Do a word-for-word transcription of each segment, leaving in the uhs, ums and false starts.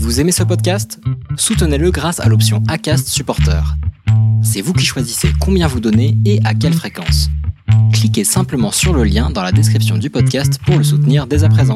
Vous aimez ce podcast ? Soutenez-le grâce à l'option Acast Supporter. C'est vous qui choisissez combien vous donnez et à quelle fréquence. Cliquez simplement sur le lien dans la description du podcast pour le soutenir dès à présent.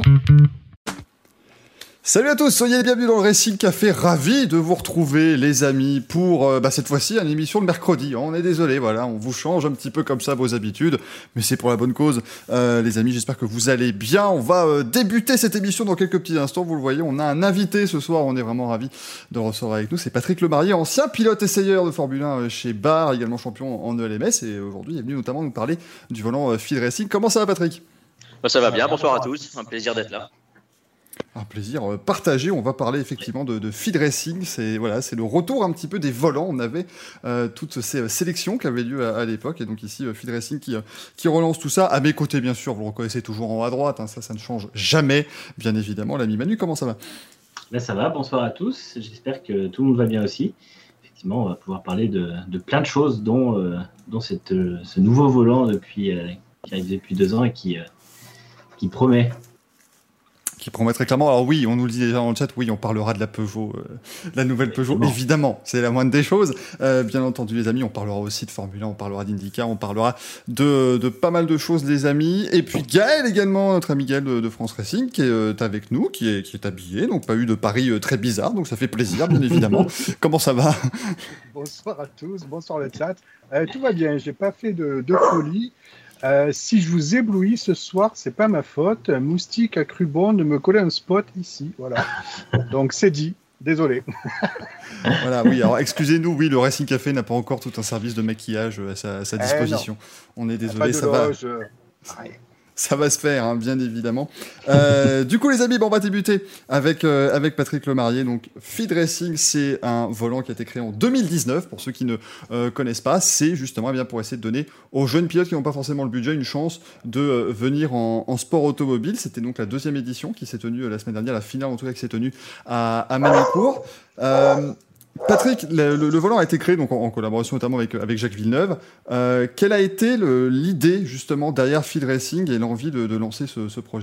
Salut à tous, soyez les bienvenus dans le Racing Café, ravi de vous retrouver les amis pour euh, bah, cette fois-ci une émission le mercredi. On est désolé, voilà, on vous change un petit peu comme ça vos habitudes, mais c'est pour la bonne cause. Euh, les amis, j'espère que vous allez bien. On va euh, débuter cette émission dans quelques petits instants, vous le voyez, on a un invité ce soir, on est vraiment ravis de recevoir avec nous. C'est Patrick Lemarié, ancien pilote essayeur de Formule un chez Bar, également champion en E L M S, et aujourd'hui il est venu notamment nous parler du volant euh, Field Racing. Comment ça va Patrick ? Bah, ça va bien, bonsoir à tous, un plaisir d'être là. Un plaisir partagé. On va parler effectivement de, de Field Racing. C'est voilà, c'est le retour un petit peu des volants. On avait euh, toutes ces sélections qui avaient lieu à, à l'époque, et donc ici euh, Field Racing qui, euh, qui relance tout ça. À mes côtés, bien sûr, vous le reconnaissez toujours en haut à droite. Hein, ça, ça ne change jamais, bien évidemment. L'ami Manu, comment ça va ? Là, ça va. Bonsoir à tous. J'espère que tout le monde va bien aussi. Effectivement, on va pouvoir parler de, de plein de choses, dont, euh, dont cette, euh, ce nouveau volant depuis, euh, qui arrive depuis deux ans et qui, euh, qui promet. Qui promet très clairement. Alors oui, on nous le dit déjà dans le chat, oui, on parlera de la Peugeot, euh, la nouvelle Peugeot, évidemment, évidemment c'est la moindre des choses. Euh, bien entendu, les amis, on parlera aussi de Formule un, on parlera d'IndyCar, on parlera de, de pas mal de choses, les amis. Et puis Gaël également, notre ami Gaël de, de France Racing, qui est euh, avec nous, qui est, qui est habillé, donc pas eu de pari euh, très bizarre, donc ça fait plaisir, bien évidemment. Comment ça va ? Bonsoir à tous, bonsoir le chat. Euh, tout va bien, j'ai pas fait de, de folie. Euh, si je vous éblouis ce soir, c'est pas ma faute. Un moustique a cru bon de me coller un spot ici, voilà. Donc c'est dit. Désolé. Voilà, oui. Alors excusez-nous, oui, le Racing Café n'a pas encore tout un service de maquillage à sa, à sa disposition. Eh On est désolé, ça va. Ouais. Ça va se faire, hein, bien évidemment. Euh, du coup, les amis, bon, on va débuter avec, euh, avec Patrick Lemarié. Donc, Field Racing, c'est un volant qui a été créé en deux mille dix-neuf. Pour ceux qui ne euh, connaissent pas, c'est justement eh bien, pour essayer de donner aux jeunes pilotes qui n'ont pas forcément le budget une chance de euh, venir en, en sport automobile. C'était donc la deuxième édition qui s'est tenue euh, la semaine dernière, la finale en tout cas qui s'est tenue à, à Magny-Cours. Euh, Patrick, le, le, le volant a été créé donc en, en collaboration notamment avec, avec Jacques Villeneuve. Euh, quelle a été le, l'idée justement derrière Field Racing et l'envie de, de lancer ce, ce projet ?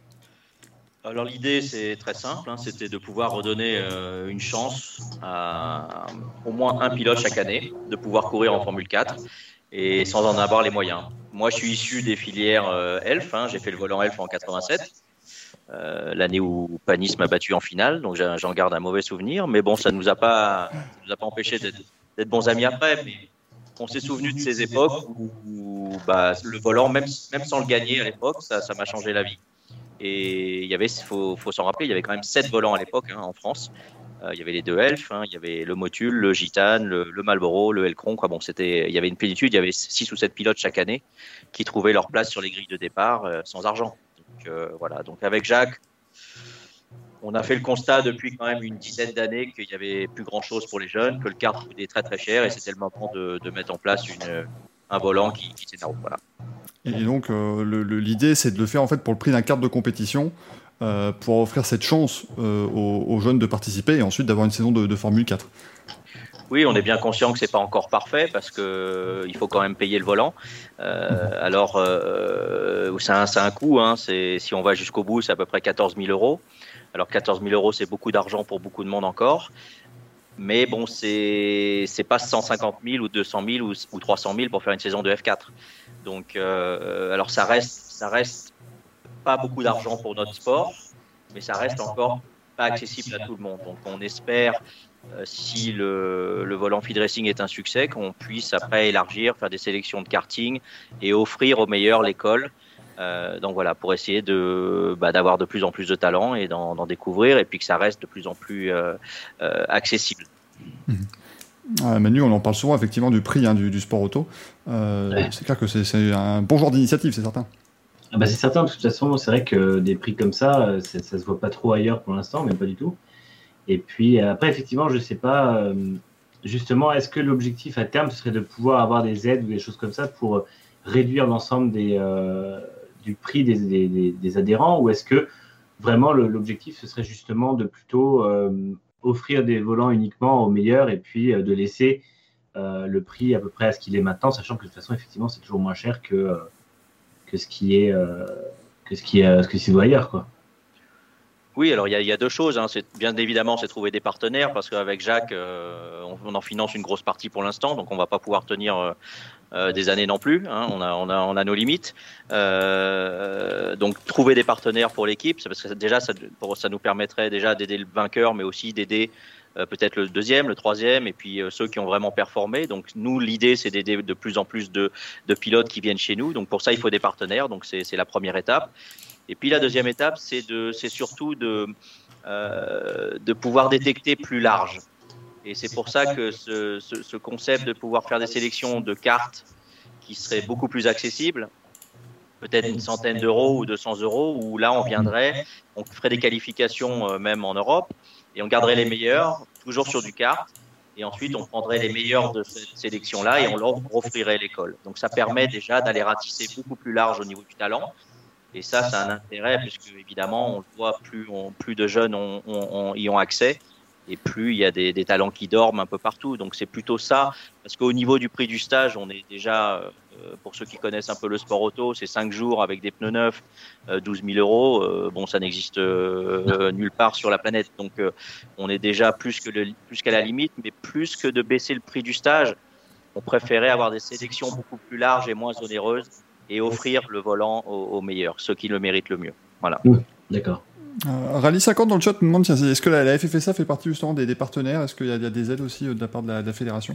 Alors l'idée c'est très simple, hein, c'était de pouvoir redonner euh, une chance à, à au moins un pilote chaque année, de pouvoir courir en Formule quatre et sans en avoir les moyens. Moi je suis issu des filières euh, Elf, hein, j'ai fait le volant Elf en quatre-vingt-sept. Euh, l'année où Panis m'a battu en finale, donc j'en garde un mauvais souvenir, mais bon, ça ne nous a pas, ça nous a pas empêché d'être, d'être bons amis après. Mais on s'est souvenu de ces époques où, où bah, le volant, même, même sans le gagner à l'époque, ça, ça m'a changé la vie. Et il y avait, faut, faut s'en rappeler, il y avait quand même sept volants à l'époque hein, en France. Euh, il y avait les deux Elf, hein, il y avait le Motul, le Gitane, le, le Marlboro, le Elcron. Quoi. Bon, c'était, il y avait une plénitude, il y avait six ou sept pilotes chaque année qui trouvaient leur place sur les grilles de départ euh, sans argent. Donc, euh, voilà. Donc avec Jacques, on a fait le constat depuis quand même une dizaine d'années qu'il n'y avait plus grand-chose pour les jeunes, que le kart coûtait très très cher et c'était le moment de, de mettre en place une, un volant qui, qui s'énerve. Voilà. Et donc euh, le, le, l'idée c'est de le faire en fait pour le prix d'un kart de compétition euh, pour offrir cette chance euh, aux, aux jeunes de participer et ensuite d'avoir une saison de, de Formule quatre. Oui, on est bien conscient que c'est pas encore parfait parce que euh, il faut quand même payer le volant. Euh, alors, euh, c'est un, c'est un coût. Hein, c'est, si on va jusqu'au bout, c'est à peu près quatorze mille euros. Alors, quatorze mille euros, c'est beaucoup d'argent pour beaucoup de monde encore. Mais bon, c'est c'est pas cent cinquante mille ou deux cent mille ou, ou trois cent mille pour faire une saison de F quatre. Donc, euh, alors ça reste, ça reste pas beaucoup d'argent pour notre sport, mais ça reste encore pas accessible à tout le monde. Donc, on espère. Euh, si le, le volant Field Racing est un succès, qu'on puisse après élargir, faire des sélections de karting et offrir aux meilleurs l'école. Euh, donc voilà, pour essayer de, bah, d'avoir de plus en plus de talents et d'en, d'en découvrir et puis que ça reste de plus en plus euh, euh, accessible. Mmh. Ah, Manu, on en parle souvent effectivement du prix hein, du, du sport auto. Euh, ouais. C'est clair que c'est, c'est un bon genre d'initiative, c'est certain. Ah bah c'est certain, parce que de toute façon, c'est vrai que des prix comme ça, ça ne se voit pas trop ailleurs pour l'instant, mais pas du tout. Et puis après, effectivement, je ne sais pas, euh, justement, est-ce que l'objectif à terme, ce serait de pouvoir avoir des aides ou des choses comme ça pour réduire l'ensemble des, euh, du prix des, des, des, des adhérents, ou est-ce que vraiment le, l'objectif, ce serait justement de plutôt euh, offrir des volants uniquement aux meilleurs et puis euh, de laisser euh, le prix à peu près à ce qu'il est maintenant, sachant que de toute façon, effectivement, c'est toujours moins cher que, euh, que ce qui est, euh, que ce qui est, ce que s'il voit ailleurs, quoi. Oui, alors il y, y a deux choses. Hein. C'est, bien évidemment, c'est trouver des partenaires parce qu'avec Jacques, euh, on, on en finance une grosse partie pour l'instant, donc on va pas pouvoir tenir euh, euh, des années non plus. Hein. On a, on a, on a nos limites. Euh, donc trouver des partenaires pour l'équipe, c'est parce que déjà, ça, pour, ça nous permettrait déjà d'aider le vainqueur, mais aussi d'aider euh, peut-être le deuxième, le troisième, et puis euh, ceux qui ont vraiment performé. Donc nous, l'idée, c'est d'aider de plus en plus de, de pilotes qui viennent chez nous. Donc pour ça, il faut des partenaires. Donc c'est, c'est la première étape. Et puis la deuxième étape, c'est, de, c'est surtout de, euh, de pouvoir détecter plus large. Et c'est pour ça que ce, ce, ce concept de pouvoir faire des sélections de cartes qui seraient beaucoup plus accessibles, peut-être une centaine d'euros ou deux cents euros, où là on viendrait, on ferait des qualifications euh, même en Europe, et on garderait les meilleurs, toujours sur du kart, et ensuite on prendrait les meilleurs de cette sélection-là et on leur offrirait l'école. Donc ça permet déjà d'aller ratisser beaucoup plus large au niveau du talent. Et ça, c'est un intérêt, puisque évidemment, on le voit, plus, on, plus de jeunes ont, ont, ont, y ont accès, et plus il y a des, des talents qui dorment un peu partout. Donc c'est plutôt ça, parce qu'au niveau du prix du stage, on est déjà, euh, pour ceux qui connaissent un peu le sport auto, c'est cinq jours avec des pneus neufs, euh, douze mille euros. Euh, bon, ça n'existe euh, nulle part sur la planète. Donc euh, on est déjà plus, que le, plus qu'à la limite, mais plus que de baisser le prix du stage, on préférait avoir des sélections beaucoup plus larges et moins onéreuses, et offrir le volant aux, aux meilleurs, ceux qui le méritent le mieux. Voilà. Mmh, d'accord. Euh, Rallye cinquante dans le chat nous demande tiens, est-ce que la, la F F S A fait partie justement des, des partenaires? Est-ce qu'il y a, il y a des aides aussi de la part de la, de la fédération?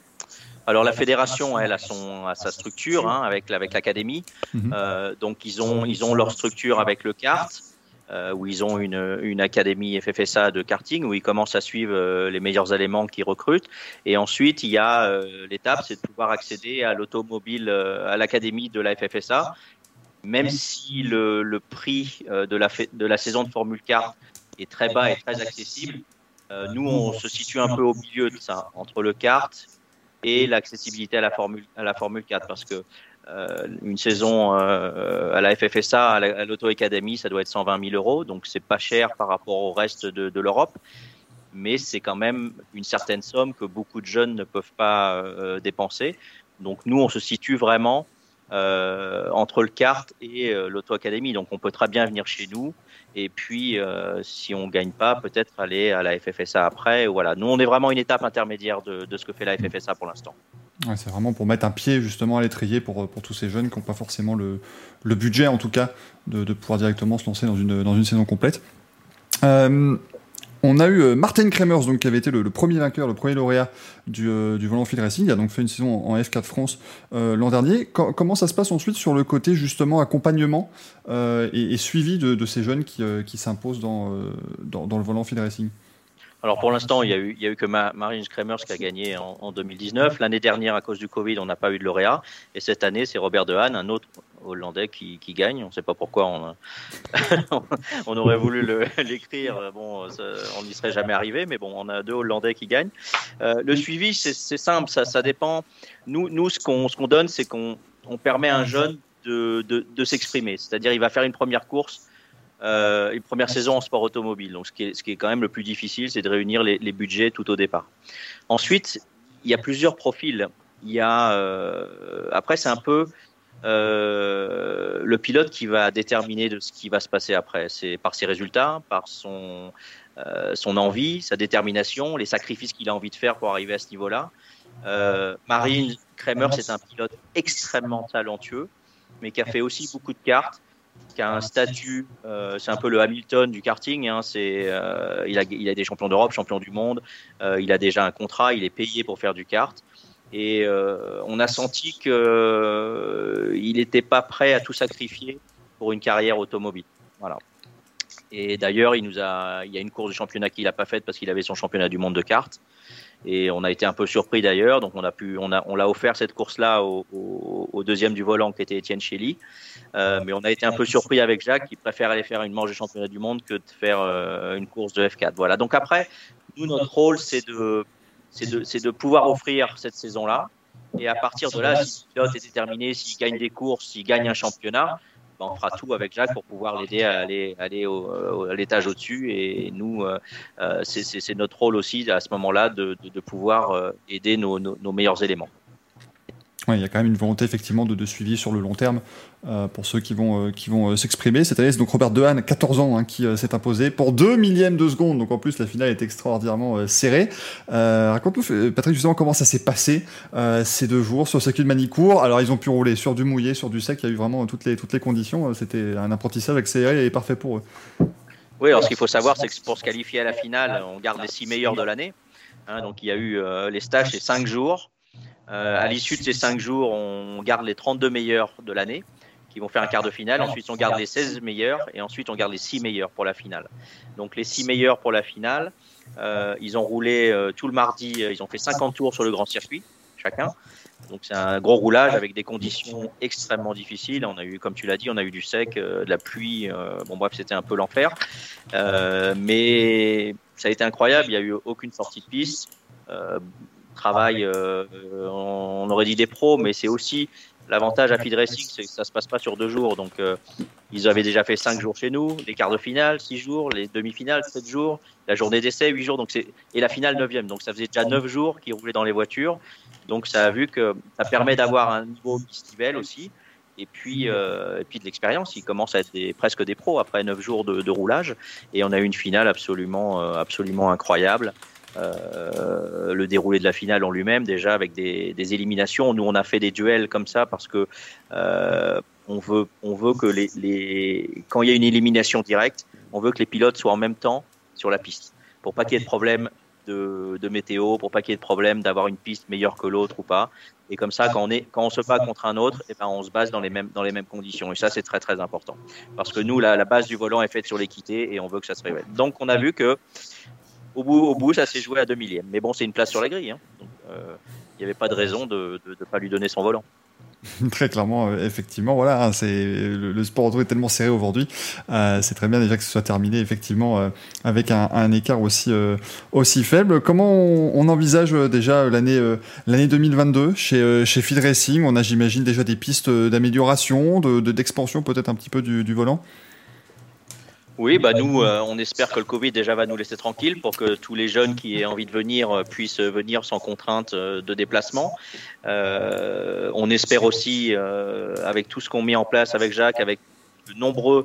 Alors la fédération, elle a, son, a sa structure hein, avec, avec l'académie. Mmh. Euh, donc ils ont, ils ont leur structure avec le kart, euh, où ils ont une, une académie F F S A de karting, où ils commencent à suivre euh, les meilleurs éléments qu'ils recrutent. Et ensuite, il y a euh, l'étape, c'est de pouvoir accéder à l'automobile, euh, à l'académie de la F F S A, même si le, le prix euh, de, la, de la saison de Formule Kart est très bas et très accessible. Euh, nous, on se situe un peu au milieu de ça, entre le kart et l'accessibilité à la Formule, à la Formule quatre, parce que Euh, une saison euh, à la F F S A, à, la, à l'Auto Academy, ça doit être cent vingt mille euros, donc c'est pas cher par rapport au reste de, de l'Europe, mais c'est quand même une certaine somme que beaucoup de jeunes ne peuvent pas euh, dépenser. Donc nous, on se situe vraiment euh, entre le kart et euh, l'Auto Academy, donc on peut très bien venir chez nous, et puis euh, si on gagne pas, peut-être aller à la F F S A après. Voilà, nous on est vraiment une étape intermédiaire de, de ce que fait la F F S A pour l'instant. Ouais, c'est vraiment pour mettre un pied justement à l'étrier pour, pour tous ces jeunes qui n'ont pas forcément le, le budget en tout cas de, de pouvoir directement se lancer dans une, dans une saison complète. Euh, on a eu Martin Kremers donc, qui avait été le, le premier vainqueur, le premier lauréat du, euh, du volant Field Racing. Il a donc fait une saison en F quatre France euh, l'an dernier. Co- comment ça se passe ensuite sur le côté justement accompagnement euh, et, et suivi de, de ces jeunes qui, euh, qui s'imposent dans, euh, dans, dans le volant Field Racing? Alors pour l'instant, il y a eu, il y a eu que Ma- Marinus Kremers qui a gagné en, en deux mille dix-neuf. L'année dernière, à cause du Covid, on n'a pas eu de lauréat. Et cette année, c'est Robert De Haan, un autre Hollandais qui, qui gagne. On ne sait pas pourquoi on, a... on aurait voulu le, l'écrire. Bon, ça, on n'y serait jamais arrivé, mais bon, on a deux Hollandais qui gagnent. Euh, le suivi, c'est, c'est simple, ça, ça dépend. Nous, nous ce, qu'on, ce qu'on donne, c'est qu'on on permet à un jeune de, de, de s'exprimer. C'est-à-dire, il va faire une première course. Euh, une première saison en sport automobile. Donc, ce qui est, ce qui est quand même le plus difficile, c'est de réunir les, les budgets tout au départ. Ensuite, il y a plusieurs profils. Il y a, euh, après, c'est un peu euh, le pilote qui va déterminer de ce qui va se passer après. C'est par ses résultats, par son, euh, son envie, sa détermination, les sacrifices qu'il a envie de faire pour arriver à ce niveau-là. Euh, Marine Kremers, c'est un pilote extrêmement talentueux, mais qui a fait aussi beaucoup de karts, qui a un statut, euh, c'est un peu le Hamilton du karting, hein, c'est, euh, il, a, il a des champions d'Europe, champions du monde, euh, il a déjà un contrat, il est payé pour faire du kart, et euh, on a senti qu'il euh, n'était pas prêt à tout sacrifier pour une carrière automobile. Voilà. Et d'ailleurs, il, nous a, il y a une course de championnat qu'il n'a pas faite parce qu'il avait son championnat du monde de kart. Et on a été un peu surpris d'ailleurs, donc on a pu, on a, on l'a offert cette course-là au, au, au deuxième du volant qui était Étienne Chély. Euh, mais on a été un peu surpris avec Jacques, qui préfère aller faire une manche de championnat du monde que de faire euh, une course de F quatre. Voilà. Donc après, nous notre rôle c'est de, c'est de, c'est de pouvoir offrir cette saison-là. Et à partir de là, si le pilote est déterminé, s'il gagne des courses, s'il gagne un championnat, ben on fera tout avec Jacques pour pouvoir l'aider à aller, aller au, au, à l'étage au-dessus. Et nous, euh, c'est, c'est, c'est notre rôle aussi à ce moment-là de, de, de pouvoir euh, aider nos, nos, nos meilleurs éléments. Ouais, il y a quand même une volonté effectivement de, de suivi sur le long terme euh, pour ceux qui vont, euh, qui vont euh, s'exprimer. Cette année, c'est donc Robert Dehaene, quatorze ans, hein, qui euh, s'est imposé pour deux millièmes de seconde. Donc en plus, la finale est extraordinairement euh, serrée. Euh, raconte-nous, Patrick, justement, comment ça s'est passé euh, ces deux jours sur le circuit de Manicourt. Alors, ils ont pu rouler sur du mouillé, sur du sec. Il y a eu vraiment toutes les, toutes les conditions. C'était un apprentissage accéléré et parfait pour eux. Oui, alors ce qu'il faut savoir, c'est que pour se qualifier à la finale, on garde les six meilleurs de l'année. Hein, donc il y a eu euh, les stages, c'est cinq jours. Euh, à l'issue de ces cinq jours, on garde les trente-deux meilleurs de l'année qui vont faire un quart de finale. Ensuite, on garde les seize meilleurs et ensuite, on garde les six meilleurs pour la finale. Donc, les six meilleurs pour la finale, euh, ils ont roulé euh, tout le mardi. Euh, ils ont fait cinquante tours sur le grand circuit, chacun. Donc, c'est un gros roulage avec des conditions extrêmement difficiles. On a eu, comme tu l'as dit, on a eu du sec, euh, de la pluie. Euh, bon, bref, c'était un peu l'enfer. Euh, mais ça a été incroyable. Il n'y a eu aucune sortie de piste. Euh, travail, euh, on aurait dit des pros, mais c'est aussi l'avantage à Feed Racing, c'est que ça se passe pas sur deux jours. Donc, euh, ils avaient déjà fait cinq jours chez nous, les quarts de finale, six jours, les demi-finales, sept jours, la journée d'essai, huit jours, donc c'est et la finale neuvième. Donc, ça faisait déjà neuf jours qu'ils roulaient dans les voitures. Donc, ça a vu que ça permet d'avoir un niveau festival aussi. Et puis, euh, et puis de l'expérience, ils commencent à être des, presque des pros après neuf jours de, de roulage. Et on a eu une finale absolument, euh, absolument incroyable. Euh, le déroulé de la finale en lui-même, déjà avec des, des éliminations. Nous, on a fait des duels comme ça parce que euh, on veut, on veut que les, les, quand il y a une élimination directe, on veut que les pilotes soient en même temps sur la piste, pour pas qu'il y ait de problème de, de météo, pour pas qu'il y ait de problème d'avoir une piste meilleure que l'autre ou pas. Et comme ça, quand on est, quand on se bat contre un autre, et ben on se base dans les mêmes, dans les mêmes conditions. Et ça, c'est très très important parce que nous, la, la base du volant est faite sur l'équité et on veut que ça se révèle. Donc, on a vu que Au bout, au bout, ça s'est joué à deux millièmes. Mais bon, c'est une place sur la grille. Hein. Donc, euh, il n'y avait pas de raison de ne pas lui donner son volant. Très clairement, euh, effectivement, voilà, hein, c'est le, le sport auto est tellement serré aujourd'hui, euh, c'est très bien déjà que ce soit terminé effectivement euh, avec un, un écart aussi euh, aussi faible. Comment on, on envisage euh, déjà l'année euh, l'année deux mille vingt-deux chez euh, chez Feed Racing? On a, j'imagine, déjà des pistes d'amélioration, de, de d'expansion peut-être un petit peu du, du volant. Oui, bah nous, euh, on espère que le Covid déjà va nous laisser tranquille pour que tous les jeunes qui aient envie de venir euh, puissent venir sans contrainte euh, de déplacement. Euh, on espère aussi, euh, avec tout ce qu'on met en place avec Jacques, avec de nombreux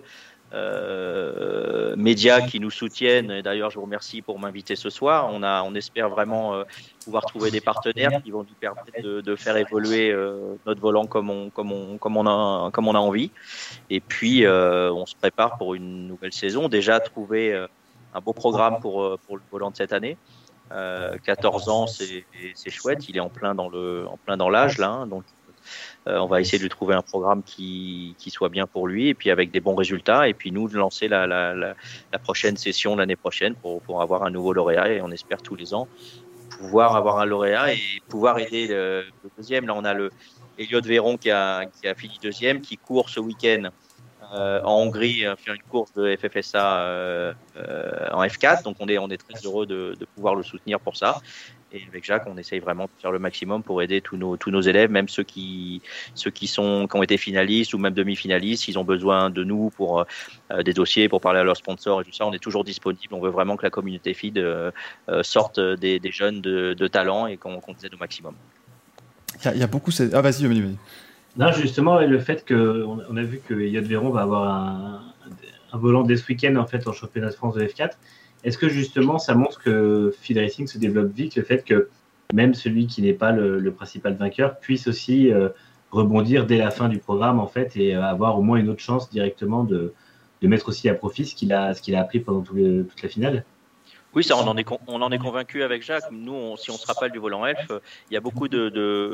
euh, médias qui nous soutiennent. Et d'ailleurs, je vous remercie pour m'inviter ce soir. On a, on espère vraiment euh, pouvoir trouver des partenaires qui vont nous permettre de, de faire évoluer euh, notre volant comme on, comme on, comme on a, comme on a envie. Et puis, euh, on se prépare pour une nouvelle saison. Déjà, trouver euh, un beau programme pour, pour le volant de cette année. Euh, quatorze ans, c'est, c'est chouette. Il est en plein dans le, en plein dans l'âge là. Hein, donc, euh, on va essayer de lui trouver un programme qui, qui soit bien pour lui et puis avec des bons résultats. Et puis nous, de lancer la, la, la, la prochaine session l'année prochaine pour, pour avoir un nouveau lauréat. Et on espère tous les ans pouvoir avoir un lauréat et pouvoir aider le, le deuxième. Là, on a le Elliot Véron qui a, qui a fini deuxième, qui court ce week-end euh, en Hongrie, euh, faire une course de F F S A euh, euh, en F quatre. Donc, on est, on est très heureux de, de pouvoir le soutenir pour ça. Et avec Jacques, on essaye vraiment de faire le maximum pour aider tous nos, tous nos élèves, même ceux qui, ceux qui, sont, qui ont été finalistes ou même demi-finalistes. Ils ont besoin de nous pour euh, des dossiers, pour parler à leurs sponsors et tout ça. On est toujours disponible. On veut vraiment que la communauté Feed euh, euh, sorte des, des jeunes de, de talent et qu'on, qu'on les aide au maximum. Il y a, il y a beaucoup... Ah, vas-y, vas-y, vas-y. Non, justement, le fait qu'on on a vu que Elliot Véron va avoir un, un volant dès ce week-end en, fait, en championnat de France de F quatre. Est-ce que justement ça montre que Feed Racing se développe vite, le fait que même celui qui n'est pas le, le principal vainqueur puisse aussi euh, rebondir dès la fin du programme en fait et avoir au moins une autre chance directement de, de mettre aussi à profit ce qu'il a, ce qu'il a appris pendant tout les, toute la finale? Oui, ça, on en est, on en est convaincu avec Jacques. Nous, on, si on se rappelle du volant Elf, il y a beaucoup de,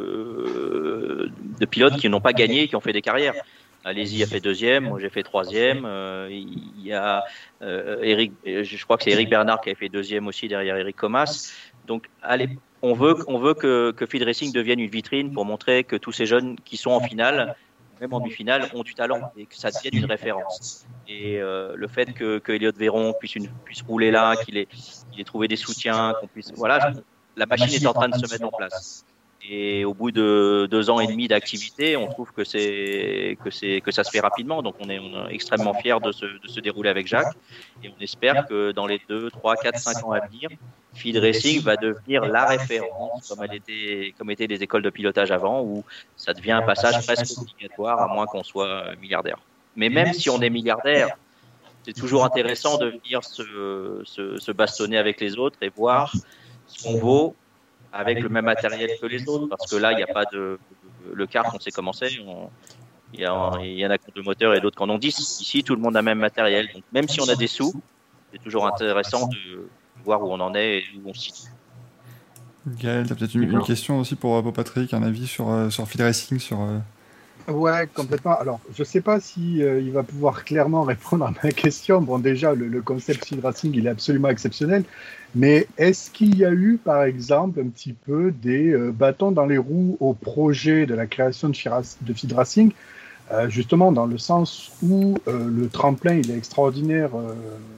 de, de pilotes qui n'ont pas gagné et qui ont fait des carrières. Alési a fait deuxième, moi j'ai fait troisième. Euh, il y a euh, Eric, je crois que c'est Eric Bernard qui a fait deuxième aussi derrière Eric Comas. Donc, allez, on veut, on veut que, que Feed Racing devienne une vitrine pour montrer que tous ces jeunes qui sont en finale, même en demi-finale, ont du talent et que ça devienne une référence. Et euh, le fait que, que Elliot Véron puisse, une, puisse rouler là, qu'il ait, qu'il ait trouvé des soutiens, qu'on puisse, voilà, la machine est en train de se mettre en place. Et au bout de deux ans et demi d'activité, on trouve que c'est que c'est que ça se fait rapidement. Donc on est, on est extrêmement fiers de se, de se dérouler avec Jacques. Et on espère que dans les deux, trois, quatre, cinq ans à venir, Field Racing va devenir la référence, comme elle était, comme étaient les écoles de pilotage avant, où ça devient un passage presque obligatoire, à moins qu'on soit milliardaire. Mais même si on est milliardaire, c'est toujours intéressant de venir se, se, se bastonner avec les autres et voir ce qu'on vaut avec le même matériel que les autres, parce que là, il n'y a pas de... Le kart, on sait comment c'est, on, il y, a, il y en a qui ont deux moteurs et d'autres qui en ont dix. Ici, tout le monde a le même matériel. Donc, même si on a des sous, c'est toujours intéressant de voir où on en est et où on se situe. Gaël, tu as peut-être une, une question aussi pour, pour Patrick, un avis sur, sur Field Racing, sur... Euh... Ouais, complètement. Alors, je ne sais pas si euh, il va pouvoir clairement répondre à ma question. Bon, déjà, le, le concept Field Racing, il est absolument exceptionnel. Mais est-ce qu'il y a eu, par exemple, un petit peu des euh, bâtons dans les roues au projet de la création de, de Field Racing, euh, justement dans le sens où euh, le tremplin, il est extraordinaire euh,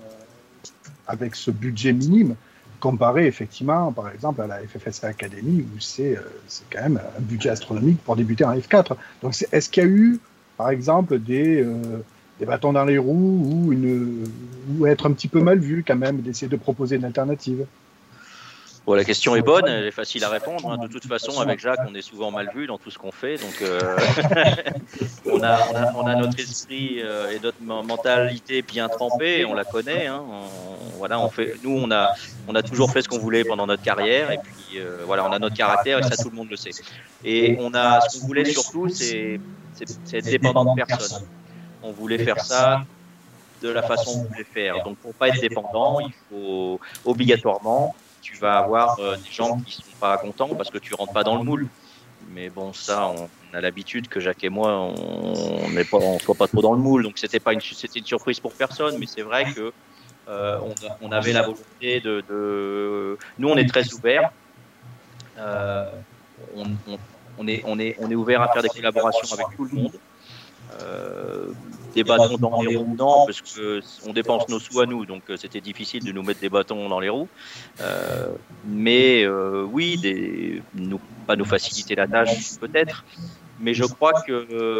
avec ce budget minime, comparé effectivement, par exemple, à la F F S A Academy, où c'est, euh, c'est quand même un budget astronomique pour débuter en F quatre. Donc, c'est, est-ce qu'il y a eu, par exemple, des, euh, des bâtons dans les roues ou, une, ou être un petit peu mal vu quand même, d'essayer de proposer une alternative? Bon, la question est bonne, elle est facile à répondre. Hein. De toute façon, avec Jacques, on est souvent mal vu dans tout ce qu'on fait. Donc, euh, on, a, on, a, on a notre esprit euh, et notre mentalité bien trempée, on la connaît. Hein. On, voilà, on fait, nous, on a, on a toujours fait ce qu'on voulait pendant notre carrière. Et puis, euh, voilà, on a notre caractère et ça, tout le monde le sait. Et on a, ce qu'on voulait surtout, c'est, c'est, c'est être dépendant de personne. On voulait faire ça de la façon qu'on voulait faire. Donc, pour pas être dépendant, il faut obligatoirement... tu vas avoir euh, des gens qui ne sont pas contents parce que tu rentres pas dans le moule. Mais bon, ça, on, on a l'habitude que Jacques et moi, on ne on soit pas trop dans le moule. Donc, c'était pas une, c'était une surprise pour personne. Mais c'est vrai que euh, on, on avait la volonté de, de... Nous, on est très ouverts. Euh, on, on, on, est, on, est, on est ouvert à faire des collaborations avec tout le monde. Euh, des bâtons dans les roues, non, parce qu'on dépense nos sous à nous, donc euh, c'était difficile de nous mettre des bâtons dans les roues. Euh, mais euh, oui, des, nous, pas nous faciliter la tâche peut-être, mais je crois que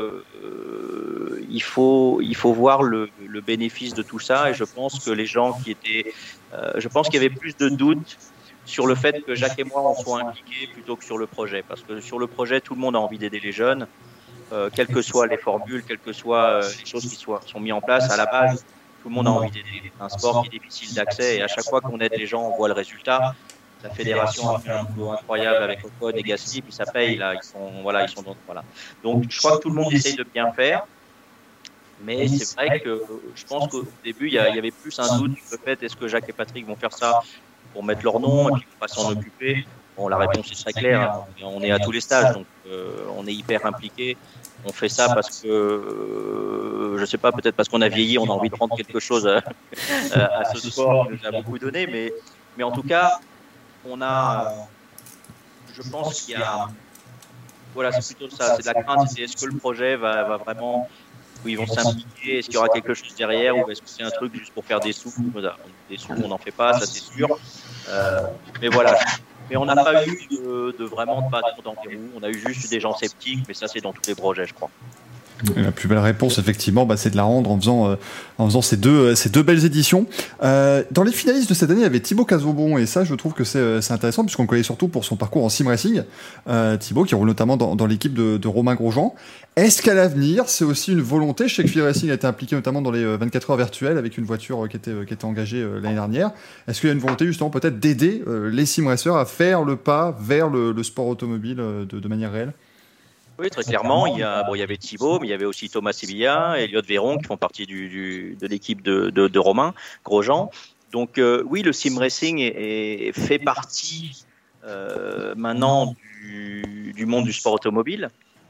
euh, il faut il faut voir le, le bénéfice de tout ça, et je pense que les gens qui étaient, euh, je pense qu'il y avait plus de doutes sur le fait que Jacques et moi on soit impliqués plutôt que sur le projet, parce que sur le projet tout le monde a envie d'aider les jeunes. Euh, quelles que soient les formules, quelles que soient euh, les choses qui soient, sont mises en place, à la base, tout le monde a envie d'aider. Un sport qui est difficile d'accès, et à chaque fois qu'on aide les gens, on voit le résultat. La fédération a fait un boulot incroyable avec Ocon et Gasly, puis ça paye, là, ils sont, voilà, ils sont donc, voilà. Donc, je crois que tout le monde essaye de bien faire, mais c'est vrai que je pense qu'au début, il y, y avait plus un doute sur le fait, est-ce que Jacques et Patrick vont faire ça pour mettre leur nom, et puis ils vont pas s'en occuper. Bon, la réponse est très claire, hein. On est à tous les stages, donc euh, on est hyper impliqué. On fait ça parce que, euh, je sais pas, peut-être parce qu'on a vieilli, on a envie de rendre quelque chose à, à ce sport qui nous a beaucoup donné, mais, mais en tout cas, on a, je pense qu'il y a, voilà, c'est plutôt ça, c'est de la crainte, c'est est-ce que le projet va, va vraiment, où ils vont s'impliquer, est-ce qu'il y aura quelque chose derrière, ou est-ce que c'est un truc juste pour faire des sous? Des sous, on n'en fait pas, ça c'est sûr. Euh, mais voilà. Mais on n'a pas eu de, de vraiment de bâtons dans les roues. On a eu juste des gens sceptiques, mais ça, c'est dans tous les projets, je crois. Et la plus belle réponse, effectivement, bah, c'est de la rendre en faisant, euh, en faisant ces, deux, euh, ces deux belles éditions. Euh, dans les finalistes de cette année, il y avait Thibaut Casaubon, et ça, je trouve que c'est, euh, c'est intéressant, puisqu'on le connaît surtout pour son parcours en sim racing. Euh, Thibaut, qui roule notamment dans, dans l'équipe de, de Romain Grosjean. Est-ce qu'à l'avenir, c'est aussi une volonté? Je sais que Field Racing a été impliqué notamment dans les vingt-quatre heures virtuelles avec une voiture qui était, qui était engagée euh, l'année dernière. Est-ce qu'il y a une volonté, justement, peut-être d'aider euh, les sim racers à faire le pas vers le, le sport automobile euh, de, de manière réelle? Oui, très clairement. Il y, a, bon, il y avait Thibaut, mais il y avait aussi Thomas Sevilla et Elliott Véron qui font partie du, du, de l'équipe de, de, de Romain Grosjean. Donc euh, oui, le sim racing est, est, fait partie euh, maintenant du, du monde du sport automobile.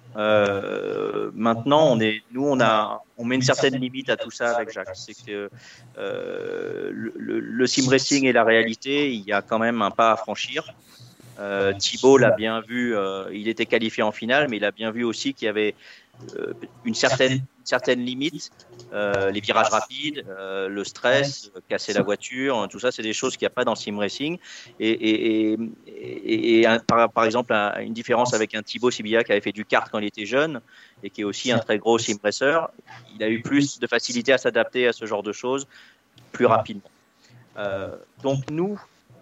Euh, maintenant, on est, nous, on a, on met une certaine limite à tout ça avec Jacques. C'est que euh, le, le, le sim racing et la réalité, il y a quand même un pas à franchir. Euh, Thibaut l'a bien vu, euh, il était qualifié en finale, mais il a bien vu aussi qu'il y avait euh, une certaine, une certaine limite. Euh, les virages rapides, euh, le stress, euh, casser la voiture, tout ça, c'est des choses qu'il n'y a pas dans le sim racing. Et, et, et, et, et un, par, par exemple, un, une différence avec un Thibaut Sibilla qui avait fait du kart quand il était jeune et qui est aussi un très gros sim racer, il a eu plus de facilité à s'adapter à ce genre de choses plus rapidement. Euh, donc nous,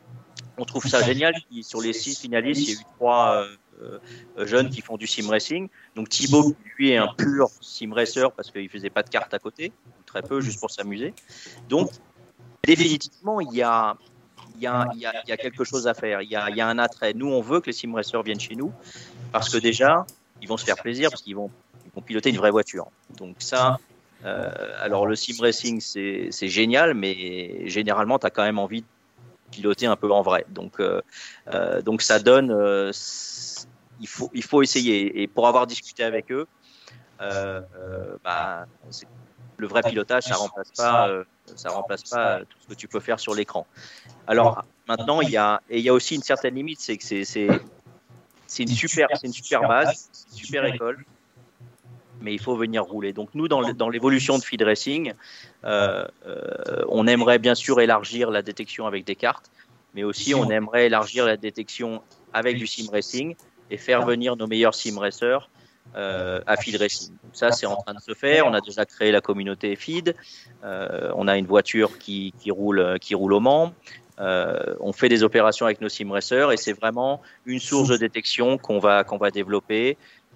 on trouve ça génial. Sur les six finalistes, il y a eu trois euh, euh, jeunes qui font du sim racing. Donc Thibaut, lui, est un pur sim racer parce qu'il faisait pas de carte à côté, ou très peu, juste pour s'amuser. Donc définitivement, il y a, il y a, il y a, il y a quelque chose à faire. Il y a, il y a un attrait. Nous, on veut que les sim racers viennent chez nous parce que déjà, ils vont se faire plaisir parce qu'ils vont, ils vont piloter une vraie voiture. Donc ça. Euh, alors le sim racing c'est, c'est génial, mais généralement tu as quand même envie de piloter un peu en vrai. Donc, euh, euh, donc ça donne, euh, il faut, il faut essayer. Et pour avoir discuté avec eux, euh, euh, bah, c'est, le vrai pilotage ça remplace pas, euh, ça remplace pas tout ce que tu peux faire sur l'écran. Alors maintenant il y a, et il y a aussi une certaine limite, c'est que c'est, c'est, c'est une super, c'est une super base, c'est une super école. Mais il faut venir rouler. Donc nous, dans, dans l'évolution de Field Racing, euh, euh, on aimerait bien sûr élargir la détection avec des cartes, mais aussi on aimerait élargir la détection avec du sim racing et faire venir nos meilleurs sim racers euh, à Field Racing. Donc ça, c'est en train de se faire. On a déjà créé la communauté Feed. Euh, on a une voiture qui, qui, roule, qui roule au Mans. Euh, on fait des opérations avec nos sim racers et c'est vraiment une source de détection qu'on va, qu'on va développer.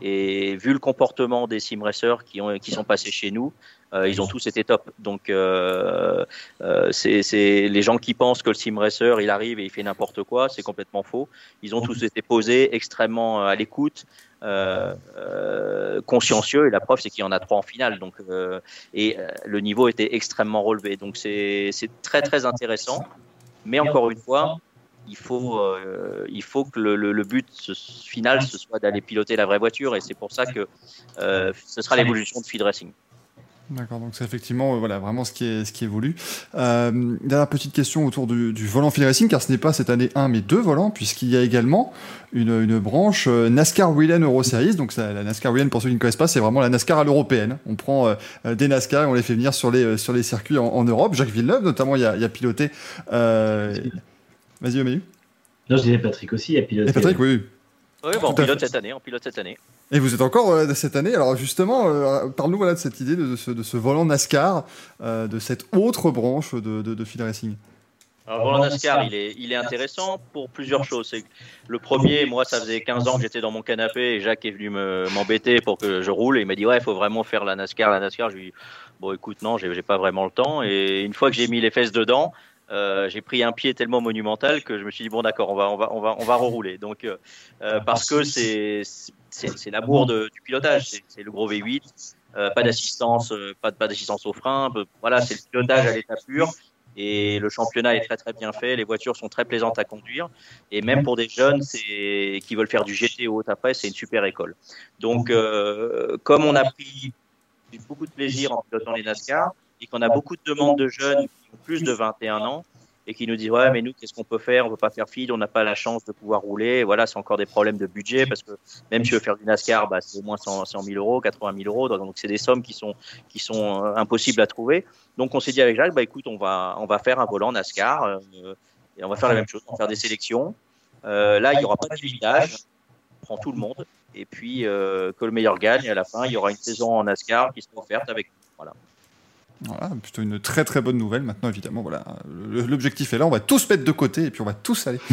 Et vu le comportement des sim racers qui, ont, qui sont passés chez nous, euh, ils ont tous été top. Donc, euh, euh, c'est, c'est les gens qui pensent que le sim racer, il arrive et il fait n'importe quoi, c'est complètement faux. Ils ont tous été posés, extrêmement à l'écoute, euh, euh, consciencieux. Et la preuve, c'est qu'il y en a trois en finale. Donc, euh, et euh, le niveau était extrêmement relevé. Donc, c'est, c'est très très intéressant. Mais encore une fois, il faut, euh, il faut que le, le, le but final ce soit d'aller piloter la vraie voiture et c'est pour ça que euh, ce sera l'évolution de Field Racing. D'accord, donc c'est effectivement euh, voilà, vraiment ce qui est, ce qui est voulu. Euh, dernière petite question autour du, du volant Field Racing, car ce n'est pas cette année un mais deux volants, puisqu'il y a également une, une branche euh, NASCAR Whelen Euro Series. Donc ça, la NASCAR Whelen, pour ceux qui ne connaissent pas, c'est vraiment la NASCAR à l'européenne. On prend euh, des NASCAR et on les fait venir sur les, euh, sur les circuits en, en Europe. Jacques Villeneuve, notamment, il y a, il y a piloté... Euh... Vas-y, Manu. Non, je disais Patrick aussi, il a piloté. Et Patrick, oui. Oui, bon, on pilote cette année, on pilote cette année. Et vous êtes encore euh, cette année. Alors justement, euh, parle-nous voilà, de cette idée de, de, ce, de ce volant NASCAR, euh, de cette autre branche de, de, de Field Racing. Alors, le volant NASCAR, il est, il est intéressant pour plusieurs choses. C'est le premier, moi, ça faisait quinze ans que j'étais dans mon canapé et Jacques est venu me, m'embêter pour que je roule. Et il m'a dit, ouais, il faut vraiment faire la NASCAR, la NASCAR. Je lui ai dit, bon, écoute, non, j'ai, j'ai pas vraiment le temps. Et une fois que j'ai mis les fesses dedans, Euh, j'ai pris un pied tellement monumental que je me suis dit bon d'accord on va on va on va on va rerouler donc euh, euh, parce que c'est c'est, c'est l'amour de, du pilotage c'est, c'est le gros V huit euh, pas d'assistance euh, pas de pas d'assistance au frein euh, voilà c'est le pilotage à l'état pur et le championnat est très très bien fait les voitures sont très plaisantes à conduire et même pour des jeunes c'est qui veulent faire du G T ou autre après c'est une super école donc euh, comme on a pris beaucoup de plaisir en pilotant les NASCAR et qu'on a beaucoup de demandes de jeunes qui ont plus de vingt et un ans et qui nous disent ouais mais nous qu'est-ce qu'on peut faire, on peut pas faire feed, on n'a pas la chance de pouvoir rouler, voilà c'est encore des problèmes de budget parce que même si tu veux faire du NASCAR bah c'est au moins cent mille euros, quatre-vingt mille euros donc c'est des sommes qui sont qui sont euh, impossibles à trouver donc on s'est dit avec Jacques bah écoute on va on va faire un volant NASCAR euh, et on va faire la même chose, on va faire des sélections euh, là il y aura pas de limitage, on prend tout le monde et puis euh, que le meilleur gagne et à la fin il y aura une saison en NASCAR qui sera offerte avec nous. Voilà. Voilà, plutôt une très très bonne nouvelle. Maintenant, évidemment, voilà, l'objectif est là. On va tous mettre de côté et puis on va tous aller.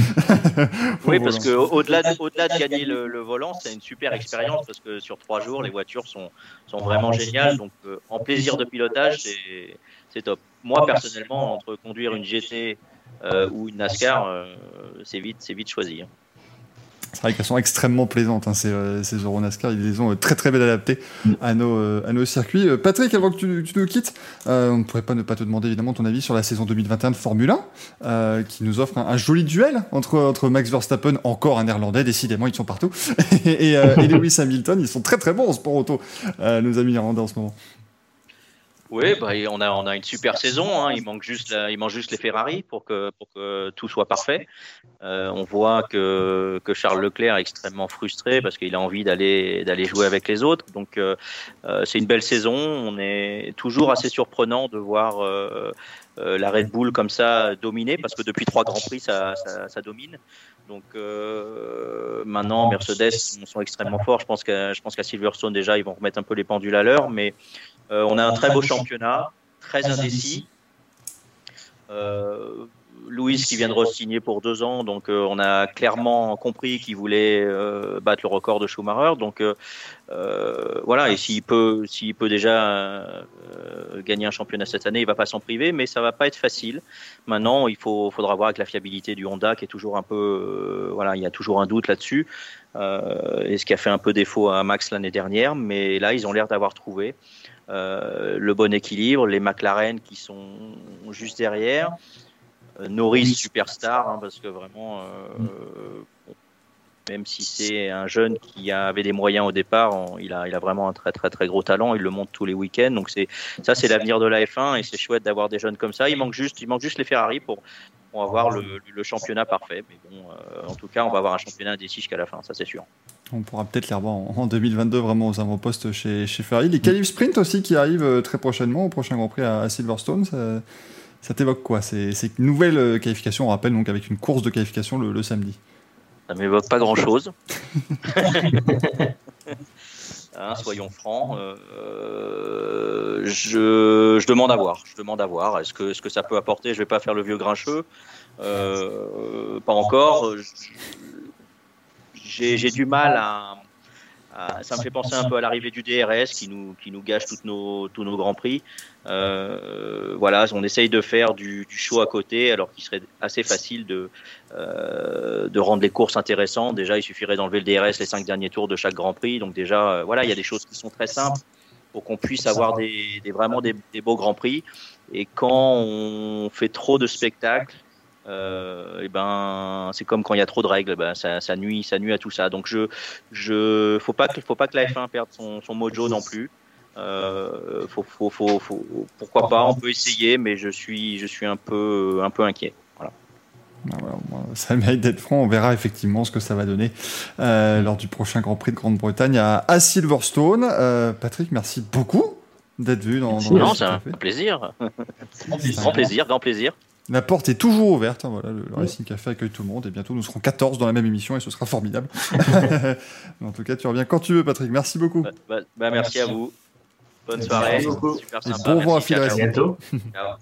Oui, parce que au-delà de, au-delà de gagner le, le volant, c'est une super expérience parce que sur trois jours, les voitures sont sont vraiment géniales. Donc, euh, en plaisir de pilotage, c'est c'est top. Moi, personnellement, entre conduire une G T euh, ou une NASCAR, euh, c'est vite c'est vite choisi. Hein. C'est vrai qu'elles sont extrêmement plaisantes, hein, ces, euh, ces Euro NASCAR. Ils les ont euh, très très bien adaptées à nos, euh, à nos circuits. Euh, Patrick, avant que tu, tu nous quittes, euh, on ne pourrait pas ne pas te demander évidemment ton avis sur la saison deux mille vingt et un de Formule un, euh, qui nous offre un, un joli duel entre, entre Max Verstappen, encore un Néerlandais, décidément ils sont partout, et, euh, et Lewis Hamilton. Ils sont très très bons en sport auto, euh, nos amis néerlandais en ce moment. Oui, bah, on a on a une super saison. Hein. Il manque juste la, il manque juste les Ferrari pour que pour que tout soit parfait. Euh, on voit que que Charles Leclerc est extrêmement frustré parce qu'il a envie d'aller d'aller jouer avec les autres. Donc euh, euh, c'est une belle saison. On est toujours assez surprenant de voir euh, euh, la Red Bull comme ça dominer parce que depuis trois grands prix ça ça, ça domine. Donc euh, maintenant Mercedes sont, sont extrêmement forts. Je pense qu'à je pense qu'à Silverstone déjà ils vont remettre un peu les pendules à l'heure, mais Euh, on a un très beau championnat, très indécis. Euh, Louis qui vient de re-signer pour deux ans, donc euh, on a clairement compris qu'il voulait euh, battre le record de Schumacher. Donc euh, euh, voilà, et s'il peut, s'il peut déjà euh, gagner un championnat cette année, il va pas s'en priver, mais ça va pas être facile. Maintenant, il faut, faudra voir avec la fiabilité du Honda, qui est toujours un peu, euh, voilà, il y a toujours un doute là-dessus, euh, et ce qui a fait un peu défaut à Max l'année dernière, mais là, ils ont l'air d'avoir trouvé. Euh, le bon équilibre, les McLaren qui sont juste derrière, euh, Norris superstar, hein, parce que vraiment, euh, bon, même si c'est un jeune qui avait des moyens au départ, on, il, a, il a vraiment un très très très gros talent, il le montre tous les week-ends, donc c'est, ça c'est l'avenir de la F un et c'est chouette d'avoir des jeunes comme ça. Il manque juste, il manque juste les Ferrari pour, pour avoir le, le championnat parfait, mais bon, euh, en tout cas on va avoir un championnat indécis jusqu'à la fin, ça c'est sûr. On pourra peut-être les revoir en, en deux mille vingt-deux vraiment aux avant-postes chez, chez Ferrari. Les qualifs sprint aussi qui arrivent très prochainement au prochain Grand Prix à, à Silverstone, ça, ça t'évoque quoi? c'est, c'est une nouvelle qualification, on rappelle, donc avec une course de qualification le, le samedi. Ça m'évoque pas grand-chose. Hein, soyons francs. Euh, je, je demande à voir. Je demande à voir. Est-ce que, est-ce que ça peut apporter? Je vais pas faire le vieux grincheux. Euh, pas encore. Je, J'ai, j'ai du mal à, à. Ça me fait penser un peu à l'arrivée du D R S qui nous, qui nous gâche toutes nos, tous nos grands prix. Euh, voilà, on essaye de faire du, du show à côté, alors qu'il serait assez facile de, euh, de rendre les courses intéressantes. Déjà, il suffirait d'enlever le D R S les cinq derniers tours de chaque Grand Prix. Donc déjà, euh, voilà, il y a des choses qui sont très simples pour qu'on puisse avoir des, des vraiment des, des beaux Grands Prix. Et quand on fait trop de spectacles, Euh, et ben c'est comme quand il y a trop de règles, ben ça, ça nuit, ça nuit à tout ça. Donc je, je, faut pas que, faut pas que la F un perde son, son mojo non plus. Euh, faut, faut, faut, faut, pourquoi pas, on peut essayer, mais je suis, je suis un peu, un peu inquiet. Voilà. Alors, ça mérite d'être franc. On verra effectivement ce que ça va donner euh, lors du prochain Grand Prix de Grande-Bretagne à, à Silverstone. Euh, Patrick, merci beaucoup d'être venu dans. dans non, c'est un plaisir. Grand plaisir, grand plaisir. La porte est toujours ouverte, hein, voilà, le, le Racing Café accueille tout le monde et bientôt nous serons quatorze dans la même émission et ce sera formidable. En tout cas, tu reviens quand tu veux, Patrick. Merci beaucoup. Bah, bah, bah, merci à vous. Bonne soirée. Super et sympa. Bon vent à Merci, Phil Racing. À bientôt. Ciao.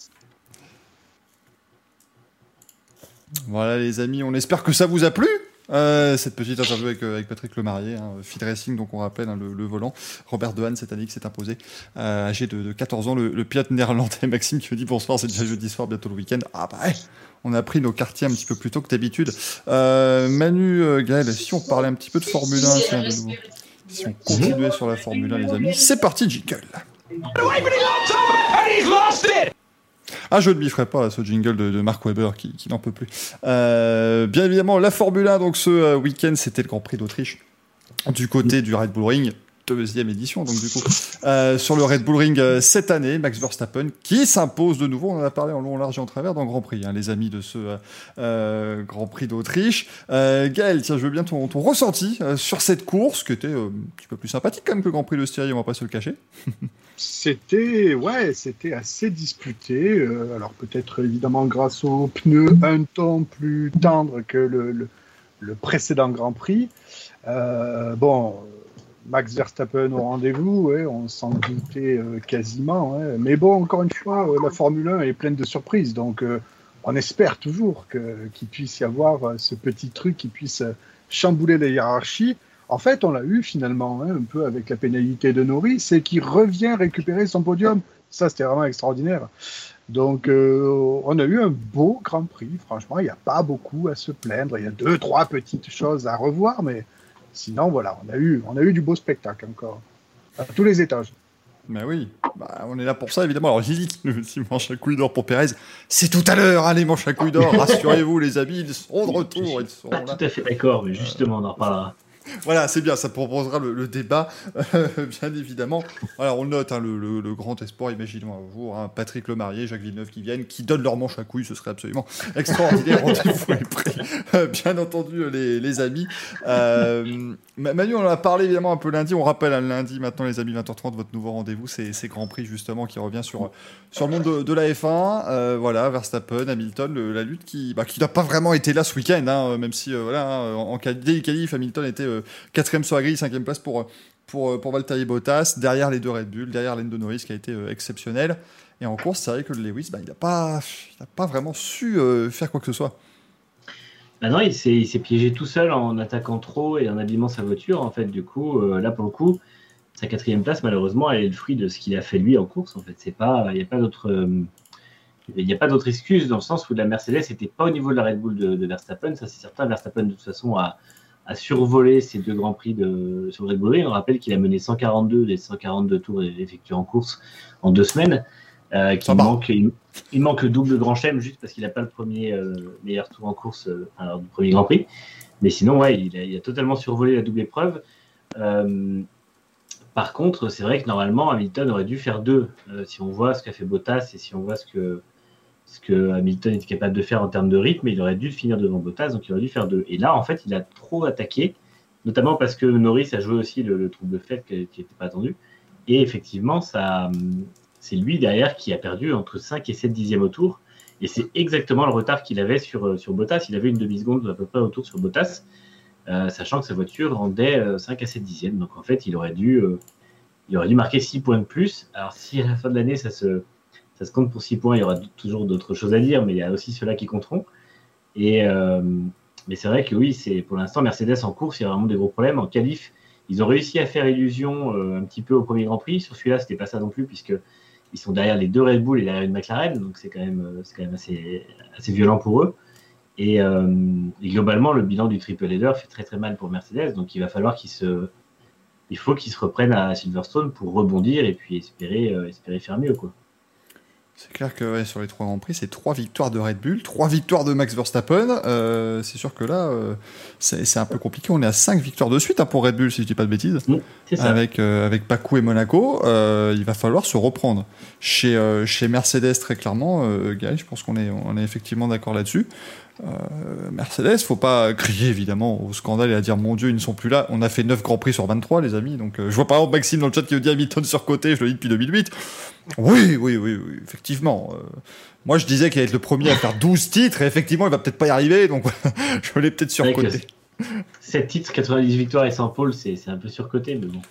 Voilà les amis, on espère que ça vous a plu. Euh, cette petite interview avec, euh, avec Patrick Lemarié, hein, Feed Racing, donc on rappelle hein, le, le volant. Robert Dehaene cette année qui s'est imposé, euh, âgé de, de quatorze ans, le, le pilote néerlandais. Maxime qui me dit bonsoir, c'est déjà jeudi soir, bientôt le week-end. Ah bah ouais, on a pris nos quartiers un petit peu plus tôt que d'habitude. Euh, Manu, euh, Gaël, si on parlait un petit peu de Formule un, tiens, de nouveau. Si on continuait sur la Formule un, les amis, c'est parti, jingle. Ah, je ne lui ferai pas ce jingle de, de Mark Webber qui, qui n'en peut plus. Euh, bien évidemment, la Formule un, donc ce euh, week-end, c'était le Grand Prix d'Autriche du côté du Red Bull Ring, deuxième édition, donc du coup, euh, sur le Red Bull Ring euh, cette année, Max Verstappen qui s'impose de nouveau. On en a parlé en long, en large et en travers dans le Grand Prix, hein, les amis de ce euh, Grand Prix d'Autriche. Euh, Gaël, tiens, je veux bien ton, ton ressenti euh, sur cette course qui était euh, un petit peu plus sympathique quand même que le Grand Prix de Styrie, on va pas se le cacher. C'était, ouais, c'était assez disputé. Euh, alors peut-être évidemment grâce aux pneus un ton plus tendre que le, le, le précédent Grand Prix. Euh, bon, Max Verstappen au rendez-vous, ouais, on s'en doutait euh, quasiment. Ouais. Mais bon, encore une fois, euh, la Formule un est pleine de surprises. Donc euh, on espère toujours que, qu'il puisse y avoir euh, ce petit truc qui puisse euh, chambouler la hiérarchie. En fait, on l'a eu finalement, hein, un peu avec la pénalité de Norris, c'est qu'il revient récupérer son podium. Ça, c'était vraiment extraordinaire. Donc, euh, on a eu un beau Grand Prix. Franchement, il n'y a pas beaucoup à se plaindre. Il y a deux, trois petites choses à revoir, mais sinon, voilà, on a eu, on a eu du beau spectacle encore, à tous les étages. Ben oui, bah, on est là pour ça, évidemment. Alors, Lily qui nous dit manche à couille d'or pour Pérez. C'est tout à l'heure, allez, manche à couille d'or. Rassurez-vous, les amis, ils seront de retour. Ils seront pas là. tout à fait d'accord, mais justement, on en reparlera. Voilà, c'est bien, ça proposera le, le débat, euh, bien évidemment. Voilà, on le note, hein, le, le, le grand espoir, imaginons un jour, hein, Patrick Lemarié, Jacques Villeneuve qui viennent, qui donnent leur manche à couilles, ce serait absolument extraordinaire. Rendez-vous est prêt, euh, bien entendu, les, les amis. Euh, Manu, on en a parlé évidemment un peu lundi, on rappelle hein, lundi, maintenant les amis, vingt heures trente, votre nouveau rendez-vous, c'est, c'est Grand Prix justement qui revient sur, sur le monde de, de la F un. Euh, voilà, Verstappen, Hamilton, le, la lutte qui, bah, qui n'a pas vraiment été là ce week-end, hein, même si euh, voilà, hein, en, en qualif, Hamilton était euh, quatrième sur la grille, cinquième place pour, pour, pour Valtteri Bottas, derrière les deux Red Bull, derrière Lando Norris qui a été euh, exceptionnel. Et en course, c'est vrai que Lewis, bah, il n'a pas, il a pas vraiment su euh, faire quoi que ce soit. Bah non, il s'est, il s'est piégé tout seul en attaquant trop et en abîmant sa voiture. En fait, du coup, euh, là pour le coup, sa quatrième place, malheureusement, elle est le fruit de ce qu'il a fait lui en course. En fait, c'est pas, il n'y a pas d'autre, euh, il n'y a pas d'autre excuse dans le sens où la Mercedes n'était pas au niveau de la Red Bull de, de Verstappen. Ça, c'est certain. Verstappen, de toute façon, a a survolé ces deux grands prix de, sur le Red Bull Ring. On rappelle qu'il a mené cent quarante-deux des cent quarante-deux tours effectués en course en deux semaines. Euh, qu'il manque, il, il manque le double Grand Chelem juste parce qu'il n'a pas le premier euh, meilleur tour en course euh, alors, du premier Grand Prix. Mais sinon, ouais, il a, il a totalement survolé la double épreuve. Euh, par contre, c'est vrai que normalement, Hamilton aurait dû faire deux. Euh, si on voit ce qu'a fait Bottas et si on voit ce que ce que Hamilton était capable de faire en termes de rythme, il aurait dû finir devant Bottas, donc il aurait dû faire deux. Et là, en fait, il a trop attaqué, notamment parce que Norris a joué aussi le, le trouble fait qui n'était pas attendu. Et effectivement, ça, c'est lui derrière qui a perdu entre cinq et sept dixièmes au tour. Et c'est exactement le retard qu'il avait sur, sur Bottas. Il avait une demi-seconde à peu près au tour sur Bottas, euh, sachant que sa voiture rendait euh, cinq à sept dixièmes. Donc en fait, il aurait dû, euh, il aurait dû marquer six points de plus. Alors si à la fin de l'année, ça se... ça se compte pour six points, il y aura toujours d'autres choses à dire, mais il y a aussi ceux-là qui compteront. Et, euh, mais c'est vrai que oui, c'est, pour l'instant, Mercedes en course, il y a vraiment des gros problèmes. En qualif, ils ont réussi à faire illusion euh, un petit peu au premier Grand Prix. Sur celui-là, c'était pas ça non plus, puisqu'ils sont derrière les deux Red Bull et derrière une McLaren, donc c'est quand même, c'est quand même assez, assez violent pour eux. Et, euh, et globalement, le bilan du triple header fait très très mal pour Mercedes, donc il va falloir qu'ils se... il faut qu'ils se reprennent à Silverstone pour rebondir et puis espérer, euh, espérer faire mieux, quoi. C'est clair que ouais, sur les trois Grands Prix, c'est trois victoires de Red Bull, trois victoires de Max Verstappen. Euh, c'est sûr que là, euh, c'est, c'est un peu compliqué. On est à cinq victoires de suite hein, pour Red Bull, si je dis pas de bêtises. Mmh, c'est ça. Avec, euh, avec Bakou et Monaco, euh, il va falloir se reprendre. Chez, euh, chez Mercedes, très clairement, euh, Gaël, je pense qu'on est, on est effectivement d'accord là-dessus. Euh, Mercedes, faut pas crier évidemment au scandale et à dire mon Dieu, ils ne sont plus là. On a fait neuf Grands Prix sur vingt-trois, les amis. Donc, euh, je vois par exemple Maxime dans le chat qui nous dit Hamilton surcoté, je le dis depuis deux mille huit. Oui, oui, oui, oui, effectivement. Euh, moi, je disais qu'il allait être le premier à faire douze titres et effectivement, il va peut-être pas y arriver. Donc, je l'ai peut-être surcoté. sept titres, quatre-vingt-dix victoires et cent pôles, c'est, c'est un peu surcoté, mais bon.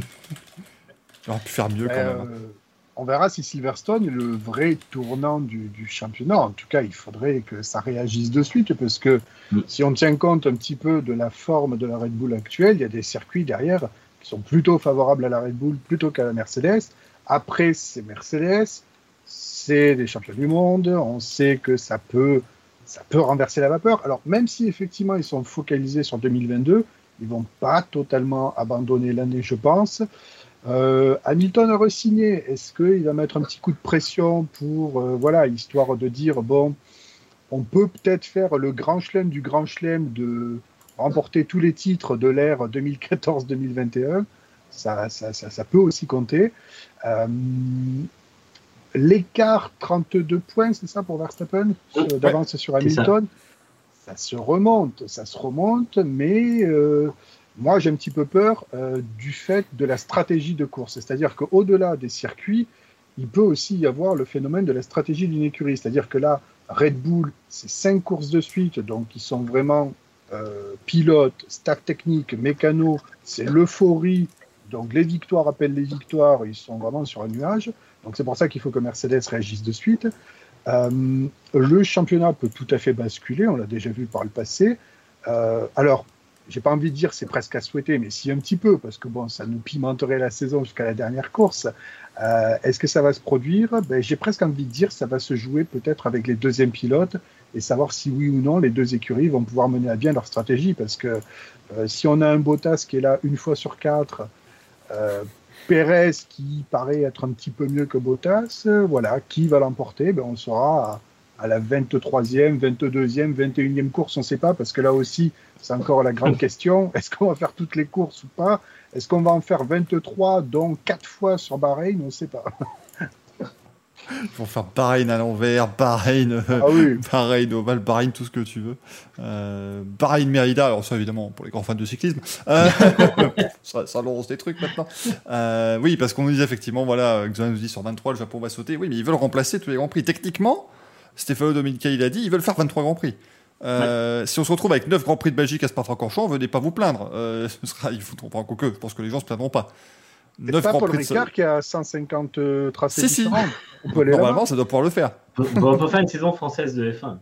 Il aurait pu faire mieux quand euh, même. On verra si Silverstone est le vrai tournant du, du championnat. En tout cas, il faudrait que ça réagisse de suite, parce que mmh. si on tient compte un petit peu de la forme de la Red Bull actuelle, il y a des circuits derrière qui sont plutôt favorables à la Red Bull plutôt qu'à la Mercedes. Après, c'est Mercedes, c'est des champions du monde, on sait que ça peut, ça peut renverser la vapeur. Alors, même si effectivement ils sont focalisés sur deux mille vingt-deux, ils vont pas totalement abandonner l'année, je pense. Euh, Hamilton a re-signé. Est-ce qu'il va mettre un petit coup de pression pour, euh, voilà, histoire de dire, bon, on peut peut-être faire le grand chelem du grand chelem, de remporter tous les titres de l'ère deux mille quatorze deux mille vingt et un. Ça, ça, ça, ça peut aussi compter. Euh, l'écart, trente-deux points, c'est ça pour Verstappen, ouais, d'avance sur Hamilton. Ça. ça se remonte, ça se remonte, mais... Euh, moi, j'ai un petit peu peur euh, du fait de la stratégie de course. C'est-à-dire qu'au-delà des circuits, il peut aussi y avoir le phénomène de la stratégie d'une écurie. C'est-à-dire que là, Red Bull, c'est cinq courses de suite, donc ils sont vraiment euh, pilotes, staff technique, mécano, c'est l'euphorie. Donc les victoires appellent les victoires, ils sont vraiment sur un nuage. Donc c'est pour ça qu'il faut que Mercedes réagisse de suite. Euh, le championnat peut tout à fait basculer, on l'a déjà vu par le passé. Euh, alors, j'ai pas envie de dire c'est presque à souhaiter, mais si un petit peu, parce que bon, ça nous pimenterait la saison jusqu'à la dernière course. Euh, est-ce que ça va se produire ? Ben, j'ai presque envie de dire ça va se jouer peut-être avec les deuxièmes pilotes et savoir si oui ou non les deux écuries vont pouvoir mener à bien leur stratégie, parce que euh, si on a un Bottas qui est là une fois sur quatre, euh, Pérez qui paraît être un petit peu mieux que Bottas, euh, voilà, qui va l'emporter ? Ben, on saura à la vingt-troisième, vingt-deuxième, vingt et unième course, on ne sait pas, parce que là aussi, c'est encore la grande question. Est-ce qu'on va faire toutes les courses ou pas? Est-ce qu'on va en faire vingt-trois, dont quatre fois sur Bahreïn? On ne sait pas. Ils vont faire Bahreïn à l'envers, Bahreïn, euh, ah oui. Bahreïn ovale, Bahreïn, tout ce que tu veux. Euh, Bahreïn Mérida, alors ça évidemment pour les grands fans de cyclisme. Euh, ça, ça lance des trucs maintenant. Euh, oui, parce qu'on nous disait effectivement, voilà, Xavier nous dit sur vingt-trois, le Japon va sauter. Oui, mais ils veulent remplacer tous les grands prix. Techniquement, Stefano Domenica, il a dit, ils veulent faire vingt-trois grands prix. Euh, ouais. Si on se retrouve avec neuf grands prix de Belgique à Spa-Francorchamps, venez pas vous plaindre. Euh, ce sera, il faut pas encore que, je pense que les gens se plaindront pas. C'est pas Paul Ricard qui a cent cinquante euh, tracés si, différents. Si. On peut Normalement, ça doit pouvoir le faire. On peut faire une saison française de F un.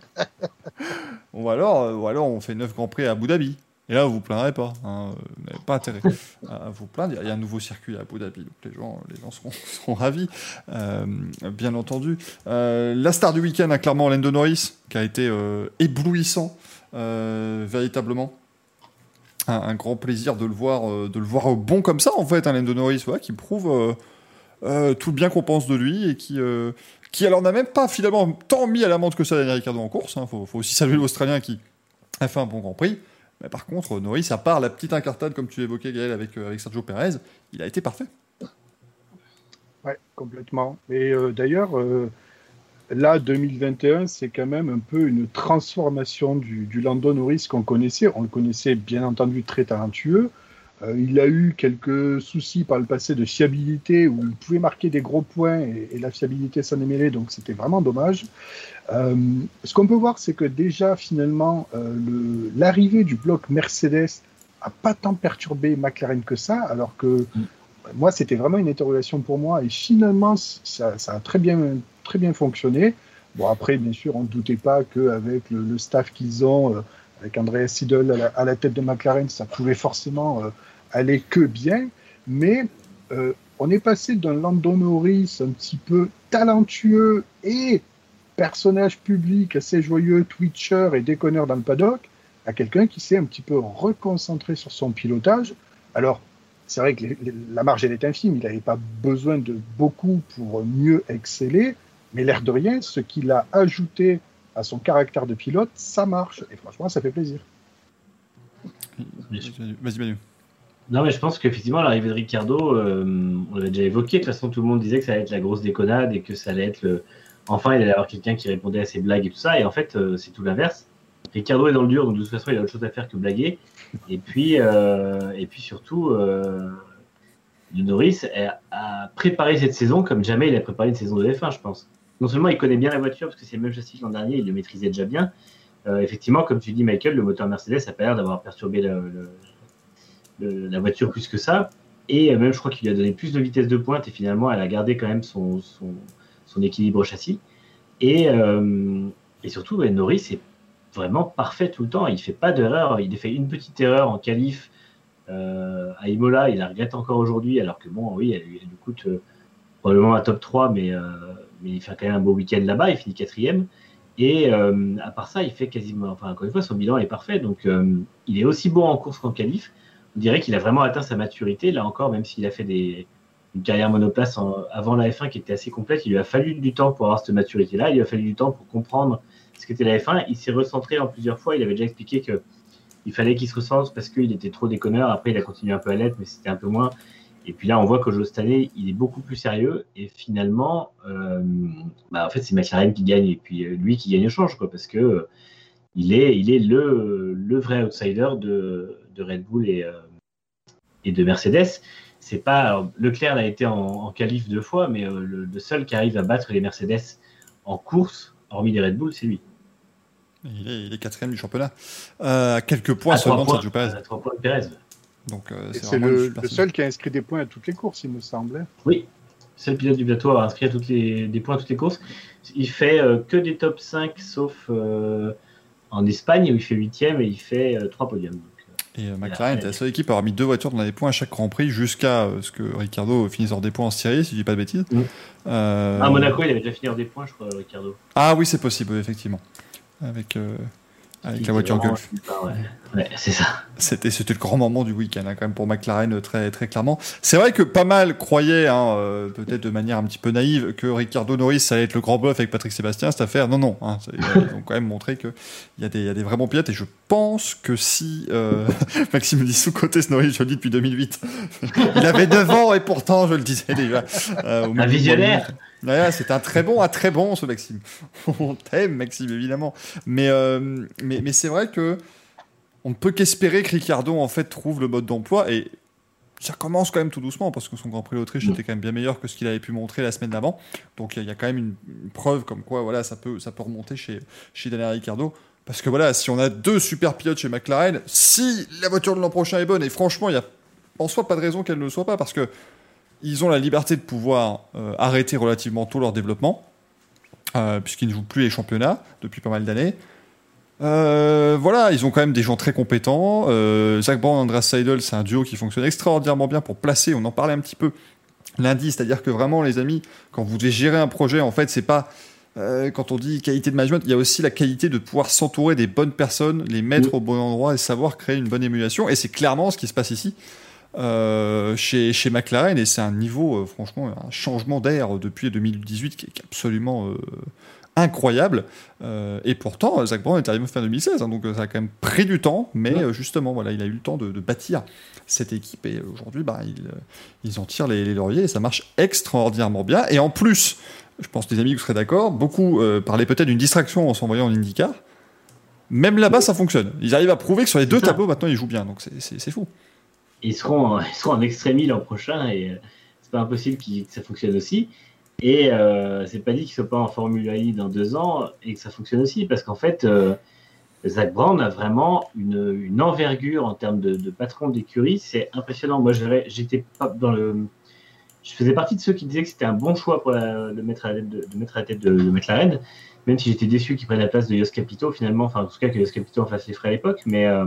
ou, alors, ou alors, on fait neuf grands prix à Abu Dhabi. Et là, vous vous plaindrez pas. Hein. Vous n'avez pas intérêt à vous plaindre. Il y a un nouveau circuit à Abu Dhabi, donc les gens, les gens seront, seront ravis, euh, bien entendu. Euh, la star du week-end, hein, clairement, Lando Norris, qui a été euh, éblouissant, euh, véritablement. Un, un grand plaisir de le voir, euh, de le voir bon comme ça, en fait, un Lando Norris, ouais, qui prouve euh, euh, tout le bien qu'on pense de lui et qui, euh, qui alors n'a même pas finalement tant mis à l'amende que ça Daniel Ricciardo en course. Il hein, faut, faut aussi saluer l'Australien qui a fait un bon Grand Prix. Mais par contre, Norris, à part la petite incartade, comme tu évoquais, Gaël, avec, euh, avec Sergio Perez, il a été parfait. Ouais, complètement. Et euh, d'ailleurs, euh, là, deux mille vingt et un, c'est quand même un peu une transformation du, du Lando Norris qu'on connaissait. On le connaissait, bien entendu, très talentueux. Euh, il a eu quelques soucis par le passé de fiabilité, où il pouvait marquer des gros points, et, et la fiabilité s'en est mêlée, donc c'était vraiment dommage. Euh, ce qu'on peut voir, c'est que déjà, finalement, euh, le, l'arrivée du bloc Mercedes n'a pas tant perturbé McLaren que ça, alors que mmh. moi, c'était vraiment une interrogation pour moi, et finalement, ça, ça a très bien, très bien fonctionné. Bon, après, bien sûr, on ne doutait pas qu'avec le, le staff qu'ils ont, euh, avec Andreas Seidel à la, à la tête de McLaren, ça pouvait forcément euh, aller que bien, mais euh, on est passé d'un Lando Norris un petit peu talentueux et personnage public assez joyeux, twitcher et déconneur dans le paddock, à quelqu'un qui s'est un petit peu reconcentré sur son pilotage. Alors, c'est vrai que les, les, la marge, elle est infime, il n'avait pas besoin de beaucoup pour mieux exceller, mais l'air de rien, ce qu'il a ajouté à son caractère de pilote, ça marche, et franchement, ça fait plaisir. Vas-y, Manu. Non, mais je pense qu'effectivement, l'arrivée de Ricciardo, euh, on l'avait déjà évoqué, de toute façon, tout le monde disait que ça allait être la grosse déconnade et que ça allait être le... Enfin, il allait y avoir quelqu'un qui répondait à ses blagues et tout ça, et en fait, euh, c'est tout l'inverse. Ricciardo est dans le dur, donc de toute façon, il a autre chose à faire que blaguer. Et puis, euh, et puis surtout, euh, Norris a, a préparé cette saison comme jamais il a préparé une saison de F un, je pense. Non seulement il connaît bien la voiture, parce que c'est le même châssis que l'an dernier, il le maîtrisait déjà bien. Euh, effectivement, comme tu dis, Michael, le moteur Mercedes n'a pas l'air d'avoir perturbé le, le, le, la voiture plus que ça. Et même, je crois qu'il lui a donné plus de vitesse de pointe, et finalement, elle a gardé quand même son, son, son équilibre châssis. Et, euh, et surtout, ouais, Norris est vraiment parfait tout le temps. Il ne fait pas d'erreur. Il a fait une petite erreur en qualif euh, à Imola. Il la regrette encore aujourd'hui, alors que bon, oui, elle, elle lui coûte euh, probablement un top trois, mais, euh, mais il fait quand même un beau week-end là-bas. Il finit quatrième. Et euh, à part ça, il fait quasiment, enfin, encore une fois, son bilan est parfait. Donc, euh, il est aussi bon en course qu'en qualif. On dirait qu'il a vraiment atteint sa maturité. Là encore, même s'il a fait des, une carrière monoplace en, avant la F un qui était assez complète, il lui a fallu du temps pour avoir cette maturité-là. Il lui a fallu du temps pour comprendre ce qu'était la F un. Il s'est recentré en plusieurs fois. Il avait déjà expliqué qu'il fallait qu'il se recentre parce qu'il était trop déconneur. Après, il a continué un peu à l'être, mais c'était un peu moins. Et puis là, on voit qu'au jeu cette année, il est beaucoup plus sérieux. Et finalement, euh, bah, en fait, c'est McLaren qui gagne. Et puis lui qui gagne au change, quoi, parce que euh, il est, il est le, le vrai outsider de, de Red Bull et, euh, et de Mercedes. C'est pas, alors, Leclerc a été en, en qualif deux fois, mais euh, le, le seul qui arrive à battre les Mercedes en course, hormis les Red Bull, c'est lui. Il est, il est quatrième du championnat. Euh, à quelques points seulement de Sergio Perez. À trois points de Perez. Donc, euh, c'est, c'est le, le seul qui a inscrit des points à toutes les courses, il me semblait. Oui, c'est le pilote du plateau à inscrire toutes les, des points à toutes les courses. Il fait euh, que des top cinq, sauf euh, en Espagne, où il fait huitième et il fait euh, trois podiums. Donc, euh, et euh, McLaren était la seule équipe à avoir mis deux voitures dans les points à chaque Grand Prix, jusqu'à euh, ce que Ricciardo finisse hors des points en Syrie, si je dis pas de bêtises. Mmh. Euh... À Monaco, il avait déjà fini hors des points, je crois, Ricciardo. Ah oui, c'est possible, effectivement. Avec... Euh... Avec la voiture Gulf. Ouais. Ouais, c'est ça. C'était, c'était le grand moment du week-end, hein, quand même, pour McLaren, très, très clairement. C'est vrai que pas mal croyaient, hein, euh, peut-être de manière un petit peu naïve, que Ricardo Norris, ça allait être le grand bluff avec Patrick Sébastien, cette affaire. Non, non. Hein, ça, ils ont quand même montré qu'il y, a des, y a des vrais bons pilotes. Et je pense que si euh, Maxime me dit sous-côté ce Norris, je le dis depuis deux mille huit, il avait neuf ans et pourtant, je le disais déjà. Euh, un visionnaire. Ouais, c'est un très bon, un très bon, ce Maxime. On t'aime, Maxime, évidemment. Mais, euh, mais, mais c'est vrai que on ne peut qu'espérer que Ricciardo en fait trouve le mode d'emploi, et ça commence quand même tout doucement parce que son Grand Prix d'Autriche mmh. était quand même bien meilleur que ce qu'il avait pu montrer la semaine d'avant. Donc il y, y a quand même une, une preuve comme quoi voilà, ça peut, ça peut remonter chez, chez Daniel Ricciardo. Parce que voilà, si on a deux super pilotes chez McLaren, si la voiture de l'an prochain est bonne, et franchement il n'y a en soi pas de raison qu'elle ne le soit pas, parce que ils ont la liberté de pouvoir euh, arrêter relativement tôt leur développement, euh, puisqu'ils ne jouent plus les championnats depuis pas mal d'années. Euh, voilà, ils ont quand même des gens très compétents. Euh, Zak Brown, Andreas Seidel, c'est un duo qui fonctionne extraordinairement bien pour placer. On en parlait un petit peu lundi, c'est-à-dire que vraiment, les amis, quand vous devez gérer un projet, en fait, c'est pas euh, quand on dit qualité de management, il y a aussi la qualité de pouvoir s'entourer des bonnes personnes, les mettre mmh. au bon endroit et savoir créer une bonne émulation. Et c'est clairement ce qui se passe ici euh, chez, chez McLaren. Et c'est un niveau, euh, franchement, un changement d'air depuis deux mille dix-huit qui est absolument euh, incroyable, euh, et pourtant Zak Brown est arrivé fin deux mille seize, hein, donc ça a quand même pris du temps, mais ouais. euh, justement voilà, il a eu le temps de, de bâtir cette équipe, et aujourd'hui bah, ils, ils en tirent les, les lauriers, et ça marche extraordinairement bien. Et en plus, je pense les amis vous serez d'accord, beaucoup euh, parlaient peut-être d'une distraction en s'envoyant en IndyCar. Même là-bas ça fonctionne, ils arrivent à prouver que sur les deux tableaux maintenant ils jouent bien, donc c'est, c'est, c'est fou. Ils seront, ils seront en extrémie l'an prochain, et euh, c'est pas impossible que ça fonctionne aussi. Et euh, c'est pas dit qu'il soit pas en Formule I dans deux ans et que ça fonctionne aussi, parce qu'en fait, euh, Zak Brown a vraiment une, une envergure en termes de, de patron d'écurie, c'est impressionnant. Moi, j'étais pas dans le, je faisais partie de ceux qui disaient que c'était un bon choix pour la, de mettre à la tête de, de mettre à la tête de, de McLaren, même si j'étais déçu qu'il prenne la place de Jost Capito finalement, enfin en tout cas que Jost Capito en fasse les frais à l'époque, mais euh,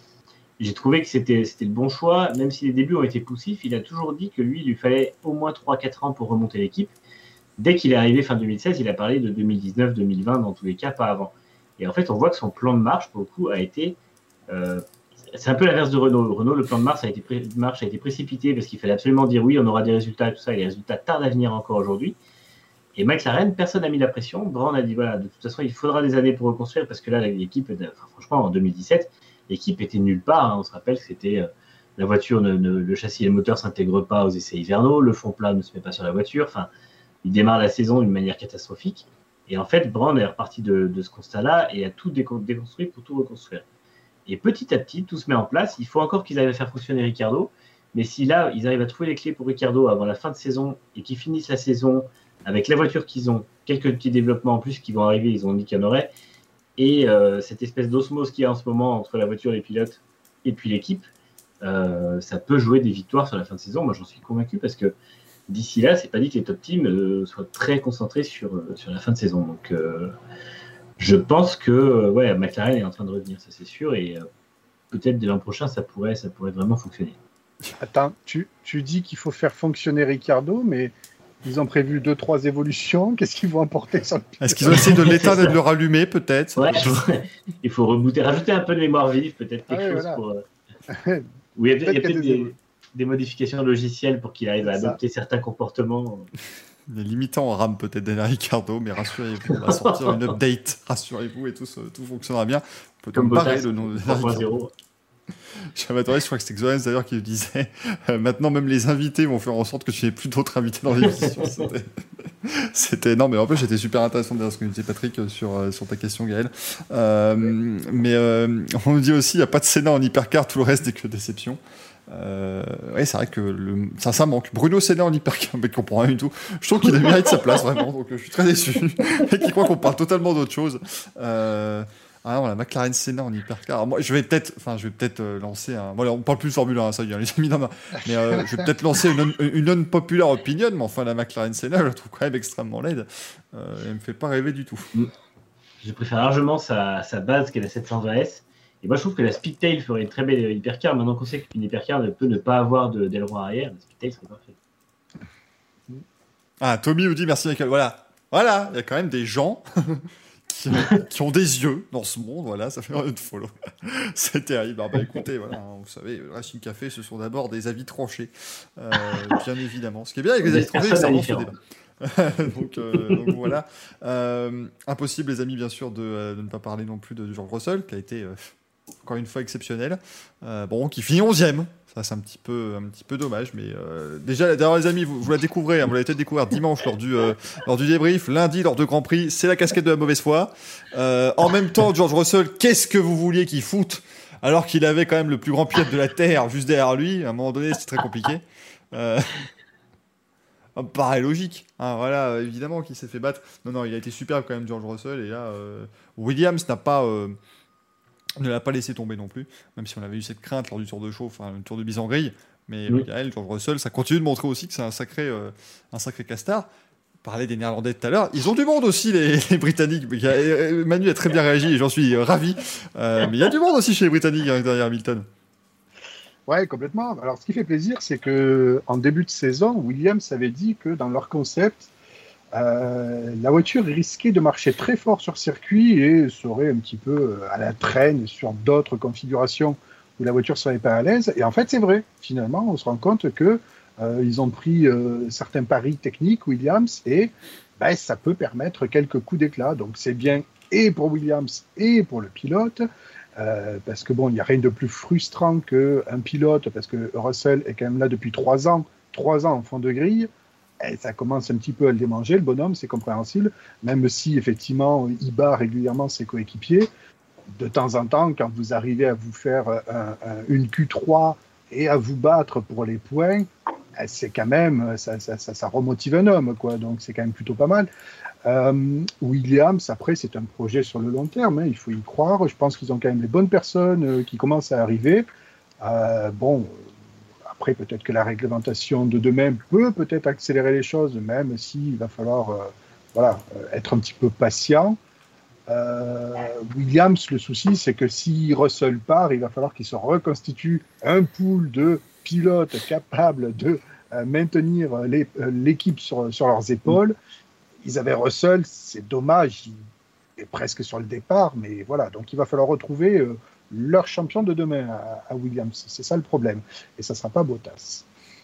j'ai trouvé que c'était, c'était le bon choix, même si les débuts ont été poussifs. Il a toujours dit que lui, il lui fallait au moins trois à quatre ans pour remonter l'équipe. Dès qu'il est arrivé fin deux mille seize, il a parlé de deux mille dix-neuf deux mille vingt, dans tous les cas, pas avant. Et en fait, on voit que son plan de marche, pour le coup, a été... Euh, c'est un peu l'inverse de Renault. Renault, le plan de marche a été, pré- marche a été précipité parce qu'il fallait absolument dire oui, on aura des résultats et tout ça, et les résultats tardent à venir encore aujourd'hui. Et McLaren, personne n'a mis la pression. Brown a dit, voilà, de toute façon, il faudra des années pour reconstruire, parce que là, l'équipe, enfin, franchement, en deux mille dix-sept, l'équipe était nulle part. Hein. On se rappelle que c'était... Euh, la voiture, ne, ne, le châssis et le moteur ne s'intègrent pas aux essais hivernaux, le fond plat ne se met pas sur la voiture, enfin... Il démarre la saison d'une manière catastrophique. Et en fait, Brown est reparti de, de ce constat-là et a tout déconstruit pour tout reconstruire. Et petit à petit, tout se met en place. Il faut encore qu'ils arrivent à faire fonctionner Ricciardo. Mais si là, ils arrivent à trouver les clés pour Ricciardo avant la fin de saison et qu'ils finissent la saison avec la voiture qu'ils ont, quelques petits développements en plus qui vont arriver, ils ont dit qu'il y en aurait, et euh, cette espèce d'osmose qu'il y a en ce moment entre la voiture, les pilotes et puis l'équipe, euh, ça peut jouer des victoires sur la fin de saison. Moi, j'en suis convaincu parce que d'ici là, c'est pas dit que les top teams euh, soient très concentrés sur, euh, sur la fin de saison. Donc, euh, je pense que euh, ouais, McLaren est en train de revenir, ça c'est sûr, et euh, peut-être dès l'an prochain, ça pourrait, ça pourrait vraiment fonctionner. Attends, tu, tu dis qu'il faut faire fonctionner Ricciardo, mais ils ont prévu deux, trois évolutions. Qu'est-ce qu'ils vont apporter sur le pilote ? Est-ce qu'ils ont essayé de l'éteindre et de le rallumer, peut-être ? Ouais, il faut rebooter, rajouter un peu de mémoire vive, peut-être quelque ah, chose voilà. pour. Euh... Oui, il y a, il y a peut-être des, des modifications logicielles pour qu'il arrive à adopter certains comportements. Il est limitant en RAM peut-être Daniel Ricciardo, mais rassurez-vous, on va sortir une update, rassurez-vous, et tout, tout fonctionnera bien. On peut Comme comparer le nom de Daniel Ricciardo. J'avais adoré, je crois que c'était Xoens d'ailleurs qui le disait. Euh, maintenant, même les invités vont faire en sorte que tu n'aies plus d'autres invités dans l'émission. C'était... C'était non, mais en plus, j'étais super intéressant de dire ce que disait Patrick sur, sur ta question, Gaël. Euh, mais euh, on nous dit aussi, il n'y a pas de Senna en hypercar, tout le reste n'est que déception. Euh, ouais, c'est vrai que le, ça, ça manque. Bruno Senna en hypercar, mais qu'on comprend rien du tout. Je trouve qu'il a mérité sa place, vraiment. Donc, je suis très déçu. Et qu'il croit qu'on parle totalement d'autre chose. Euh, Ah non, la McLaren Senna en hypercar. Alors moi, je vais peut-être, enfin, je vais peut-être euh, lancer un. Voilà, on parle plus de Formule un, ça y est, les amis. Non, non. Mais euh, je vais peut-être lancer une, une unpopular opinion, mais enfin, la McLaren Senna, je la trouve quand même extrêmement laide. Euh, elle me fait pas rêver du tout. Je préfère largement sa, sa base qu'elle a sept cent vingt S. Et moi, je trouve que la Speedtail ferait une très belle hypercar. Maintenant qu'on sait qu'une hypercar ne peut ne pas avoir de, d'aileron arrière, la Speedtail serait parfaite. Ah, Tommy nous dit merci, Michael. Voilà, voilà, il y a quand même des gens. qui, qui ont des yeux dans ce monde, voilà, ça fait un follow. C'est terrible. Alors, bah, écoutez, voilà, hein, vous savez, Racing Café, ce sont d'abord des avis tranchés, euh, bien évidemment. Ce qui est bien avec les avis tranchés, c'est vraiment ce débat. donc, euh, donc voilà. Euh, impossible, les amis, bien sûr, de, euh, de ne pas parler non plus de George Russell, qui a été euh, encore une fois exceptionnel. Euh, bon, qui finit onzième. Ça, c'est un petit peu, un petit peu dommage, mais euh, déjà, d'ailleurs, les amis, vous, vous la découvrez, hein, vous l'avez peut-être découvert dimanche lors du, euh, lors du débrief, lundi lors de Grand Prix, c'est la casquette de la mauvaise foi. Euh, en même temps, George Russell, qu'est-ce que vous vouliez qu'il foute alors qu'il avait quand même le plus grand pilote de la Terre juste derrière lui? À un moment donné, c'est très compliqué. Euh... Pareil logique, hein, voilà, évidemment qu'il s'est fait battre. Non, non, il a été superbe quand même, George Russell, et là, euh, Williams n'a pas... Euh, ne l'a pas laissé tomber non plus, même si on avait eu cette crainte lors du Tour de Chauffe, enfin le Tour de Bisangrie, mais oui. Michael, George Russell, ça continue de montrer aussi que c'est un sacré, euh, un sacré castard. On parlait des Néerlandais tout à l'heure, ils ont du monde aussi, les, les Britanniques. Manu a très bien réagi et j'en suis ravi, euh, mais il y a du monde aussi chez les Britanniques derrière Hamilton. Ouais, complètement. Alors ce qui fait plaisir, c'est qu'en début de saison, Williams avait dit que dans leur concept, Euh, la voiture risquait de marcher très fort sur circuit et serait un petit peu à la traîne sur d'autres configurations où la voiture serait pas à l'aise. Et en fait, c'est vrai. Finalement, on se rend compte que euh, ils ont pris euh, certains paris techniques, Williams, et ben, ça peut permettre quelques coups d'éclat. Donc, c'est bien et pour Williams et pour le pilote. Euh, parce que bon, il n'y a rien de plus frustrant qu'un pilote, parce que Russell est quand même là depuis trois ans, trois ans en fond de grille. Et ça commence un petit peu à le démanger, le bonhomme, c'est compréhensible, même si effectivement il bat régulièrement ses coéquipiers. De temps en temps, quand vous arrivez à vous faire un, un, une Q trois et à vous battre pour les points, c'est quand même, ça, ça, ça, ça remotive un homme, quoi. Donc c'est quand même plutôt pas mal. Euh, Williams, après, c'est un projet sur le long terme, hein, il faut y croire. Je pense qu'ils ont quand même les bonnes personnes euh, qui commencent à arriver. Euh, bon. Après, peut-être que la réglementation de demain peut peut-être accélérer les choses, même s'il va falloir euh, voilà, être un petit peu patient. Euh, Williams, le souci, c'est que si Russell part, il va falloir qu'il se reconstitue un pool de pilotes capables de euh, maintenir les, euh, l'équipe sur, sur leurs épaules. Ils avaient Russell, c'est dommage, il est presque sur le départ, mais voilà. Donc, il va falloir retrouver... Euh, leur champion de demain à, à Williams. C'est ça le problème. Et ça ne sera pas Bottas.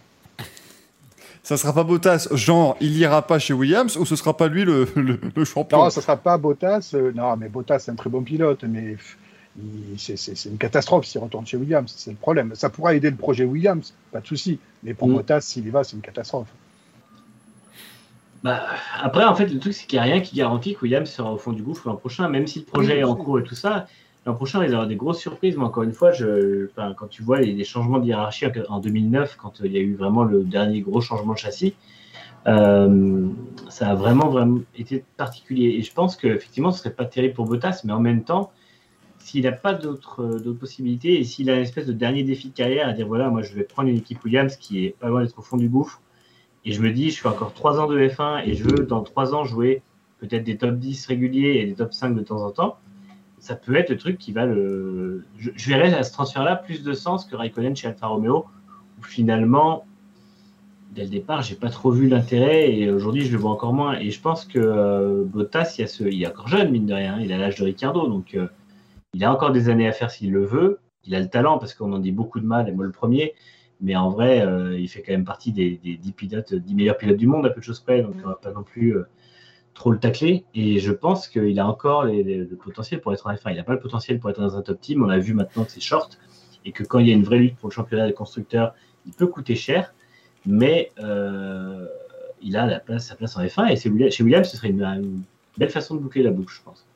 Ça ne sera pas Bottas, genre, il n'ira pas chez Williams, ou ce ne sera pas lui le, le, le champion? Non, ça ne sera pas Bottas. Euh, non, mais Bottas, c'est un très bon pilote, mais il, c'est, c'est, c'est une catastrophe s'il retourne chez Williams. C'est le problème. Ça pourra aider le projet Williams, pas de souci. Mais pour mmh. Bottas, s'il y va, c'est une catastrophe. Bah, après, en fait, le truc, c'est qu'il n'y a rien qui garantit que Williams sera au fond du gouffre l'an prochain, même si le projet oui, est en cours et tout ça. L'an prochain, il y aura des grosses surprises, mais encore une fois, je, enfin, quand tu vois les, les changements de hiérarchie en deux mille neuf, quand euh, il y a eu vraiment le dernier gros changement de châssis, euh, ça a vraiment, vraiment été particulier. Et je pense qu'effectivement, ce ne serait pas terrible pour Bottas, mais en même temps, s'il n'a pas d'autres, euh, d'autres possibilités et s'il a une espèce de dernier défi de carrière à dire voilà, moi je vais prendre une équipe Williams qui est pas loin d'être au fond du gouffre, et je me dis, je fais encore trois ans de F un et je veux dans trois ans jouer peut-être des top dix réguliers et des top cinq de temps en temps. Ça peut être le truc qui va le... Je, je verrais à ce transfert-là plus de sens que Raikkonen chez Alfa Romeo, où finalement, dès le départ, j'ai pas trop vu l'intérêt, et aujourd'hui, je le vois encore moins. Et je pense que euh, Bottas, il, y a ce... il est encore jeune, mine de rien, il a l'âge de Ricciardo, donc euh, il a encore des années à faire s'il le veut. Il a le talent, parce qu'on en dit beaucoup de mal, et moi le premier, mais en vrai, euh, il fait quand même partie des, des dix pilotes, dix meilleurs pilotes du monde, à peu de choses près, donc on va pas non plus... Euh, trop le tacler, et je pense qu'il a encore les, les, le potentiel pour être en F un. Il n'a pas le potentiel pour être dans un top team. On a vu maintenant que c'est short, et que quand il y a une vraie lutte pour le championnat des constructeurs, il peut coûter cher, mais euh, il a la place, sa place en F un, et c'est, chez Williams, ce serait une, une belle façon de boucler la boucle, je pense.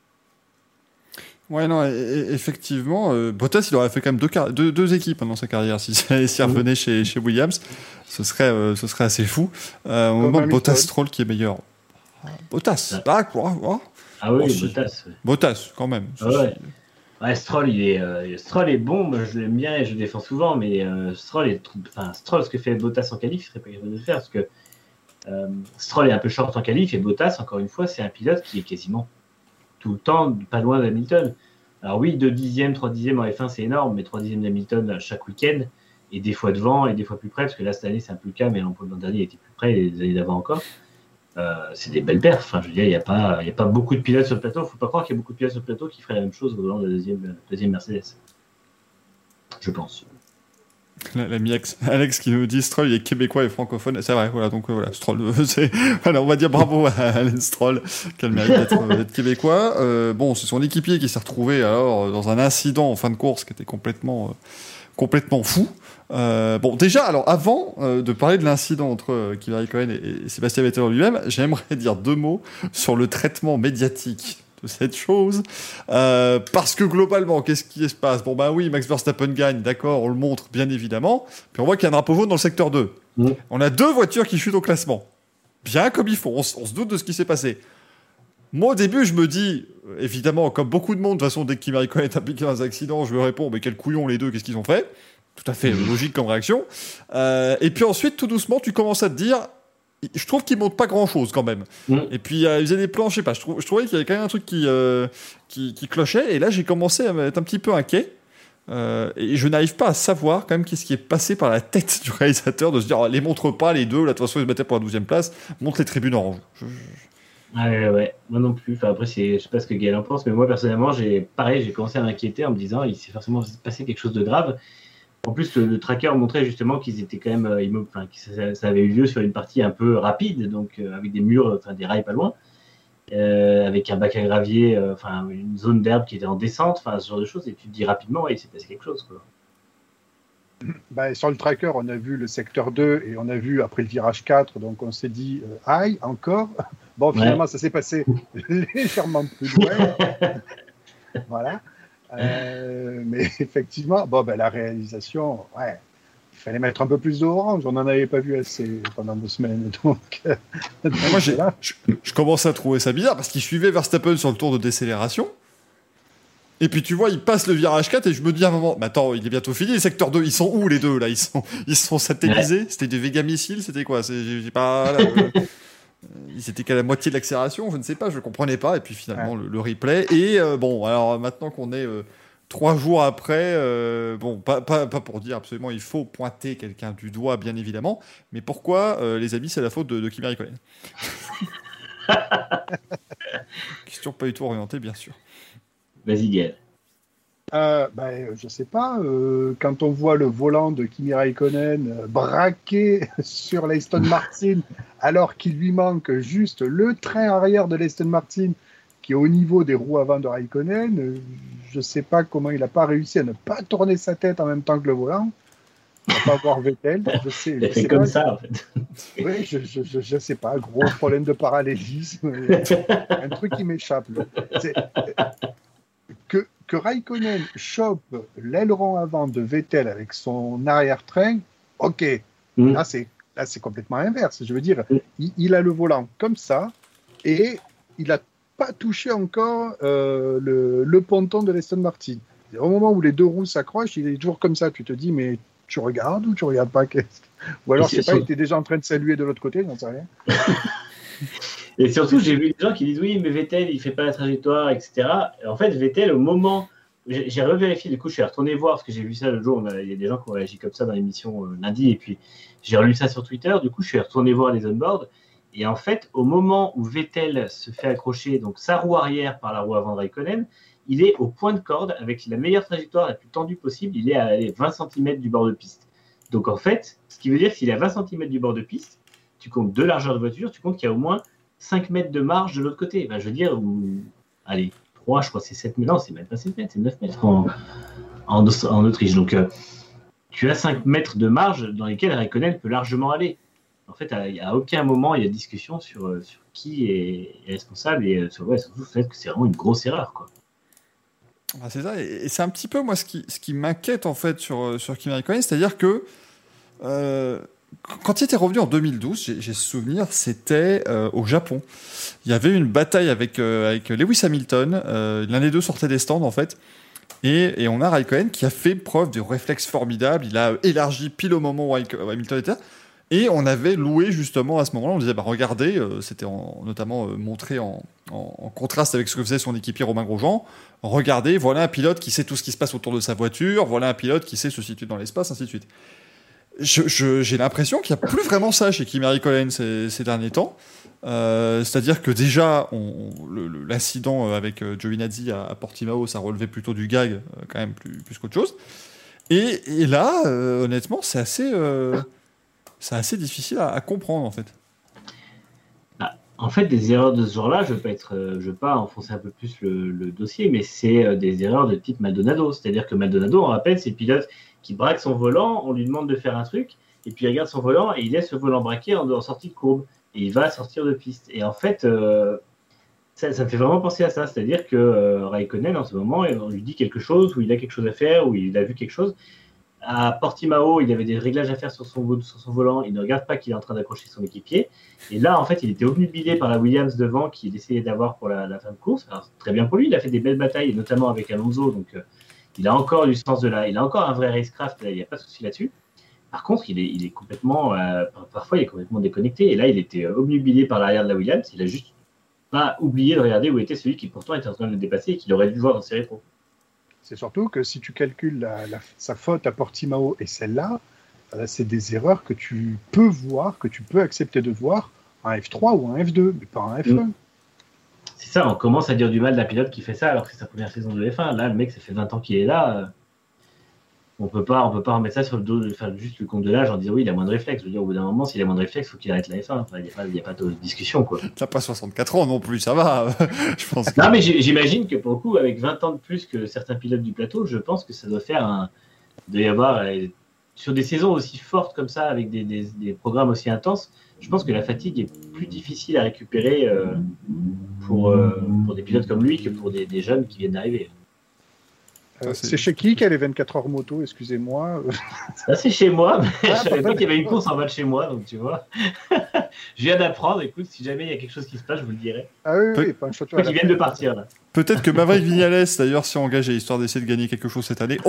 Ouais, non, et, et, effectivement, euh, Bottas, il aurait fait quand même deux, car- deux, deux équipes hein, dans sa carrière. Si s'il revenait chez, chez Williams, ce serait, euh, ce serait assez fou. Euh, au moment de Bottas-Stroll qui est meilleur. Bottas, ah, quoi, quoi. Ah oui, oh, Bottas. Ouais. Bottas, quand même. Ah ouais. Ouais, Stroll, il est, euh, Stroll est bon, moi je l'aime bien et je le défends souvent, mais euh, Stroll, est, enfin, Stroll, ce que fait Bottas en qualif, il serait pas capable de le faire, parce que euh, Stroll est un peu short en qualif, et Bottas, encore une fois, c'est un pilote qui est quasiment tout le temps pas loin d'Hamilton. Alors oui, deux dixièmes, trois dixièmes en F un, c'est énorme, mais trois dixièmes d'Hamilton chaque week-end, et des fois devant, et des fois plus près, parce que là, cette année, c'est un peu le cas, mais l'an dernier, il était plus près, et les années d'avant encore. euh, c'est des belles perfs. Enfin, je veux dire, il n'y a pas, il y a pas beaucoup de pilotes sur le plateau. Il ne faut pas croire qu'il y a beaucoup de pilotes sur le plateau qui feraient la même chose au volant de la deuxième, deuxième Mercedes. Je pense. L'ami Alex qui nous dit Stroll il est québécois et francophone, c'est vrai, voilà, donc euh, voilà, Stroll, euh, c'est... Alors, on va dire bravo à Alain Stroll, qui a le mérite d'être, euh, d'être québécois. Euh, bon, c'est son équipier qui s'est retrouvé alors dans un incident en fin de course qui était complètement, euh, complètement fou. Euh, bon, déjà, alors avant euh, de parler de l'incident entre euh, Kimi Räikkönen et, et Sébastien Vettel lui-même, j'aimerais dire deux mots sur le traitement médiatique de cette chose, euh, parce que globalement, qu'est-ce qui se passe ? Bon ben oui, Max Verstappen gagne, d'accord, on le montre bien évidemment, puis on voit qu'il y a un drapeau jaune dans le secteur deux. Mmh. On a deux voitures qui chutent au classement, bien comme il faut, on, on se doute de ce qui s'est passé. Moi au début, je me dis, évidemment, comme beaucoup de monde, de toute façon, dès que Kimi Räikkönen est impliqué dans un accident, je me réponds, mais quels couillons les deux, qu'est-ce qu'ils ont fait ? Tout à fait mmh. logique comme réaction. Euh, et puis ensuite, tout doucement, tu commences à te dire... Je trouve qu'il monte pas grand chose quand même. Mmh. Et puis euh, il faisait des plans, je sais pas. Je, trou- je trouvais qu'il y avait quand même un truc qui, euh, qui, qui clochait. Et là, j'ai commencé à être un petit peu inquiet. Euh, et je n'arrive pas à savoir quand même qu'est-ce qui est passé par la tête du réalisateur de se dire oh, les montre pas les deux. Là, de toute façon, ils se battaient pour la douzième place. Montre les tribunes orange. Je, je... Ah ouais, ouais, moi non plus. Enfin, après, c'est, je sais pas ce que Gaël en pense, mais moi personnellement, j'ai pareil, j'ai commencé à m'inquiéter en me disant il s'est forcément passé quelque chose de grave. En plus, le, le tracker montrait justement qu'ils étaient quand même euh, immobiles, enfin, que ça, ça avait eu lieu sur une partie un peu rapide, donc euh, avec des murs, enfin des rails pas loin, euh, avec un bac à gravier, euh, enfin une zone d'herbe qui était en descente, enfin ce genre de choses, et tu te dis rapidement, ouais, il s'est passé quelque chose, quoi. Ben, sur le tracker, on a vu le secteur deux et on a vu après le virage quatre, donc on s'est dit euh, aïe, encore. Bon, finalement, ouais. Ça s'est passé légèrement plus loin. Voilà. Euh, mais effectivement, bon, ben, la réalisation, ouais, il fallait mettre un peu plus d'orange. On n'en avait pas vu assez pendant deux semaines. Donc, donc moi, j'ai, je, je commence à trouver ça bizarre parce qu'il suivait Verstappen sur le tour de décélération. Et puis tu vois, il passe le virage quatre et je me dis à un moment, mais attends, il est bientôt fini. Le secteur deux, ils sont où les deux là ? Ils sont, ils sont satellisés. C'était des Vega missiles. C'était quoi ? C'est, j'ai, j'ai pas. Là, euh... Ils étaient qu'à la moitié de l'accélération, je ne sais pas, je ne comprenais pas. Et puis finalement, ouais. le, le replay. Et euh, bon, alors maintenant qu'on est euh, trois jours après, euh, bon, pas, pas, pas pour dire absolument, il faut pointer quelqu'un du doigt, bien évidemment. Mais pourquoi, euh, les amis, c'est la faute de, de Kimi Räikkönen ? Question pas du tout orientée, bien sûr. Vas-y, Gaël. Euh, ben, je sais pas, euh, quand on voit le volant de Kimi Räikkönen euh, braqué sur l'Aston Martin, alors qu'il lui manque juste le train arrière de l'Aston Martin qui est au niveau des roues avant de Räikkönen, euh, je sais pas comment il a pas réussi à ne pas tourner sa tête en même temps que le volant, à pas voir Vettel. Je sais, je sais comme pas, ça, en fait. Oui, je, je, je, je sais pas, gros problème de parallélisme, un truc qui m'échappe. C'est... Que, que Räikkönen chope l'aileron avant de Vettel avec son arrière-train, ok, mmh. là, c'est, là c'est complètement inverse. Je veux dire, mmh. il, il a le volant comme ça et il n'a pas touché encore euh, le, le ponton de l'Aston Martin. Au moment où les deux roues s'accrochent, il est toujours comme ça. Tu te dis, mais tu regardes ou tu ne regardes pas ? Ou alors, c'est pas, il était déjà en train de saluer de l'autre côté, j'en sais rien. Et surtout, j'ai vu des gens qui disent oui, mais Vettel, il fait pas la trajectoire, et cetera. Et en fait, Vettel, au moment, j'ai, j'ai revérifié, du coup, je suis retourné voir parce que j'ai vu ça le jour. Il y a des gens qui ont réagi comme ça dans l'émission euh, lundi, et puis j'ai relu ça sur Twitter. Du coup, je suis retourné voir les on-board. Et en fait, au moment où Vettel se fait accrocher donc sa roue arrière par la roue avant de Räikkönen, il est au point de corde avec la meilleure trajectoire la plus tendue possible. Il est à vingt centimètres du bord de piste. Donc en fait, ce qui veut dire qu'il est à vingt centimètres du bord de piste, tu comptes deux largeurs de voiture, tu comptes qu'il y a au moins cinq mètres de marge de l'autre côté. Ben, je veux dire, ou, allez, trois, je crois que c'est sept mètres. Non, c'est même pas sept mètres, c'est neuf mètres en, en, en Autriche. Donc, euh, tu as cinq mètres de marge dans lesquels Räikkönen peut largement aller. En fait, à aucun moment, il y a discussion sur, sur qui est, est responsable et sur, ouais, surtout le fait que c'est vraiment une grosse erreur, quoi. Ah, c'est ça, et c'est un petit peu, moi, ce qui, ce qui m'inquiète, en fait, sur, sur Kimi Räikkönen, c'est-à-dire que euh, quand il était revenu en deux mille douze, j'ai, j'ai souvenir, c'était euh, au Japon. Il y avait une bataille avec, euh, avec Lewis Hamilton. Euh, l'un des deux sortait des stands, en fait. Et, et on a Räikkönen qui a fait preuve de réflexe formidable. Il a élargi pile au moment où Hamilton était là. Et on avait loué, justement, à ce moment-là, on disait, bah, regardez, euh, c'était en, notamment euh, montré en, en, en contraste avec ce que faisait son équipier Romain Grosjean. Regardez, voilà un pilote qui sait tout ce qui se passe autour de sa voiture. Voilà un pilote qui sait se situer dans l'espace, ainsi de suite. Je, je, j'ai l'impression qu'il n'y a plus vraiment ça chez Kimi Räikkönen ces, ces derniers temps. Euh, c'est-à-dire que déjà, on, le, le, l'incident avec euh, Giovinazzi à, à Portimao, ça relevait plutôt du gag, euh, quand même plus, plus qu'autre chose. Et, et là, euh, honnêtement, c'est assez, euh, c'est assez difficile à, à comprendre, en fait. Ah, en fait, des erreurs de ce genre-là, je ne veux, euh, veux pas enfoncer un peu plus le, le dossier, mais c'est euh, des erreurs de type Maldonado. C'est-à-dire que Maldonado, on rappelle, c'est le pilote qui braque son volant, on lui demande de faire un truc, et puis il regarde son volant et il laisse le volant braqué en, en sortie de courbe. Et il va sortir de piste. Et en fait, euh, ça, ça me fait vraiment penser à ça. C'est-à-dire que euh, Raikkonen, en ce moment, on lui dit quelque chose, ou il a quelque chose à faire, ou il a vu quelque chose. À Portimao, il avait des réglages à faire sur son, sur son volant. Il ne regarde pas qu'il est en train d'accrocher son équipier. Et là, en fait, il était obnubilé par la Williams devant qu'il essayait d'avoir pour la, la fin de course. Alors, très bien pour lui. Il a fait des belles batailles, notamment avec Alonso. Donc, euh, il a encore du sens de la... Il a encore un vrai racecraft. Là, il n'y a pas de souci là-dessus. Par contre, il est, il est complètement, euh, parfois, il est complètement déconnecté. Et là, il était obnubilé par l'arrière de la Williams. Il a juste pas oublié de regarder où était celui qui, pourtant, était en train de le dépasser et qu'il aurait dû voir dans ses rétros. C'est surtout que si tu calcules la, la, sa faute à Portimao et celle-là, euh, c'est des erreurs que tu peux voir, que tu peux accepter de voir en F trois ou en F deux, mais pas en F un. Mmh. C'est ça, on commence à dire du mal d'un pilote qui fait ça alors que c'est sa première saison de F un. Là, le mec, ça fait vingt ans qu'il est là. Euh... On peut pas, on peut pas remettre ça sur le dos, de faire juste le compte de l'âge en disant oui, il a moins de réflexes. Je veux dire, au bout d'un moment, s'il a moins de réflexes, il faut qu'il arrête la F un. Il n'y a, a pas de discussion, quoi. T'as pas soixante-quatre ans non plus, ça va. Je pense que... Non, mais j'imagine que pour le coup, avec vingt ans de plus que certains pilotes du plateau, je pense que ça doit faire un. Il doit y avoir, sur des saisons aussi fortes comme ça, avec des, des, des programmes aussi intenses, je pense que la fatigue est plus difficile à récupérer euh, pour, euh, pour des pilotes comme lui que pour des, des jeunes qui viennent d'arriver. Euh, c'est chez qui qu'il y a les vingt-quatre heures moto, excusez-moi. Ça, c'est chez moi, mais ah, je savais pas qu'il y avait une course en bas de chez moi, donc tu vois. Je viens d'apprendre, écoute, si jamais il y a quelque chose qui se passe, je vous le dirai. Ah oui, Pe- oui, pas un château. Ils viennent de partir, là. Peut-être que Maverick Viñales, d'ailleurs, s'est engagé, histoire d'essayer de gagner quelque chose cette année.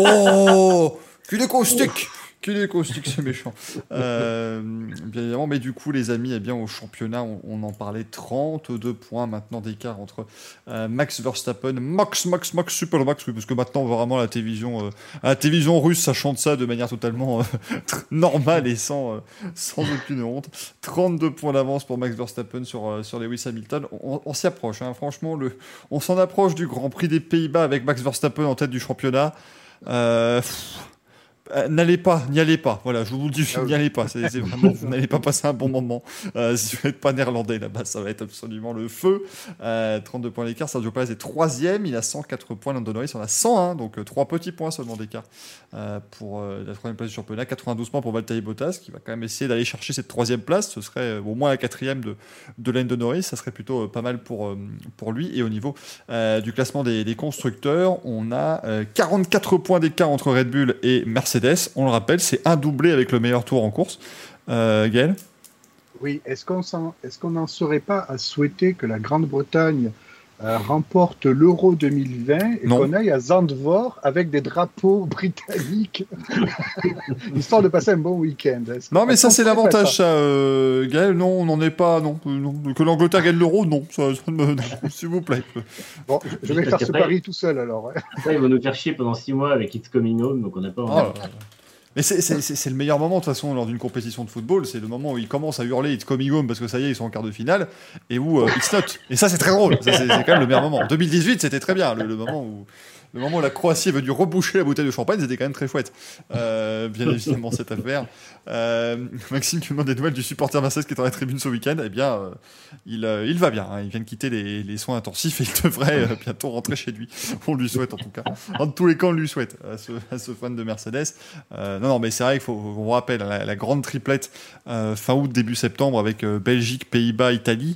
Oh Cul de caustique Cul de caustique, c'est méchant. Euh, bien évidemment, mais du coup, les amis, eh bien, au championnat, on, on en parlait, trente-deux points maintenant d'écart entre euh, Max Verstappen, Max, Max, Max, Super Max, oui, parce que maintenant, vraiment, la télévision, euh, à la télévision russe, ça chante ça de manière totalement euh, normale et sans, euh, sans aucune honte. trente-deux points d'avance pour Max Verstappen sur, euh, sur Lewis Hamilton. On, on s'y approche, hein, franchement, le, on s'en approche du Grand Prix des Pays-Bas avec Max Verstappen en tête du championnat. Euh, pff, Euh, n'allez pas, n'y allez pas. Voilà, je vous le dis, ah oui. n'y allez pas. C'est, c'est vraiment, vous n'allez pas passer un bon moment. Euh, si vous n'êtes pas néerlandais là-bas, ça va être absolument le feu. Euh, trente-deux points d'écart. Sergio Perez est troisième. Il a cent quatre points. Lando Norris en a cent un. Donc euh, trois petits points seulement d'écart euh, pour euh, la troisième place du championnat. quatre-vingt-douze points pour Valtteri Bottas, qui va quand même essayer d'aller chercher cette troisième place. Ce serait euh, au moins la quatrième de, de Lando Norris. Ça serait plutôt euh, pas mal pour, euh, pour lui. Et au niveau euh, du classement des, des constructeurs, on a euh, quarante-quatre points d'écart entre Red Bull et Mercedes. On le rappelle, c'est un doublé avec le meilleur tour en course. Euh, Gaël ? Oui, est-ce qu'on s'en, est-ce qu'on n'en serait pas à souhaiter que la Grande-Bretagne euh, remporte l'Euro deux mille vingt et non. qu'on aille à Zandvoort avec des drapeaux britanniques histoire de passer un bon week-end? Est-ce non, mais ça, c'est l'avantage, ça, euh, Gaël. Non, on n'en est pas. Non. non. Que l'Angleterre gagne l'Euro, non. Ça, ça me... non. S'il vous plaît. Bon, je vais faire ce pari tout seul alors. Après, ils vont nous faire chier pendant six mois avec It's Coming Home, donc on n'a pas. Oh, mais c'est, c'est, c'est, c'est le meilleur moment de toute façon lors d'une compétition de football, c'est le moment où ils commencent à hurler It's coming home parce que ça y est, ils sont en quart de finale, et où euh, It's not. Et ça, c'est très drôle, ça, c'est, c'est quand même le meilleur moment. En deux mille dix-huit, c'était très bien, le, le moment où le moment où la Croatie est venue reboucher la bouteille de champagne, c'était quand même très chouette. Euh, bien évidemment, cette affaire. Euh, Maxime qui me demande des nouvelles du supporter Mercedes qui est dans la tribune ce week-end. Eh bien, euh, il, euh, il va bien. Hein. Il vient de quitter les, les soins intensifs et il devrait euh, bientôt rentrer chez lui. On lui souhaite en tout cas. En tous les cas, on lui souhaite à ce, à ce fan de Mercedes. Euh, non, non, mais c'est vrai qu'il faut, on vous rappelle, la, la grande triplette euh, fin août, début septembre avec euh, Belgique, Pays-Bas, Italie.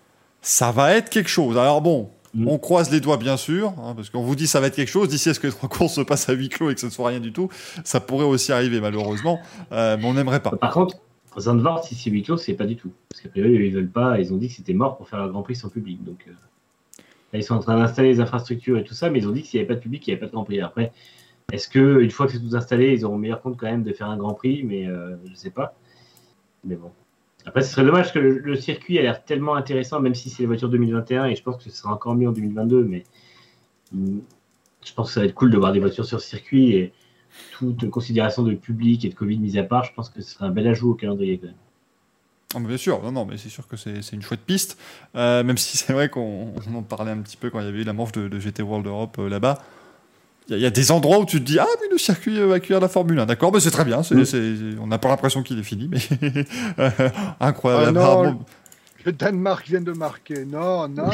Ça va être quelque chose. Alors bon. On croise les doigts, bien sûr, hein, parce qu'on vous dit ça va être quelque chose. D'ici à ce que les trois courses se passent à huis clos et que ce ne soit rien du tout, ça pourrait aussi arriver, malheureusement. Euh, mais on n'aimerait pas. Par contre, Zandvoort, si c'est huis clos, c'est pas du tout. Parce qu'après eux, ils veulent pas. Ils ont dit que c'était mort pour faire un Grand Prix sans public. Donc, euh, là, ils sont en train d'installer les infrastructures et tout ça, mais ils ont dit que s'il n'y avait pas de public, il n'y avait pas de Grand Prix. Après, est-ce que une fois que c'est tout installé, ils auront meilleur compte quand même de faire un Grand Prix? Mais euh, je sais pas. Mais bon. Après, ce serait dommage que le, le circuit a l'air tellement intéressant, même si c'est la voiture deux mille vingt et un, et je pense que ce sera encore mieux en deux mille vingt-deux, mais hum, je pense que ça va être cool de voir des voitures sur ce circuit, et toute considération de public et de Covid mise à part, je pense que ce serait un bel ajout au calendrier quand même. Ah, bien sûr, non, non, mais c'est sûr que c'est, c'est une chouette piste. Euh, même si c'est vrai qu'on on en parlait un petit peu quand il y avait eu la manche de, de G T World Europe euh, là-bas. Il y, y a des endroits où tu te dis ah mais le circuit va accueillir la Formule un, d'accord, mais c'est très bien. C'est, mmh. c'est, on n'a pas l'impression qu'il est fini, mais incroyable. Oh non, le Danemark vient de marquer. Non, non.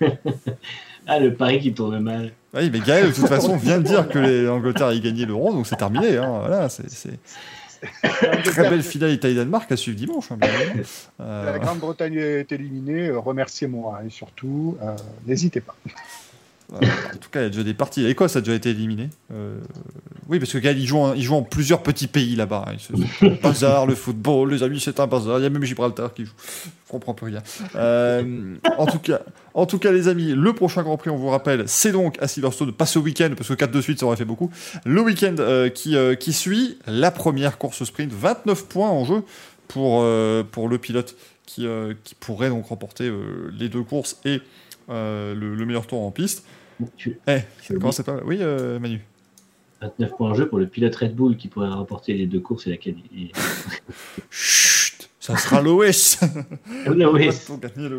Ah, le pari qui tourne mal. Oui, mais Gaël de toute façon vient de dire que l'Angleterre a gagné l'Euro, donc c'est terminé. Hein. Voilà, c'est. c'est... Très belle finale Italie-Danemark à suivre dimanche. Hein, euh... La Grande-Bretagne est éliminée. Remerciez-moi et surtout, euh, n'hésitez pas. Euh, en tout cas, il y a déjà des parties. L'Écosse a déjà été éliminée. Euh... Oui, parce que Gaël, il joue, en, il joue en plusieurs petits pays là-bas. Hein. C'est un bazar, le football, les amis, c'est un bazar. Il y a même Gibraltar qui joue. Je comprends plus rien. Euh, en, tout cas, en tout cas, les amis, le prochain Grand Prix, on vous rappelle, c'est donc à Silverstone, pas ce week-end, parce que quatre de suite, ça aurait fait beaucoup. Le week-end euh, qui, euh, qui suit la première course sprint. vingt-neuf points en jeu pour, euh, pour le pilote qui, euh, qui pourrait donc remporter euh, les deux courses et euh, le, le meilleur tour en piste. Tu... Eh, comment c'est pas... Oui, euh, Manu. vingt-neuf points en jeu pour le pilote Red Bull qui pourrait remporter les deux courses et la qualif. Chut, ça sera l'O S. L'O S.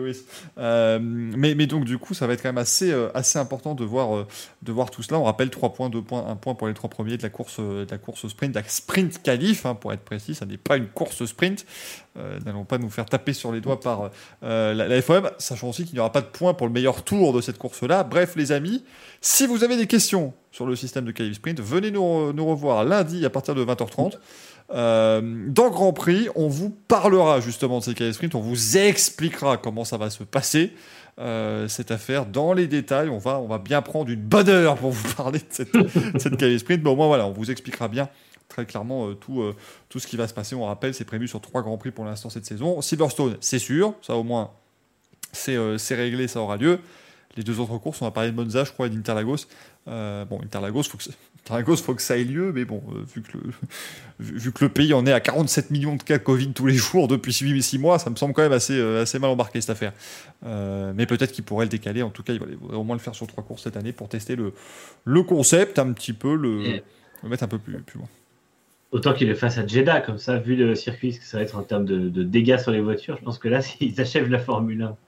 euh, mais, mais donc, du coup, ça va être quand même assez, euh, assez important de voir, euh, de voir tout cela. On rappelle trois points, deux points, un point pour les trois premiers de la course, euh, de la course sprint, de la sprint qualif, hein, pour être précis. Ça n'est pas une course sprint. Euh, n'allons pas nous faire taper sur les doigts par euh, la, la F O M, sachant aussi qu'il n'y aura pas de points pour le meilleur tour de cette course-là. Bref, les amis, si vous avez des questions sur le système de qualif sprint, venez nous, nous revoir lundi à partir de vingt heures trente. Euh, dans Grand Prix, on vous parlera justement de ces qualif sprint, on vous expliquera comment ça va se passer, euh, cette affaire, dans les détails. On va, on va bien prendre une bonne heure pour vous parler de cette, cette qualif sprint, mais au moins voilà, on vous expliquera bien très clairement euh, tout, euh, tout ce qui va se passer. On rappelle, c'est prévu sur trois Grands Prix pour l'instant cette saison. Silverstone, c'est sûr, ça au moins c'est, euh, c'est réglé, ça aura lieu. Les deux autres courses, on va parler de Monza, je crois, et d'Interlagos. Euh, bon, Interlagos, faut que ça, Interlagos, faut que ça ait lieu, mais bon, euh, vu, que le, vu, vu que le pays en est à quarante-sept millions de cas Covid tous les jours depuis six mois, ça me semble quand même assez, euh, assez mal embarqué cette affaire. Euh, mais peut-être qu'il pourrait le décaler. En tout cas, il faudrait au moins le faire sur trois courses cette année pour tester le, le concept, un petit peu, le, et... le mettre un peu plus, plus loin. Autant qu'il le fasse à Jeddah, comme ça, vu le circuit, ce que ça va être en termes de, de dégâts sur les voitures, je pense que là, ils achèvent la Formule un.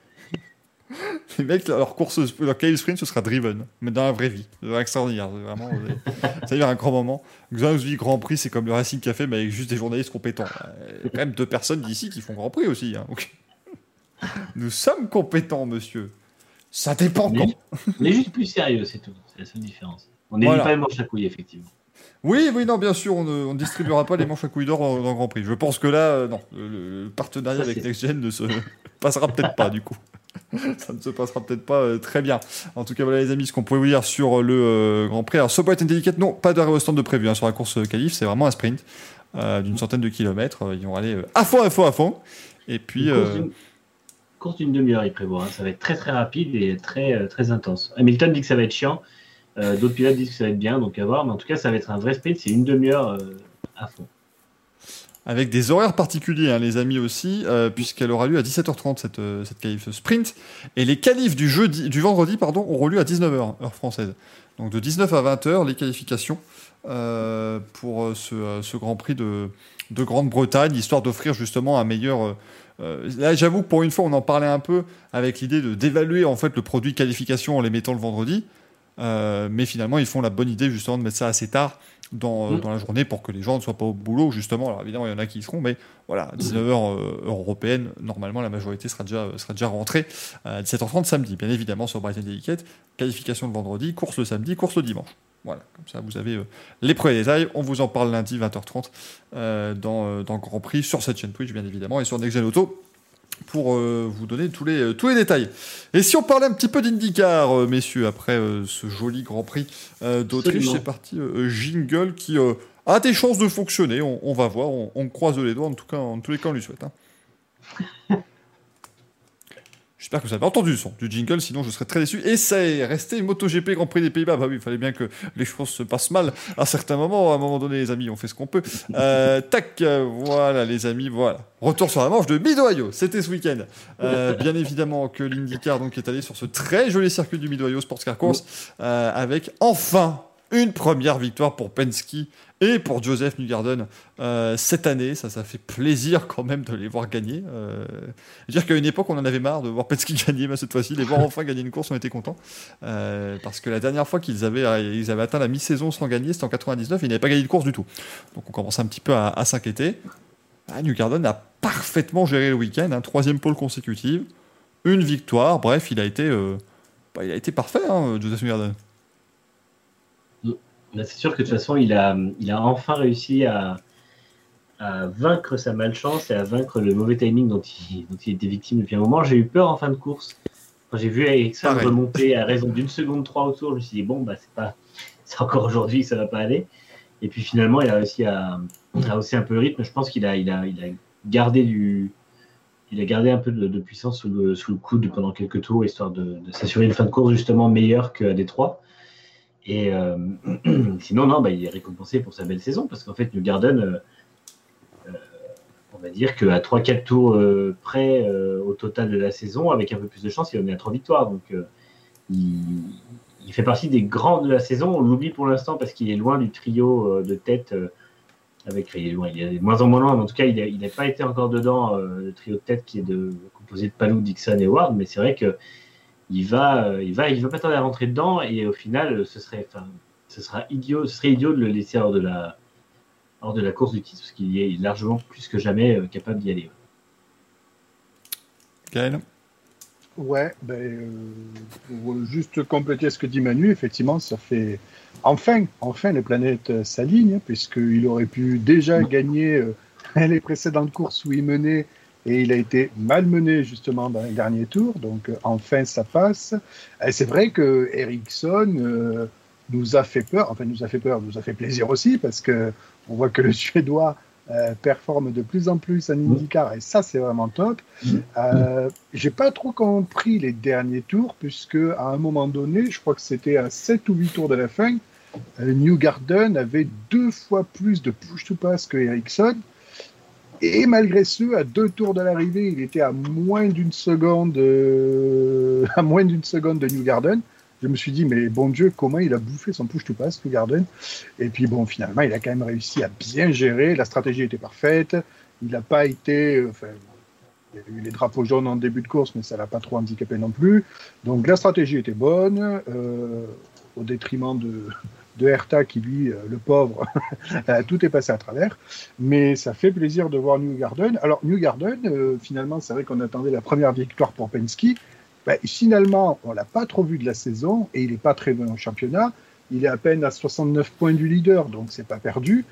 Les mecs, leur course, leur qualif sprint, ce sera driven, mais dans la vraie vie. C'est extraordinaire, c'est vraiment. Ça va être un grand moment. Xanadu Grand Prix, c'est comme le Racing Café, mais avec juste des journalistes compétents. Il y a quand même deux personnes d'ici qui font Grand Prix aussi. Hein, donc... Nous sommes compétents, monsieur. Ça dépend quand. On est juste plus sérieux, c'est tout. C'est la seule différence. On n'élit voilà. pas les manches à couilles, effectivement. Oui, oui, non, bien sûr, on ne on distribuera pas les manches à couilles d'or dans, dans le Grand Prix. Je pense que là, euh, non, le, le partenariat ça, avec c'est... NextGen ne se passera peut-être pas, du coup. Ça ne se passera peut-être pas euh, très bien. En tout cas, voilà, les amis, ce qu'on pouvait vous dire sur le euh, Grand Prix. Alors, Subway and Delicate, non, pas d'arrêt au stand de prévu hein, sur la course qualif. C'est vraiment un sprint euh, d'une centaine de kilomètres. Ils vont aller euh, à fond, à fond, à fond. Et puis... Une course, euh... d'une... course d'une demi-heure, il prévoit. Hein. Ça va être très, très rapide et très, euh, très intense. Hamilton dit que ça va être chiant. Euh, d'autres pilotes disent que ça va être bien, donc à voir. Mais en tout cas, ça va être un vrai sprint. C'est une demi-heure euh, à fond. Avec des horaires particuliers, hein, les amis aussi, euh, puisqu'elle aura lieu à dix-sept heures trente, cette, euh, cette qualif sprint. Et les qualifs du, jeudi, du vendredi pardon, auront lieu à dix-neuf heures, heure française. Donc de dix-neuf à vingt heures, les qualifications euh, pour ce, euh, ce Grand Prix de, de Grande-Bretagne, histoire d'offrir justement un meilleur... Euh, là, j'avoue que pour une fois, on en parlait un peu avec l'idée de, d'évaluer en fait, le produit de qualification en les mettant le vendredi. Euh, mais finalement, ils font la bonne idée justement de mettre ça assez tard dans, mmh. dans la journée pour que les gens ne soient pas au boulot, justement. Alors évidemment, il y en a qui y seront, mais voilà, à dix-neuf heures euh, européenne, normalement, la majorité sera déjà, sera déjà rentrée. À dix-sept heures trente samedi, bien évidemment, sur Brighton Delicate. Qualification le vendredi, course le samedi, course le dimanche. Voilà, comme ça, vous avez euh, les premiers détails. On vous en parle lundi, vingt heures trente, euh, dans, euh, dans Grand Prix, sur cette chaîne Twitch, bien évidemment, et sur NextGen Auto, pour euh, vous donner tous les, euh, tous les détails. Et si on parlait un petit peu d'IndyCar, euh, messieurs, après euh, ce joli Grand Prix euh, d'Autriche, Absolument. C'est parti, euh, jingle qui euh, a des chances de fonctionner, on, on va voir, on, on croise les doigts, en tout cas, en tous les cas, on lui souhaite. Hein. J'espère que vous avez entendu le son du jingle, sinon je serais très déçu. Et ça est resté MotoGP Grand Prix des Pays-Bas. Bah oui, il fallait bien que les choses se passent mal à certains moments. À un moment donné, les amis, on fait ce qu'on peut. Euh, tac, euh, voilà, les amis, voilà. Retour sur la manche de Mid-Ohio. C'était ce week-end. Euh, bien évidemment que l'IndyCar donc, est allé sur ce très joli circuit du Mid-Ohio Sports Car Course, euh, avec enfin Une première victoire pour Penske et pour Joseph Newgarden euh, cette année. Ça, ça fait plaisir quand même de les voir gagner. Euh, dire qu'à une époque, on en avait marre de voir Penske gagner, mais cette fois-ci, les voir enfin gagner une course, on était contents. Euh, parce que la dernière fois qu'ils avaient, ils avaient atteint la mi-saison sans gagner, c'était en quatre-vingt-dix-neuf, et ils n'avaient pas gagné de course du tout. Donc on commence un petit peu à, à s'inquiéter. Ah, Newgarden a parfaitement géré le week-end, hein, troisième pole consécutive, une victoire. Bref, il a été, euh, bah, il a été parfait, hein, Joseph Newgarden. C'est sûr que de toute façon, il a, il a enfin réussi à, à vaincre sa malchance et à vaincre le mauvais timing dont il, dont il était victime depuis un moment. J'ai eu peur en fin de course. Quand j'ai vu Ericsson remonter à raison d'une seconde trois autour, je me suis dit, bon, bah, c'est, pas, c'est encore aujourd'hui que ça ne va pas aller. Et puis finalement, il a réussi à, à hausser un peu le rythme. Je pense qu'il a, il a, il a, gardé, du, il a gardé un peu de, de puissance sous le, sous le coude pendant quelques tours, histoire de, de s'assurer une fin de course justement meilleure qu'à Détroit. Et euh, sinon, non, bah, il est récompensé pour sa belle saison parce qu'en fait, Newgarden, euh, euh, on va dire qu'à trois quatre tours euh, près euh, au total de la saison, avec un peu plus de chance, il en est à trois victoires. Donc, euh, il, il fait partie des grands de la saison. On l'oublie pour l'instant parce qu'il est loin du trio euh, de tête. Euh, avec, il est loin, il est de moins en moins loin, mais en tout cas, il n'a pas été encore dedans, euh, le trio de tête qui est de, composé de Palou, Dixon et Ward. Mais c'est vrai que il va, il va, il va pas tarder à rentrer dedans et au final, ce serait, enfin, ce sera idiot, ce serait idiot de le laisser hors de la, hors de la course du titre parce qu'il est largement plus que jamais euh, capable d'y aller. Gaël. Ouais, ben, euh, pour juste compléter ce que dit Manu, effectivement, ça fait enfin, enfin les planètes s'alignent puisqu'il aurait pu déjà gagner euh, les précédentes courses où il menait. Et il a été malmené justement dans les derniers tours, donc euh, enfin ça passe. Et c'est vrai que Ericsson euh, nous a fait peur, enfin nous a fait peur, nous a fait plaisir aussi, parce que on voit que le Suédois euh, performe de plus en plus en IndyCar, et ça c'est vraiment top. Euh, j'ai pas trop compris les derniers tours, puisque à un moment donné, je crois que c'était à sept ou huit tours de la fin, euh, Newgarden avait deux fois plus de push-to-pass que Ericsson. Et malgré ce, à deux tours de l'arrivée, il était à moins d'une seconde, euh, à moins d'une seconde de Newgarden. Je me suis dit, mais bon Dieu, comment il a bouffé son push-to-pass, Newgarden. Et puis bon, finalement, il a quand même réussi à bien gérer. La stratégie était parfaite. Il n'a pas été... Enfin, il y a eu les drapeaux jaunes en début de course, mais ça ne l'a pas trop handicapé non plus. Donc la stratégie était bonne, euh, au détriment de... de Herta qui, lui, euh, le pauvre, tout est passé à travers. Mais ça fait plaisir de voir Newgarden. Alors, Newgarden, euh, finalement, c'est vrai qu'on attendait la première victoire pour Penske. Ben, finalement, on ne l'a pas trop vu de la saison et il n'est pas très bon au championnat. Il est à peine à soixante-neuf points du leader, donc c'est pas perdu.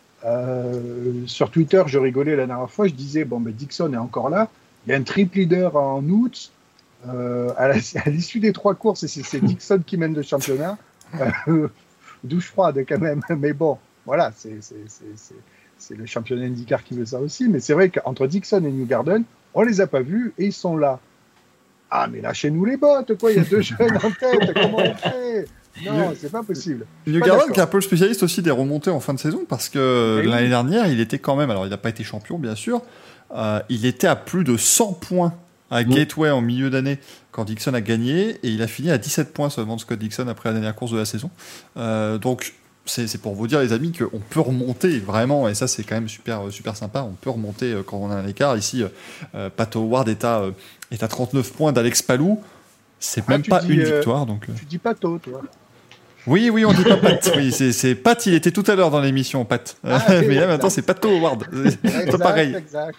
Euh, sur Twitter, je rigolais la dernière fois, je disais, bon, ben, Dixon est encore là. Il y a un triple leader en août. Euh, à, la, à l'issue des trois courses, et c'est, c'est Dixon qui mène le championnat. Euh, douche froide quand même, mais bon, voilà, c'est, c'est, c'est, c'est, c'est le championnat IndyCar qui veut ça aussi, mais c'est vrai qu'entre Dixon et Newgarden, on les a pas vus et ils sont là. Ah, mais lâchez-nous les bottes, quoi, il y a deux jeunes en tête, comment on fait ? Non, c'est pas possible. Newgarden qui est un peu le spécialiste aussi des remontées en fin de saison, parce que oui. L'année dernière, il était quand même, alors il n'a pas été champion bien sûr, euh, il était à plus de cent points à Gateway en milieu d'année quand Dixon a gagné, et il a fini à dix-sept points seulement de Scott Dixon après la dernière course de la saison. Euh, donc c'est, c'est pour vous dire les amis qu'on peut remonter vraiment, et ça c'est quand même super, super sympa, on peut remonter quand on a un écart. Ici euh, Pat Howard est à, euh, est à trente-neuf points d'Alex Palou, c'est ah, même pas dis, une euh, victoire. Donc, euh... Tu dis Pato toi. Oui, oui, on dit pas Pat. Oui, c'est, c'est Pat, il était tout à l'heure dans l'émission, Pat. Ah, mais là, maintenant, c'est Pato Howard. C'est pas pareil. Exact.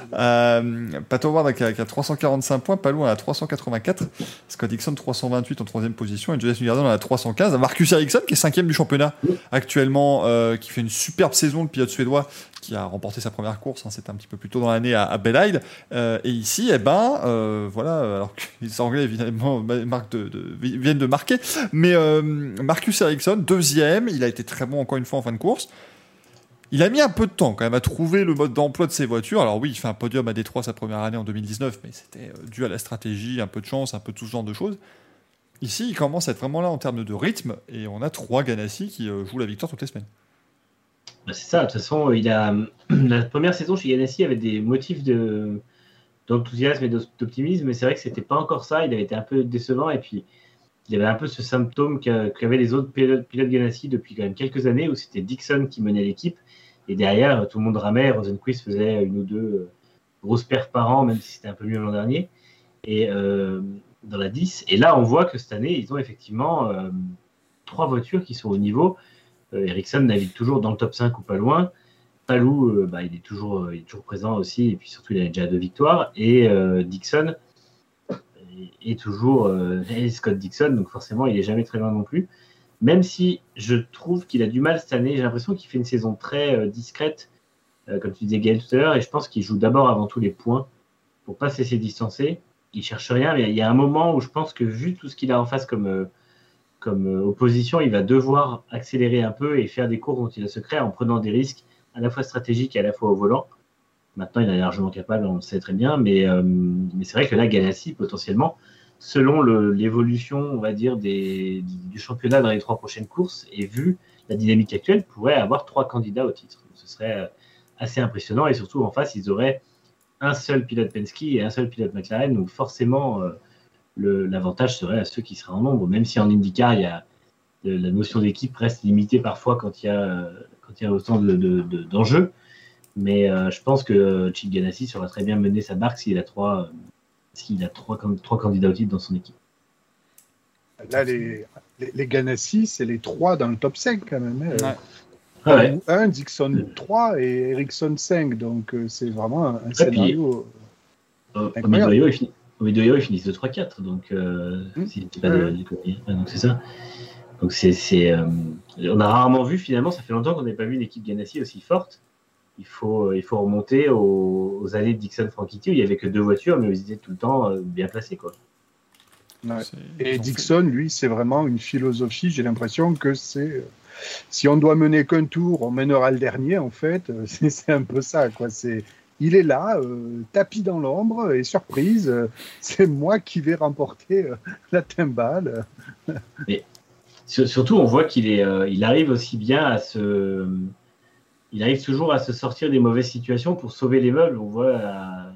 Euh, Pato Howard qui a, qui a trois cent quarante-cinq points, Palou a trois cent quatre-vingt-quatre, Scott Dixon trois cent vingt-huit en troisième position, et Joseph Newgarden a trois cent quinze. Marcus Ericsson qui est cinquième du championnat actuellement, euh, qui fait une superbe saison, le pilote suédois, qui a remporté sa première course, hein, c'était un petit peu plus tôt dans l'année à, à Belle Isle. Euh, et ici, eh ben, euh, voilà, alors que les Anglais, évidemment, marquent de, de, viennent de marquer, mais euh, Marcus Ericsson, deuxième, il a été très bon encore une fois en fin de course. Il a mis un peu de temps quand même à trouver le mode d'emploi de ses voitures. Alors oui, il fait un podium à Détroit sa première année en deux mille dix-neuf, mais c'était dû à la stratégie, un peu de chance, un peu de tout ce genre de choses. Ici, il commence à être vraiment là en termes de rythme, et on a trois Ganassi qui euh, jouent la victoire toutes les semaines. C'est ça, de toute façon, il a... la première saison chez Ganassi avait des motifs de... d'enthousiasme et d'optimisme, mais c'est vrai que c'était pas encore ça, il avait été un peu décevant, et puis il avait un peu ce symptôme qu'avaient les autres pilotes, pilotes Ganassi depuis quand même quelques années, où c'était Dixon qui menait l'équipe, et derrière, tout le monde ramait. Rosenquist faisait une ou deux grosses perfs par an, même si c'était un peu mieux l'an dernier, et euh, dans la dix. Et là, on voit que cette année, ils ont effectivement euh, trois voitures qui sont au niveau. Euh, Ericsson navigue toujours dans le top cinq ou pas loin. Palou, euh, bah, il, est toujours, euh, il est toujours présent aussi, et puis surtout, il a déjà deux victoires. Et euh, Dixon est, est toujours euh, Scott Dixon, donc forcément, il est jamais très loin non plus. Même si je trouve qu'il a du mal cette année, j'ai l'impression qu'il fait une saison très euh, discrète, euh, comme tu disais Gaël tout à l'heure, et je pense qu'il joue d'abord avant tout les points pour pas se laisser distancer. Il cherche rien, mais il y a un moment où je pense que vu tout ce qu'il a en face comme, euh, comme euh, opposition, il va devoir accélérer un peu et faire des courses dont il a secret en prenant des risques à la fois stratégiques et à la fois au volant. Maintenant, il est largement capable, on le sait très bien, mais, euh, mais c'est vrai que là, Ganassi, potentiellement, selon le, l'évolution, on va dire, des, du championnat dans les trois prochaines courses, et vu la dynamique actuelle, pourrait avoir trois candidats au titre. Donc, ce serait assez impressionnant, et surtout, en face, ils auraient un seul pilote Penske et un seul pilote McLaren, donc forcément, euh, le, l'avantage serait à ceux qui seraient en nombre, même si en IndyCar, il y a, la notion d'équipe reste limitée parfois quand il y a, quand il y a autant de, de, de, d'enjeux. Mais euh, je pense que Chip Ganassi saura très bien mener sa barque s'il a trois, euh, s'il a trois, trois candidats au titre dans son équipe. Là, les, les, les Ganassi, c'est les trois dans le top cinq quand même. Hein. Ouais. Ah ouais. un, Dixon trois et Ericsson cinq. Donc, euh, c'est vraiment un, un scénario puis, euh, incroyable. Au Midoyo, ils finissent de trois quatre. Donc, euh, mmh. si pas de, de, de, donc, c'est ça. Donc, c'est, c'est, euh, on a rarement vu, finalement, ça fait longtemps qu'on n'a pas vu une équipe Ganassi aussi forte. Il faut, il faut remonter aux, aux années de Dixon-Franchitti où il n'y avait que deux voitures, mais ils étaient tout le temps euh, bien placés, quoi. Ouais. Et Dixon, lui, c'est vraiment une philosophie. J'ai l'impression que c'est... Si on doit mener qu'un tour, on mènera le dernier, en fait. C'est, c'est un peu ça, quoi. C'est... Il est là, euh, tapis dans l'ombre, et surprise, euh, c'est moi qui vais remporter euh, la timbale. Mais surtout, on voit qu'il est, euh, il arrive aussi bien à se... Il arrive toujours à se sortir des mauvaises situations pour sauver les meubles. On voit à,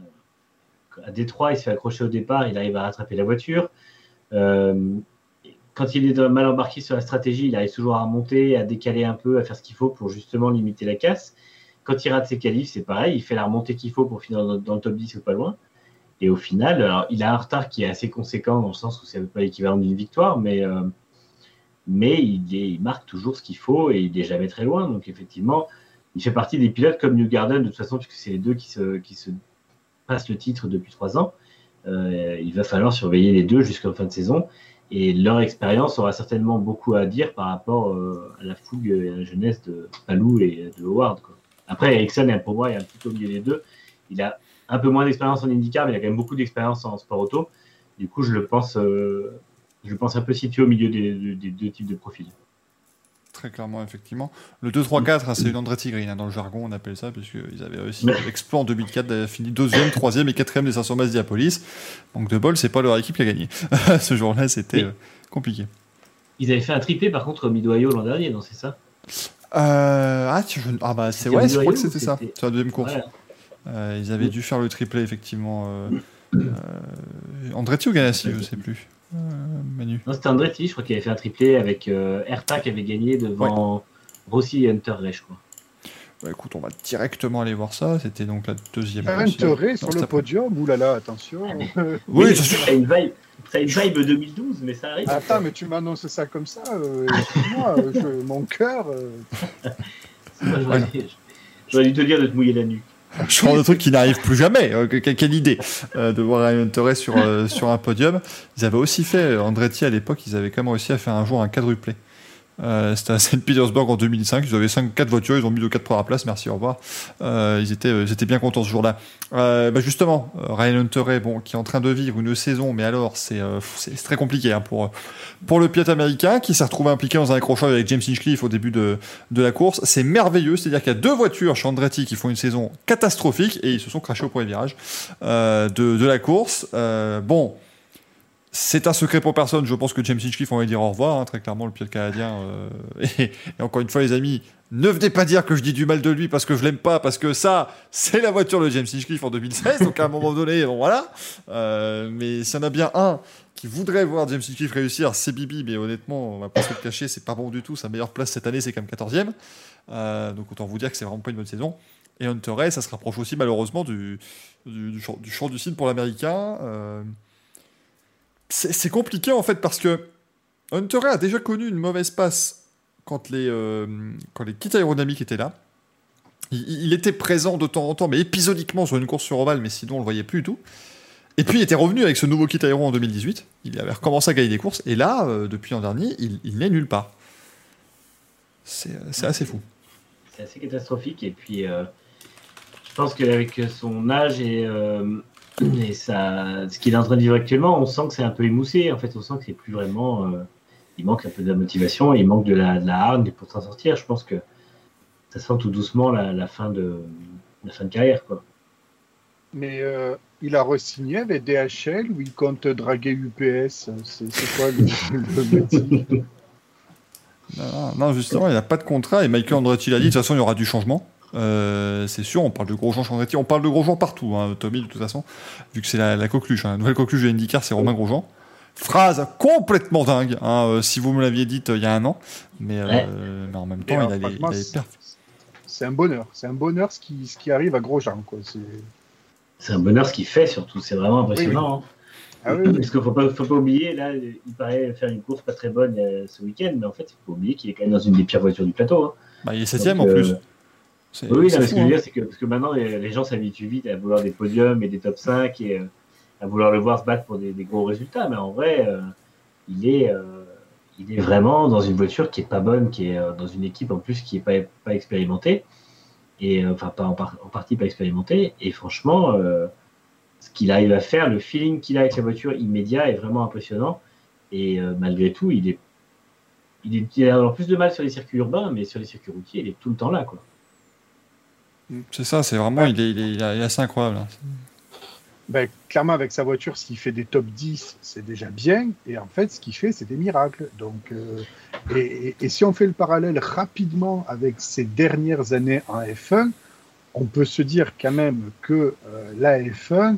à Détroit, il se fait accrocher au départ, il arrive à rattraper la voiture. Euh, quand il est mal embarqué sur la stratégie, il arrive toujours à remonter, à décaler un peu, à faire ce qu'il faut pour justement limiter la casse. Quand il rate ses qualifs, c'est pareil, il fait la remontée qu'il faut pour finir dans, dans le top dix ou pas loin. Et au final, alors, il a un retard qui est assez conséquent dans le sens où ça ne veut pas l'équivalent d'une victoire, mais, euh, mais il, est, il marque toujours ce qu'il faut et il n'est jamais très loin. Donc effectivement, il fait partie des pilotes comme Newgarden, de toute façon, puisque c'est les deux qui se, qui se passent le titre depuis trois ans. Euh, il va falloir surveiller les deux jusqu'en fin de saison. Et leur expérience aura certainement beaucoup à dire par rapport euh, à la fougue et à la jeunesse de Palou et de Howard, quoi. Après, Ericsson, pour moi, il est un petit peu au milieu des deux. Il a un peu moins d'expérience en IndyCar, mais il a quand même beaucoup d'expérience en sport auto. Du coup, je le pense, euh, je le pense un peu situé au milieu des, des, des deux types de profils. Très clairement, effectivement. Le deux trois quatre, hein, c'est une Andretti Green, hein, dans le jargon, on appelle ça, puisqu'ils avaient réussi l'exploit en deux mille quatre, d'avoir fini deuxième, troisième et quatrième des cinq cents Mas Diapolis. Donc de bol, c'est pas leur équipe qui a gagné. Ce jour-là, c'était euh, compliqué. Ils avaient fait un triplé, par contre, au Mid-Ohio l'an dernier, non, c'est ça euh, ah, tu, je, ah, bah, c'est, ouais, je crois que c'était, c'était ça. C'est la deuxième course. Ouais. Euh, ils avaient dû faire le triplé, effectivement. Euh, euh, Andretti ou Ganassi, je sais plus. Euh, Manu. Non, c'était Andretti, je crois qu'il avait fait un triplé avec euh, Herta qui avait gagné devant ouais. Rossi et Hunter Ray, je crois. Bah, écoute, on va directement aller voir ça. C'était donc la deuxième. Hunter Ray sur le podium, oulala, attention. Ah, mais... oui, oui, ça a une vibe. Ça a une vibe deux mille douze, mais ça arrive. Attends, mais tu m'annonces ça comme ça, euh, excuse-moi, je, mon cœur. Euh... Moi, j'aurais, ouais. j'aurais dû te dire de te mouiller la nuque. Je rends de trucs qui n'arrivent plus jamais. Euh, quelle idée euh, de voir Ryan Hunter sur, euh, sur un podium. Ils avaient aussi fait, Andretti à l'époque, ils avaient quand même réussi à faire un jour un quadruplé. Euh, c'était à Saint-Pétersbourg en deux mille cinq. Ils avaient cinq, quatre voitures, ils ont mis de quatre premières places. Merci, au revoir. Euh, ils, étaient, ils étaient bien contents ce jour-là. Euh, bah justement, Ryan Hunter, bon, qui est en train de vivre une saison, mais alors c'est, euh, c'est, c'est très compliqué hein, pour, pour le pilote américain qui s'est retrouvé impliqué dans un accrochage avec James Hinchcliffe au début de, de la course. C'est merveilleux, c'est-à-dire qu'il y a deux voitures chez Andretti qui font une saison catastrophique et ils se sont crashés au premier virage euh, de, de la course. Euh, bon. C'est un secret pour personne. Je pense que James Hinchcliffe, on va dire au revoir, hein, très clairement, le pilote canadien. Euh, et, et encore une fois, les amis, ne venez pas dire que je dis du mal de lui parce que je l'aime pas, parce que ça, c'est la voiture de James Hinchcliffe en deux mille seize. Donc à un moment donné, bon voilà. Euh, mais s'il y en a bien un qui voudrait voir James Hinchcliffe réussir, c'est Bibi. Mais honnêtement, on va pas se le cacher, c'est pas bon du tout. Sa meilleure place cette année, c'est quand même quatorzième. Euh, donc autant vous dire que c'est vraiment pas une bonne saison. Et Hunter Ray, ça se rapproche aussi malheureusement du, du, du, champ, du champ du signe pour l'américain. Euh, C'est, c'est compliqué en fait parce que Hunter Ray a déjà connu une mauvaise passe quand les, euh, quand les kits aérodynamiques étaient là. Il, il était présent de temps en temps, mais épisodiquement sur une course sur ovale, mais sinon on le voyait plus du tout. Et puis il était revenu avec ce nouveau kit aéro en deux mille dix-huit. Il avait recommencé à gagner des courses, et là, euh, depuis l'an dernier, il, il n'est nulle part. C'est, c'est assez fou. C'est assez catastrophique, et puis euh, je pense qu'avec son âge et. Euh... Et ça, ce qu'il est en train de vivre actuellement, on sent que c'est un peu émoussé. En fait, on sent que c'est plus vraiment. Euh, il manque un peu de la motivation, il manque de la, de la hargne pour s'en sortir. Je pense que ça sent tout doucement la, la, fin, de, la fin de carrière, quoi. Mais euh, il a re-signé avec D H L ou il compte draguer U P S? C'est, c'est quoi le, le motif? non, non, justement, il n'a pas de contrat. Et Michael Andretti l'a dit, de toute façon, il y aura du changement. Euh, c'est sûr, on parle de Grosjean, Andretti, on parle de Grosjean partout, hein, Tommy, de toute façon, vu que c'est la, la coqueluche, hein, la nouvelle coqueluche de IndyCar, c'est Romain Grosjean. Phrase complètement dingue, hein, euh, si vous me l'aviez dit euh, il y a un an, mais, euh, ouais. mais en même temps, alors, il a les, il a les perfs. C'est un bonheur, c'est un bonheur ce qui, ce qui arrive à Grosjean, quoi. C'est... c'est un bonheur ce qu'il fait, surtout, c'est vraiment impressionnant. Oui, oui. Hein. Ah, oui, oui. Parce qu'il ne faut pas, faut pas oublier, là, il paraît faire une course pas très bonne euh, ce week-end, mais en fait, il ne faut pas oublier qu'il est quand même dans une des pires voitures du plateau. Hein. Bah, il est septième en euh, plus. C'est, oui, c'est non, fou, ce que je veux dire, c'est que, parce que maintenant, les, les gens s'habituent vite à vouloir des podiums et des top cinq et euh, à vouloir le voir se battre pour des, des gros résultats. Mais en vrai, euh, il, est, euh, il est vraiment dans une voiture qui n'est pas bonne, qui est euh, dans une équipe en plus qui n'est pas, pas expérimentée, et euh, enfin, pas en, par, en partie pas expérimentée. Et franchement, euh, ce qu'il arrive à faire, le feeling qu'il a avec la voiture immédiat est vraiment impressionnant. Et euh, malgré tout, il, est, il, est, il a alors plus de mal sur les circuits urbains, mais sur les circuits routiers, il est tout le temps là, quoi. C'est ça, c'est vraiment, il est, il est, il est assez incroyable. Hein. Ben, clairement, avec sa voiture, s'il fait des top dix, c'est déjà bien. Et en fait, ce qu'il fait, c'est des miracles. Donc, euh, et, et, et si on fait le parallèle rapidement avec ses dernières années en F un, on peut se dire quand même que euh, la F un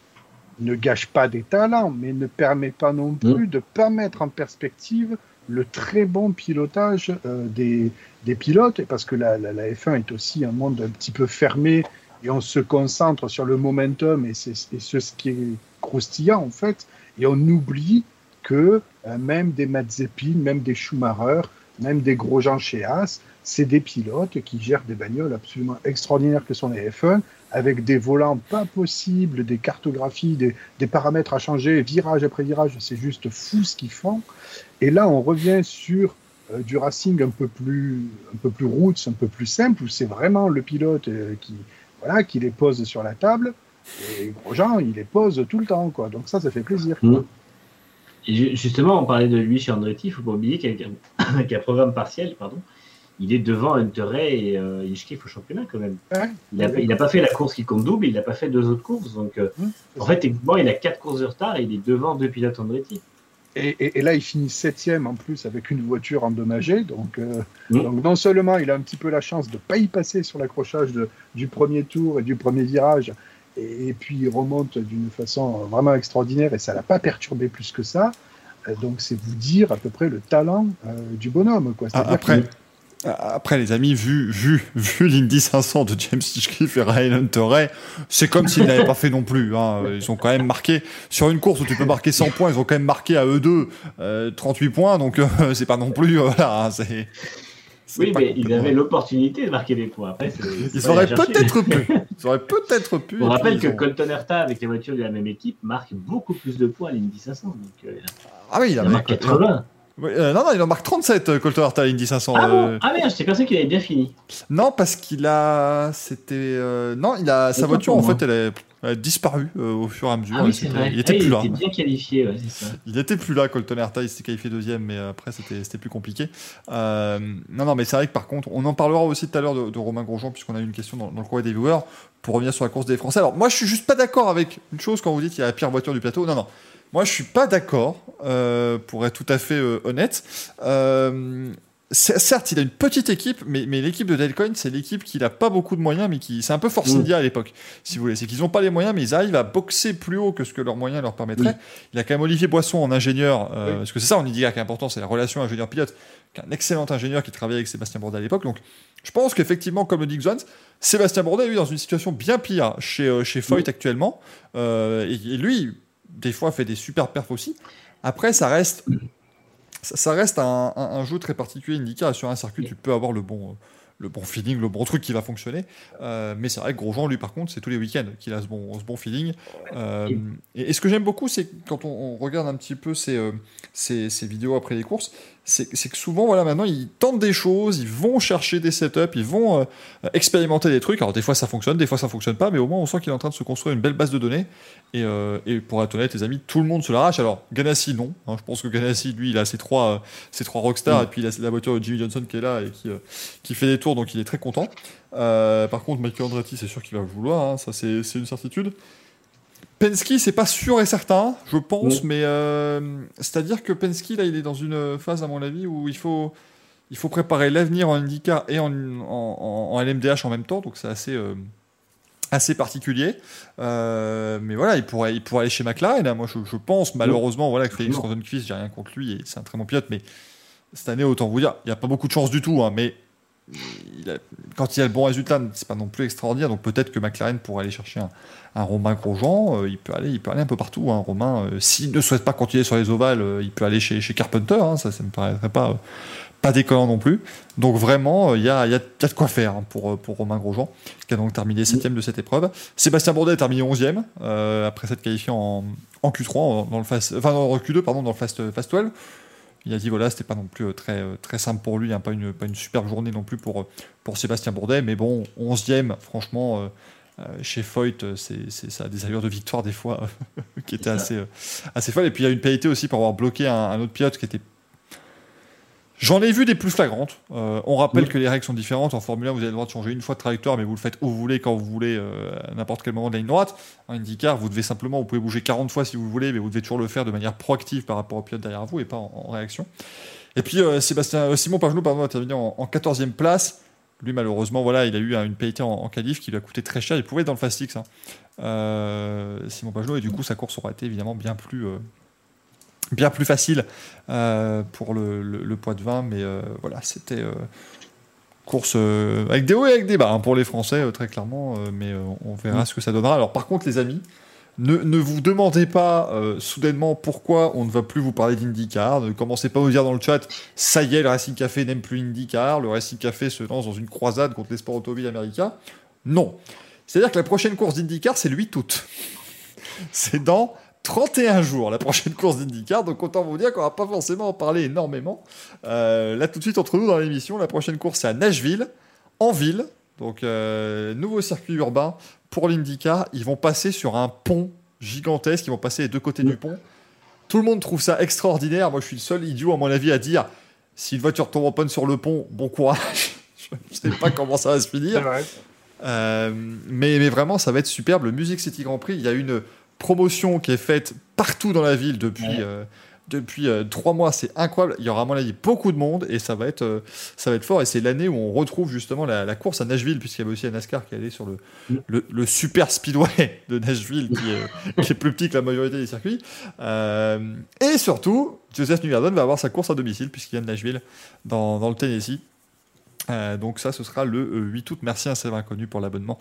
ne gâche pas des talents, mais ne permet pas non plus mmh. de pas mettre en perspective le très bon pilotage euh, des, des pilotes, parce que la, la, la F un est aussi un monde un petit peu fermé, et on se concentre sur le momentum, et c'est, et c'est ce qui est croustillant, en fait, et on oublie que euh, même des Mazepin, même des Schumacher, même des Grosjean chez Haas, c'est des pilotes qui gèrent des bagnoles absolument extraordinaires que sont les F un, avec des volants pas possibles, des cartographies, des, des paramètres à changer, virage après virage, c'est juste fou ce qu'ils font. Et là, on revient sur euh, du racing un peu plus, un peu plus roots, un peu plus simple, où c'est vraiment le pilote euh, qui, voilà, qui les pose sur la table, et Grosjean, il les pose tout le temps, quoi. Donc ça, ça fait plaisir. Quoi. Mmh. Et justement, on parlait de lui chez Andretti, il ne faut pas oublier qu'avec un, avec un programme partiel, pardon, il est devant Hunter Ray et euh, Hinchcliffe au championnat quand même. Ouais, il n'a ouais, pas fait la course qui compte double, il n'a pas fait deux autres courses. Donc, euh, mmh, en fait, techniquement, il a quatre courses de retard et il est devant deux pilotes Andretti. Et, et, et là, il finit septième en plus avec une voiture endommagée. Donc, euh, mmh. donc, non seulement il a un petit peu la chance de ne pas y passer sur l'accrochage de, du premier tour et du premier virage, et, et puis il remonte d'une façon vraiment extraordinaire et ça ne l'a pas perturbé plus que ça. Euh, donc, c'est vous dire à peu près le talent euh, du bonhomme. Quoi. Ah, après, qu'il... après, les amis, vu, vu, vu l'Indy cinq cents de James Hinchcliffe et Ryan Hunter Ray, c'est comme s'ils n'avaient pas fait non plus. Hein. Ils ont quand même marqué, sur une course où tu peux marquer cent points, ils ont quand même marqué à eux deux euh, trente-huit points, donc euh, c'est pas non plus. Euh, voilà, c'est, c'est oui, mais ils avaient l'opportunité de marquer des points. Après, c'est, c'est ils auraient peut-être pu. Ils auraient peut-être pu. On rappelle que ont... Colton Herta, avec les voitures de la même équipe, marque beaucoup plus de points à l'Indy cinq cents. Donc, euh, ah oui, il, il a marqué quatre-vingts. Oui, euh, non, non, il en marque trente-sept, euh, Colton Herta à l'Indy cinq cents. Ah, bon euh... ah merde, j'étais pensé qu'il avait bien fini. Non, parce qu'il a. C'était. Euh... Non, il a. Sa voiture, en fait, elle a, elle a disparu euh, au fur et à mesure. Ah, oui, c'est vrai. Il était ah, plus il là. Il était bien qualifié, ouais, c'est ça. Il était plus là, Colton Herta, il s'était qualifié deuxième, mais après, c'était, c'était plus compliqué. Euh... Non, non, mais c'est vrai que par contre, on en parlera aussi tout à l'heure de, de Romain Grosjean, puisqu'on a eu une question dans, dans le courrier des viewers, pour revenir sur la course des Français. Alors, moi, je suis juste pas d'accord avec une chose quand vous dites qu'il y a la pire voiture du plateau. Non, non. Moi, je suis pas d'accord, euh, pour être tout à fait euh, honnête. Euh, certes, il a une petite équipe, mais, mais l'équipe de Dalecoin, c'est l'équipe qui n'a pas beaucoup de moyens, mais qui c'est un peu Force mmh. India à l'époque, si vous voulez. C'est qu'ils n'ont pas les moyens, mais ils arrivent à boxer plus haut que ce que leurs moyens leur permettraient. Oui. Il a quand même Olivier Boisson en ingénieur, euh, oui. parce que c'est ça en India qui est important, c'est la relation ingénieur-pilote, un excellent ingénieur qui travaillait avec Sébastien Bourdet à l'époque. Donc, je pense qu'effectivement, comme le dit Xuan, Sébastien Bourdet est lui dans une situation bien pire chez, euh, chez Foyt oui. actuellement. Euh, et, et lui, des fois, fait des super perfs aussi. Après, ça reste... Ça reste un, un, un jeu très particulier, IndyCar, sur un circuit, tu peux avoir le bon, le bon feeling, le bon truc qui va fonctionner. Euh, mais c'est vrai que Grosjean, lui, par contre, c'est tous les week-ends qu'il a ce bon, ce bon feeling. Euh, et, et ce que j'aime beaucoup, c'est quand on, on regarde un petit peu ces, euh, ces, ces vidéos après les courses, c'est, c'est que souvent, voilà, maintenant, ils tentent des choses, ils vont chercher des setups, ils vont euh, expérimenter des trucs. Alors, des fois, ça fonctionne, des fois, ça fonctionne pas, mais au moins, on sent qu'il est en train de se construire une belle base de données. Et, euh, et pour être honnête, les amis, tout le monde se l'arrache. Alors, Ganassi, non. Hein, je pense que Ganassi, lui, il a ses trois, euh, ses trois rockstars, mmh. et puis il a la voiture de Jimmy Johnson qui est là et qui, euh, qui fait des tours, donc il est très content. Euh, par contre, Michael Andretti, c'est sûr qu'il va vouloir, hein, ça, c'est, c'est une certitude. Penske, c'est pas sûr et certain, je pense, mmh. mais euh, c'est-à-dire que Penske, là, il est dans une phase, à mon avis, où il faut, il faut préparer l'avenir en IndyCar et en, en, en, en L M D H en même temps, donc c'est assez, euh, assez particulier. Euh, mais voilà, il pourrait, il pourrait aller chez McLaren. Hein. Moi, je, je pense, malheureusement, voilà, que Félix Rosenqvist, j'ai rien contre lui, et c'est un très bon pilote, mais cette année, autant vous dire, il n'y a pas beaucoup de chance du tout, hein, mais il a, quand il a le bon résultat, c'est pas non plus extraordinaire, donc peut-être que McLaren pourrait aller chercher un, un Romain Grosjean, euh, il peut aller, il peut aller un peu partout, hein, Romain, euh, s'il ne souhaite pas continuer sur les ovales, euh, il peut aller chez, chez Carpenter, hein, ça, ça me paraîtrait pas, euh, pas décollant non plus, donc vraiment, il euh, y, a, y, a, y a de quoi faire hein, pour, pour Romain Grosjean, qui a donc terminé septième de cette épreuve. Sébastien Bourdet a terminé onzième, euh, après s'être qualifié en, en Q trois, dans le fast, enfin dans le Q deux, pardon, dans le Fast, fast douze. Il a dit voilà, c'était pas non plus très, très simple pour lui, hein, pas, une, pas une superbe journée non plus pour, pour Sébastien Bourdet, mais bon, onzième, franchement, euh, chez Foyt, c'est, c'est, ça a des allures de victoire des fois qui étaient assez, euh, assez folles. Et puis il y a une pénalité aussi pour avoir bloqué un, un autre pilote qui était. J'en ai vu des plus flagrantes. Euh, on rappelle oui. que les règles sont différentes. En Formule un, vous avez le droit de changer une fois de trajectoire, mais vous le faites où vous voulez, quand vous voulez, euh, à n'importe quel moment de la ligne droite. En IndyCar, vous devez simplement, vous pouvez bouger quarante fois si vous voulez, mais vous devez toujours le faire de manière proactive par rapport au pilote derrière vous et pas en, en réaction. Et puis euh, Sébastien, euh, Simon Pagenaud, pardon, a terminé en, en quatorzième place. Lui, malheureusement, voilà, il a eu une pénalité en, en qualif qui lui a coûté très cher. Il pouvait être dans le Fast Six, hein. euh, Simon Pagenaud, et du coup, sa course aurait été évidemment bien plus. Euh, bien plus facile euh, pour le, le, le poids de vin, mais euh, voilà, c'était euh, course euh, avec des hauts et avec des bas hein, pour les Français, euh, très clairement, euh, mais euh, on verra mmh. ce que ça donnera. Alors par contre, les amis, ne, ne vous demandez pas euh, soudainement pourquoi on ne va plus vous parler d'IndyCar, ne commencez pas à vous dire dans le chat, ça y est, le Racing Café n'aime plus IndyCar, le Racing Café se lance dans une croisade contre les sports automobiles américains. Non. C'est-à-dire que la prochaine course d'IndyCar, c'est le huit août. C'est dans trente et un jours, la prochaine course d'IndyCar, donc autant vous dire qu'on va pas forcément en parler énormément. Euh, là, tout de suite, entre nous dans l'émission, la prochaine course, c'est à Nashville, en ville, donc euh, nouveau circuit urbain pour l'IndyCar. Ils vont passer sur un pont gigantesque, ils vont passer les deux côtés du pont. Tout le monde trouve ça extraordinaire. Moi, je suis le seul idiot, à mon avis, à dire, si une voiture tombe en panne sur le pont, bon courage. Je ne sais pas comment ça va se finir. Euh, mais, mais vraiment, ça va être superbe. Le Music City Grand Prix, il y a une promotion qui est faite partout dans la ville depuis, ouais. euh, depuis euh, trois mois, c'est incroyable. Il y aura à mon avis beaucoup de monde et ça va être, euh, ça va être fort. Et c'est l'année où on retrouve justement la, la course à Nashville, puisqu'il y avait aussi la NASCAR qui allait sur le, mm. le, le super speedway de Nashville qui est, qui est plus petit que la majorité des circuits. Euh, et surtout, Joseph Newgarden va avoir sa course à domicile puisqu'il vient de Nashville dans, dans le Tennessee. Euh, donc ça ce sera le euh, huit août. Merci à Sylvain Inconnu pour l'abonnement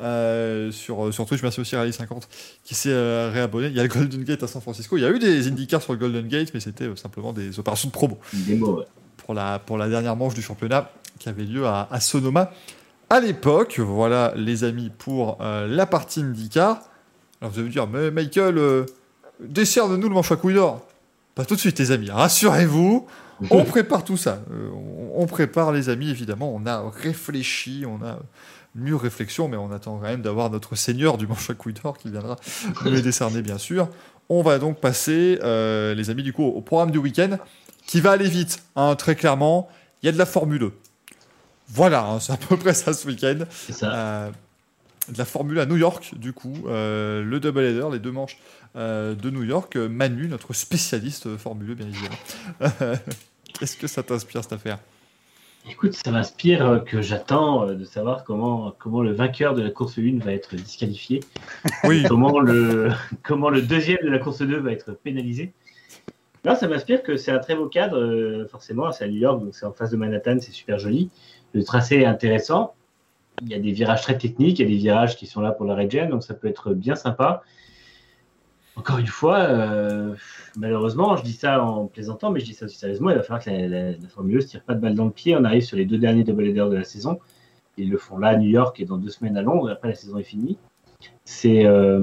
euh, sur, sur Twitch. Merci aussi à Rally cinquante qui s'est euh, réabonné. Il y a le Golden Gate à San Francisco. Il y a eu des IndyCars sur le Golden Gate, mais c'était euh, simplement des opérations de promo ouais. pour, la, pour la dernière manche du championnat qui avait lieu à, à Sonoma à l'époque. Voilà les amis pour euh, la partie IndyCar. Alors vous allez me dire, mais Michael, euh, décerne-nous le manche à couilles d'or. Pas tout de suite les amis, rassurez-vous. On prépare tout ça. Euh, on, on prépare, les amis, évidemment. On a réfléchi, on a une mûre réflexion, mais on attend quand même d'avoir notre seigneur du manche à couilles d'or qui viendra nous les décerner, bien sûr. On va donc passer, euh, les amis, du coup, au programme du week-end qui va aller vite. Hein, très clairement, il y a de la Formule deux. Voilà, hein, c'est à peu près ça ce week-end. C'est ça. Euh, de la Formule à New York, du coup, euh, le double header, les deux manches euh, de New York. Manu, notre spécialiste Formule, bien évidemment. Qu'est-ce que ça t'inspire, cette affaire ? Écoute, ça m'inspire que j'attends de savoir comment, comment le vainqueur de la course un va être disqualifié. Oui. comment, le, comment le deuxième de la course deux va être pénalisé. Là, ça m'inspire que c'est un très beau cadre, forcément. C'est à New York, donc c'est en face de Manhattan, c'est super joli. Le tracé est intéressant. Il y a des virages très techniques, il y a des virages qui sont là pour la regen, donc ça peut être bien sympa. Encore une fois, euh, malheureusement, je dis ça en plaisantant, mais je dis ça aussi sérieusement, il va falloir que la, la, la Formule un ne se tire pas de balle dans le pied. On arrive sur les deux derniers double-headers de la saison. Ils le font là à New York et dans deux semaines à Londres, et après la saison est finie. C'est, euh,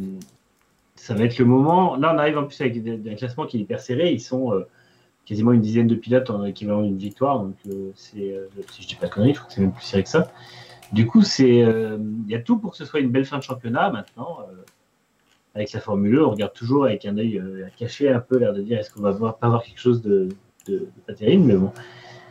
ça va être le moment. Là, on arrive en plus avec un classement qui est hyper serré. Ils sont euh, quasiment une dizaine de pilotes en équivalent d'une victoire. Donc, euh, c'est, euh, si je dis pas de conneries, je crois que c'est même plus serré que ça. Du coup, c'est, euh, y a tout pour que ce soit une belle fin de championnat maintenant. Euh, Avec la Formule un, on regarde toujours avec un œil euh, caché un peu, l'air de dire est-ce qu'on va voir, pas voir quelque chose de, de, de pas terrible, mais bon,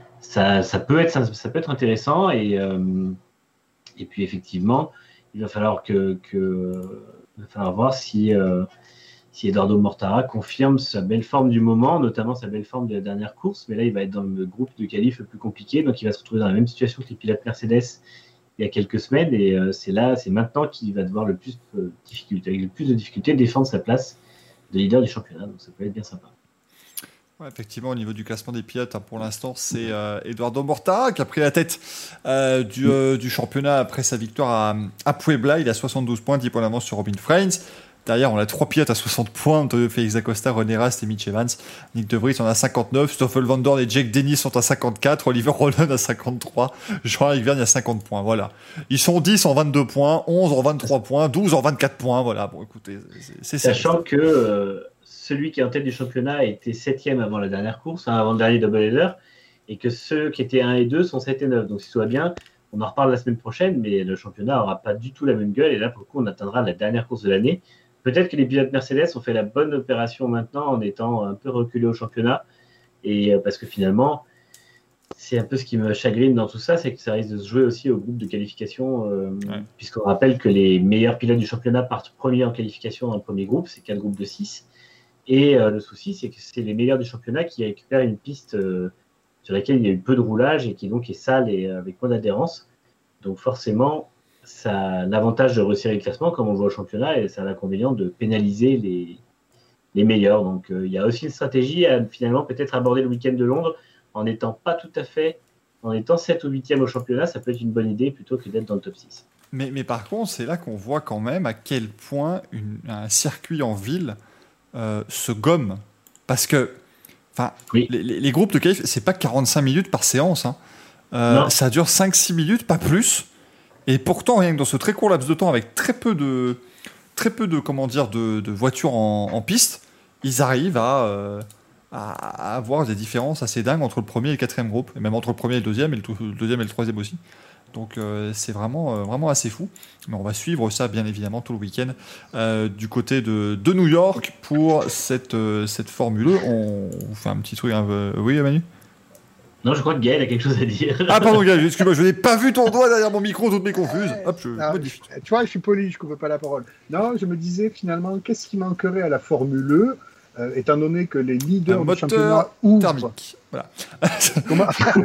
ça, ça, peut, être, ça, ça peut être intéressant. Et, euh, et puis effectivement, il va falloir, que, que, il va falloir voir si, euh, si Eduardo Mortara confirme sa belle forme du moment, notamment sa belle forme de la dernière course. Mais là, il va être dans le groupe de qualif le plus compliqué, donc il va se retrouver dans la même situation que les pilotes Mercedes il y a quelques semaines, et euh, c'est là, c'est maintenant qu'il va devoir le plus, euh, difficulté, avec le plus de difficultés défendre sa place de leader du championnat, donc ça peut être bien sympa. Ouais, effectivement, au niveau du classement des pilotes, hein, pour l'instant, c'est euh, Eduardo Mortara qui a pris la tête euh, du, euh, du championnat après sa victoire à, à Puebla. Il a soixante-douze points, dix points d'avance sur Robin Freins. Derrière, on a trois pilotes à soixante points, Félix Acosta, René Rast et Mitch Evans. Nick De Vries en a cinquante-neuf, Stoffel Van Dorn et Jake Dennis sont à cinquante-quatre, Oliver Rowland à cinquante-trois, Jean-Éric Vergne à cinquante points, voilà. Ils sont dix en vingt-deux points, onze en vingt-trois points, douze en vingt-quatre points, voilà. Bon, écoutez, c'est, c'est Sachant ça. que euh, celui qui est en tête du championnat était septième avant la dernière course, hein, avant le dernier double-header, et que ceux qui étaient un et deux sont sept et neuf. Donc, si tout va bien, on en reparle la semaine prochaine, mais le championnat n'aura pas du tout la même gueule, et là, pour le coup, on atteindra la dernière course de l'année. Peut-être que les pilotes Mercedes ont fait la bonne opération maintenant en étant un peu reculés au championnat. Et parce que finalement, c'est un peu ce qui me chagrine dans tout ça, c'est que ça risque de se jouer aussi au groupe de qualification. Euh, ouais. Puisqu'on rappelle que les meilleurs pilotes du championnat partent premiers en qualification dans le premier groupe, c'est qu'un groupe de six. Et euh, le souci, c'est que c'est les meilleurs du championnat qui récupèrent une piste euh, sur laquelle il y a eu peu de roulage et qui donc est sale et avec moins d'adhérence. Donc forcément, ça a l'avantage de resserrer le classement comme on voit au championnat et ça a l'inconvénient de pénaliser les, les meilleurs. Donc euh, il y a aussi une stratégie à finalement peut-être aborder le week-end de Londres en n'étant pas tout à fait, en étant sept ou huitième au championnat, ça peut être une bonne idée plutôt que d'être dans le top six. Mais, mais par contre, c'est là qu'on voit quand même à quel point une, un circuit en ville euh, se gomme. Parce que oui. les, les, les groupes de qualif, c'est pas quarante-cinq minutes par séance. Hein. Euh, ça dure cinq six minutes, pas plus. Et pourtant, rien que dans ce très court laps de temps, avec très peu de, très peu de, comment dire, de, de voitures en, en piste, ils arrivent à, euh, à, à avoir des différences assez dingues entre le premier et le quatrième groupe, et même entre le premier et le deuxième, et le, le deuxième et le troisième aussi. Donc euh, c'est vraiment, euh, vraiment assez fou. Mais on va suivre ça, bien évidemment, tout le week-end euh, du côté de, de New York pour cette, euh, cette Formule un. On, on fait un petit truc. Hein, euh, oui, Manu ? Non, je crois que Gaël a quelque chose à dire. Ah pardon Gaël, excuse-moi, je n'ai pas vu ton doigt derrière mon micro, toutes mes confuses. Hop, je non, modifie. Tu vois, je suis poli, je ne coupe pas la parole. Non, je me disais finalement, qu'est-ce qui manquerait à la Formule un, euh, étant donné que les leaders du championnat ouvrent... thermique, voilà. Comment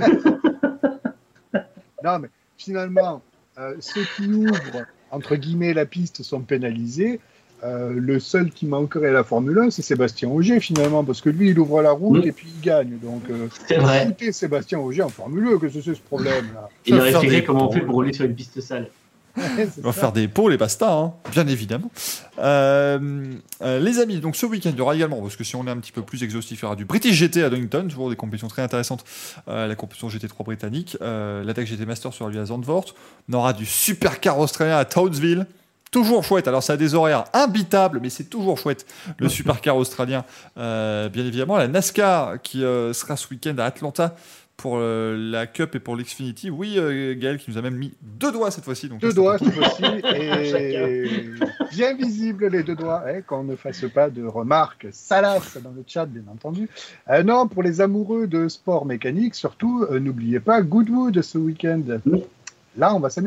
Non, mais finalement, euh, ceux qui ouvrent, entre guillemets, la piste sont pénalisés. Euh, le seul qui manquerait à la Formule un, c'est Sébastien Ogier finalement, parce que lui il ouvre la route mmh. et puis il gagne. Donc, euh, c'est vrai. Écoutez Sébastien Ogier en Formule un, que c'est ce problème-là. Il aurait expliqué comment on fait pour rouler sur une piste sale. Ouais, on va faire des pôles et basta, hein, bien évidemment. Euh, euh, les amis, donc ce week-end, il y aura également, parce que si on est un petit peu plus exhaustif, il y aura du British G T à Donington, toujours des compétitions très intéressantes. Euh, la compétition G T trois britannique, euh, l'Attaque G T Master sera lui à Zandvoort. On aura du Supercar australien à Townsville. Toujours chouette, alors ça a des horaires imbitables, mais c'est toujours chouette, le Supercar australien. Euh, bien évidemment, la NASCAR qui euh, sera ce week-end à Atlanta pour euh, la Cup et pour l'Xfinity. Oui, euh, Gaël qui nous a même mis deux doigts cette fois-ci. Donc deux là, doigts cette fois-ci, et bien visible les deux doigts, hein, qu'on ne fasse pas de remarques salaces dans le chat, bien entendu. Euh, non, pour les amoureux de sport mécanique, surtout, euh, n'oubliez pas Goodwood ce week-end. Là, on va s'amuser.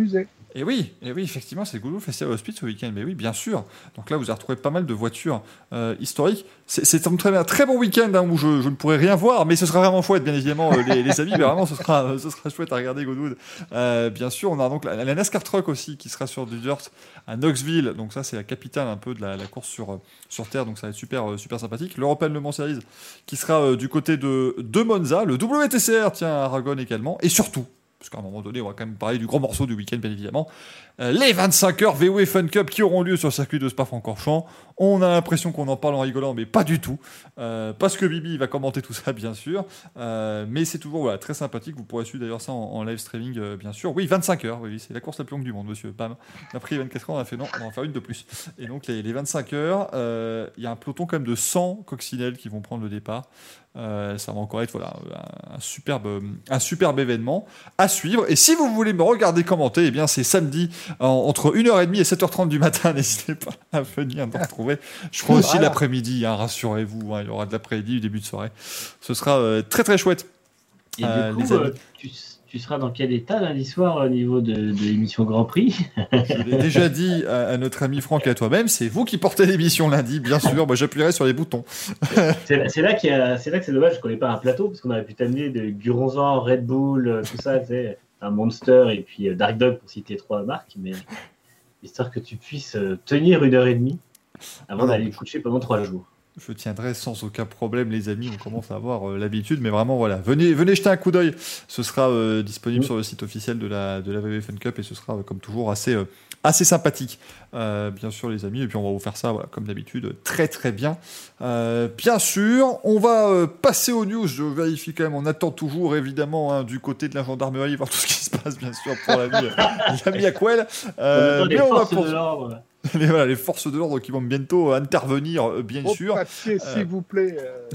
Et oui, et oui, effectivement, c'est le Goodwood Festival of Speed ce week-end. Mais oui, bien sûr. Donc là, vous avez retrouvé pas mal de voitures euh, historiques. C'est, c'est un très, un très bon week-end hein, où je, je ne pourrai rien voir, mais ce sera vraiment chouette, bien évidemment, euh, les, les amis. Mais vraiment, ce sera, ce sera chouette à regarder Goodwood. Euh, bien sûr, on a donc la, la NASCAR Truck aussi qui sera sur du dirt à Knoxville. Donc ça, c'est la capitale un peu de la, la course sur, sur terre. Donc ça va être super, euh, super sympathique. L'European Le Mans Series qui sera euh, du côté de, de Monza. Le W T C R, tiens, à Aragon également. Et surtout, parce qu'à un moment donné, on va quand même parler du gros morceau du week-end, bien évidemment. Euh, les vingt-cinq heures V W Fun Cup qui auront lieu sur le circuit de Spa-Francorchamps. On a l'impression qu'on en parle en rigolant, mais pas du tout. Euh, parce que Bibi va commenter tout ça, bien sûr. Euh, mais c'est toujours voilà, très sympathique. Vous pourrez suivre d'ailleurs ça en, en live streaming, euh, bien sûr. Oui, vingt-cinq heures. Oui, c'est la course la plus longue du monde, monsieur. Bam. On a pris vingt-quatre heures, on a fait non, on va en faire une de plus. Et donc, les, les vingt-cinq heures, il euh, y a un peloton quand même de cent coccinelles qui vont prendre le départ. Euh, ça va encore être voilà, un, un, superbe, un superbe événement à suivre. Et si vous voulez me regarder commenter, eh bien, c'est samedi en, entre une heure trente et sept heures trente du matin. N'hésitez pas à venir me retrouver. Je crois aussi voilà. L'après-midi, hein, rassurez-vous. Hein, il y aura de l'après-midi, du début de soirée. Ce sera euh, très très chouette. Et euh, du coup, euh, tu, tu seras dans quel état lundi soir au niveau de, de l'émission Grand Prix? Je l'ai déjà dit à, à notre ami Franck et à toi-même, c'est vous qui portez l'émission lundi, bien sûr. Moi, j'appuierai sur les boutons. c'est, c'est, là qu'il y a, c'est là que c'est dommage qu'on n'ait pas un plateau, parce qu'on aurait pu t'amener de Guronzan, Red Bull, tout ça, tu sais, un Monster et puis Dark Dog pour citer trois marques, mais histoire que tu puisses tenir une heure et demie avant non, d'aller coucher pendant trois jours. Je tiendrai sans aucun problème, les amis. On commence à avoir euh, l'habitude, mais vraiment, voilà. Venez, venez jeter un coup d'œil. Ce sera euh, disponible mmh. sur le site officiel de la, de la V W Fun Cup et ce sera, euh, comme toujours, assez, euh, assez sympathique. Euh, bien sûr, les amis. Et puis, on va vous faire ça, voilà, comme d'habitude, très, très bien. Euh, bien sûr, on va euh, passer aux news. Je vérifie quand même. On attend toujours, évidemment, hein, du côté de la gendarmerie, voir tout ce qui se passe, bien sûr, pour l'ami, l'ami Aquel. Euh, on mais on va pour... de l'ordre. Les, voilà, les forces de l'ordre qui vont bientôt intervenir, bien Au sûr. Papier, euh, s'il vous plaît.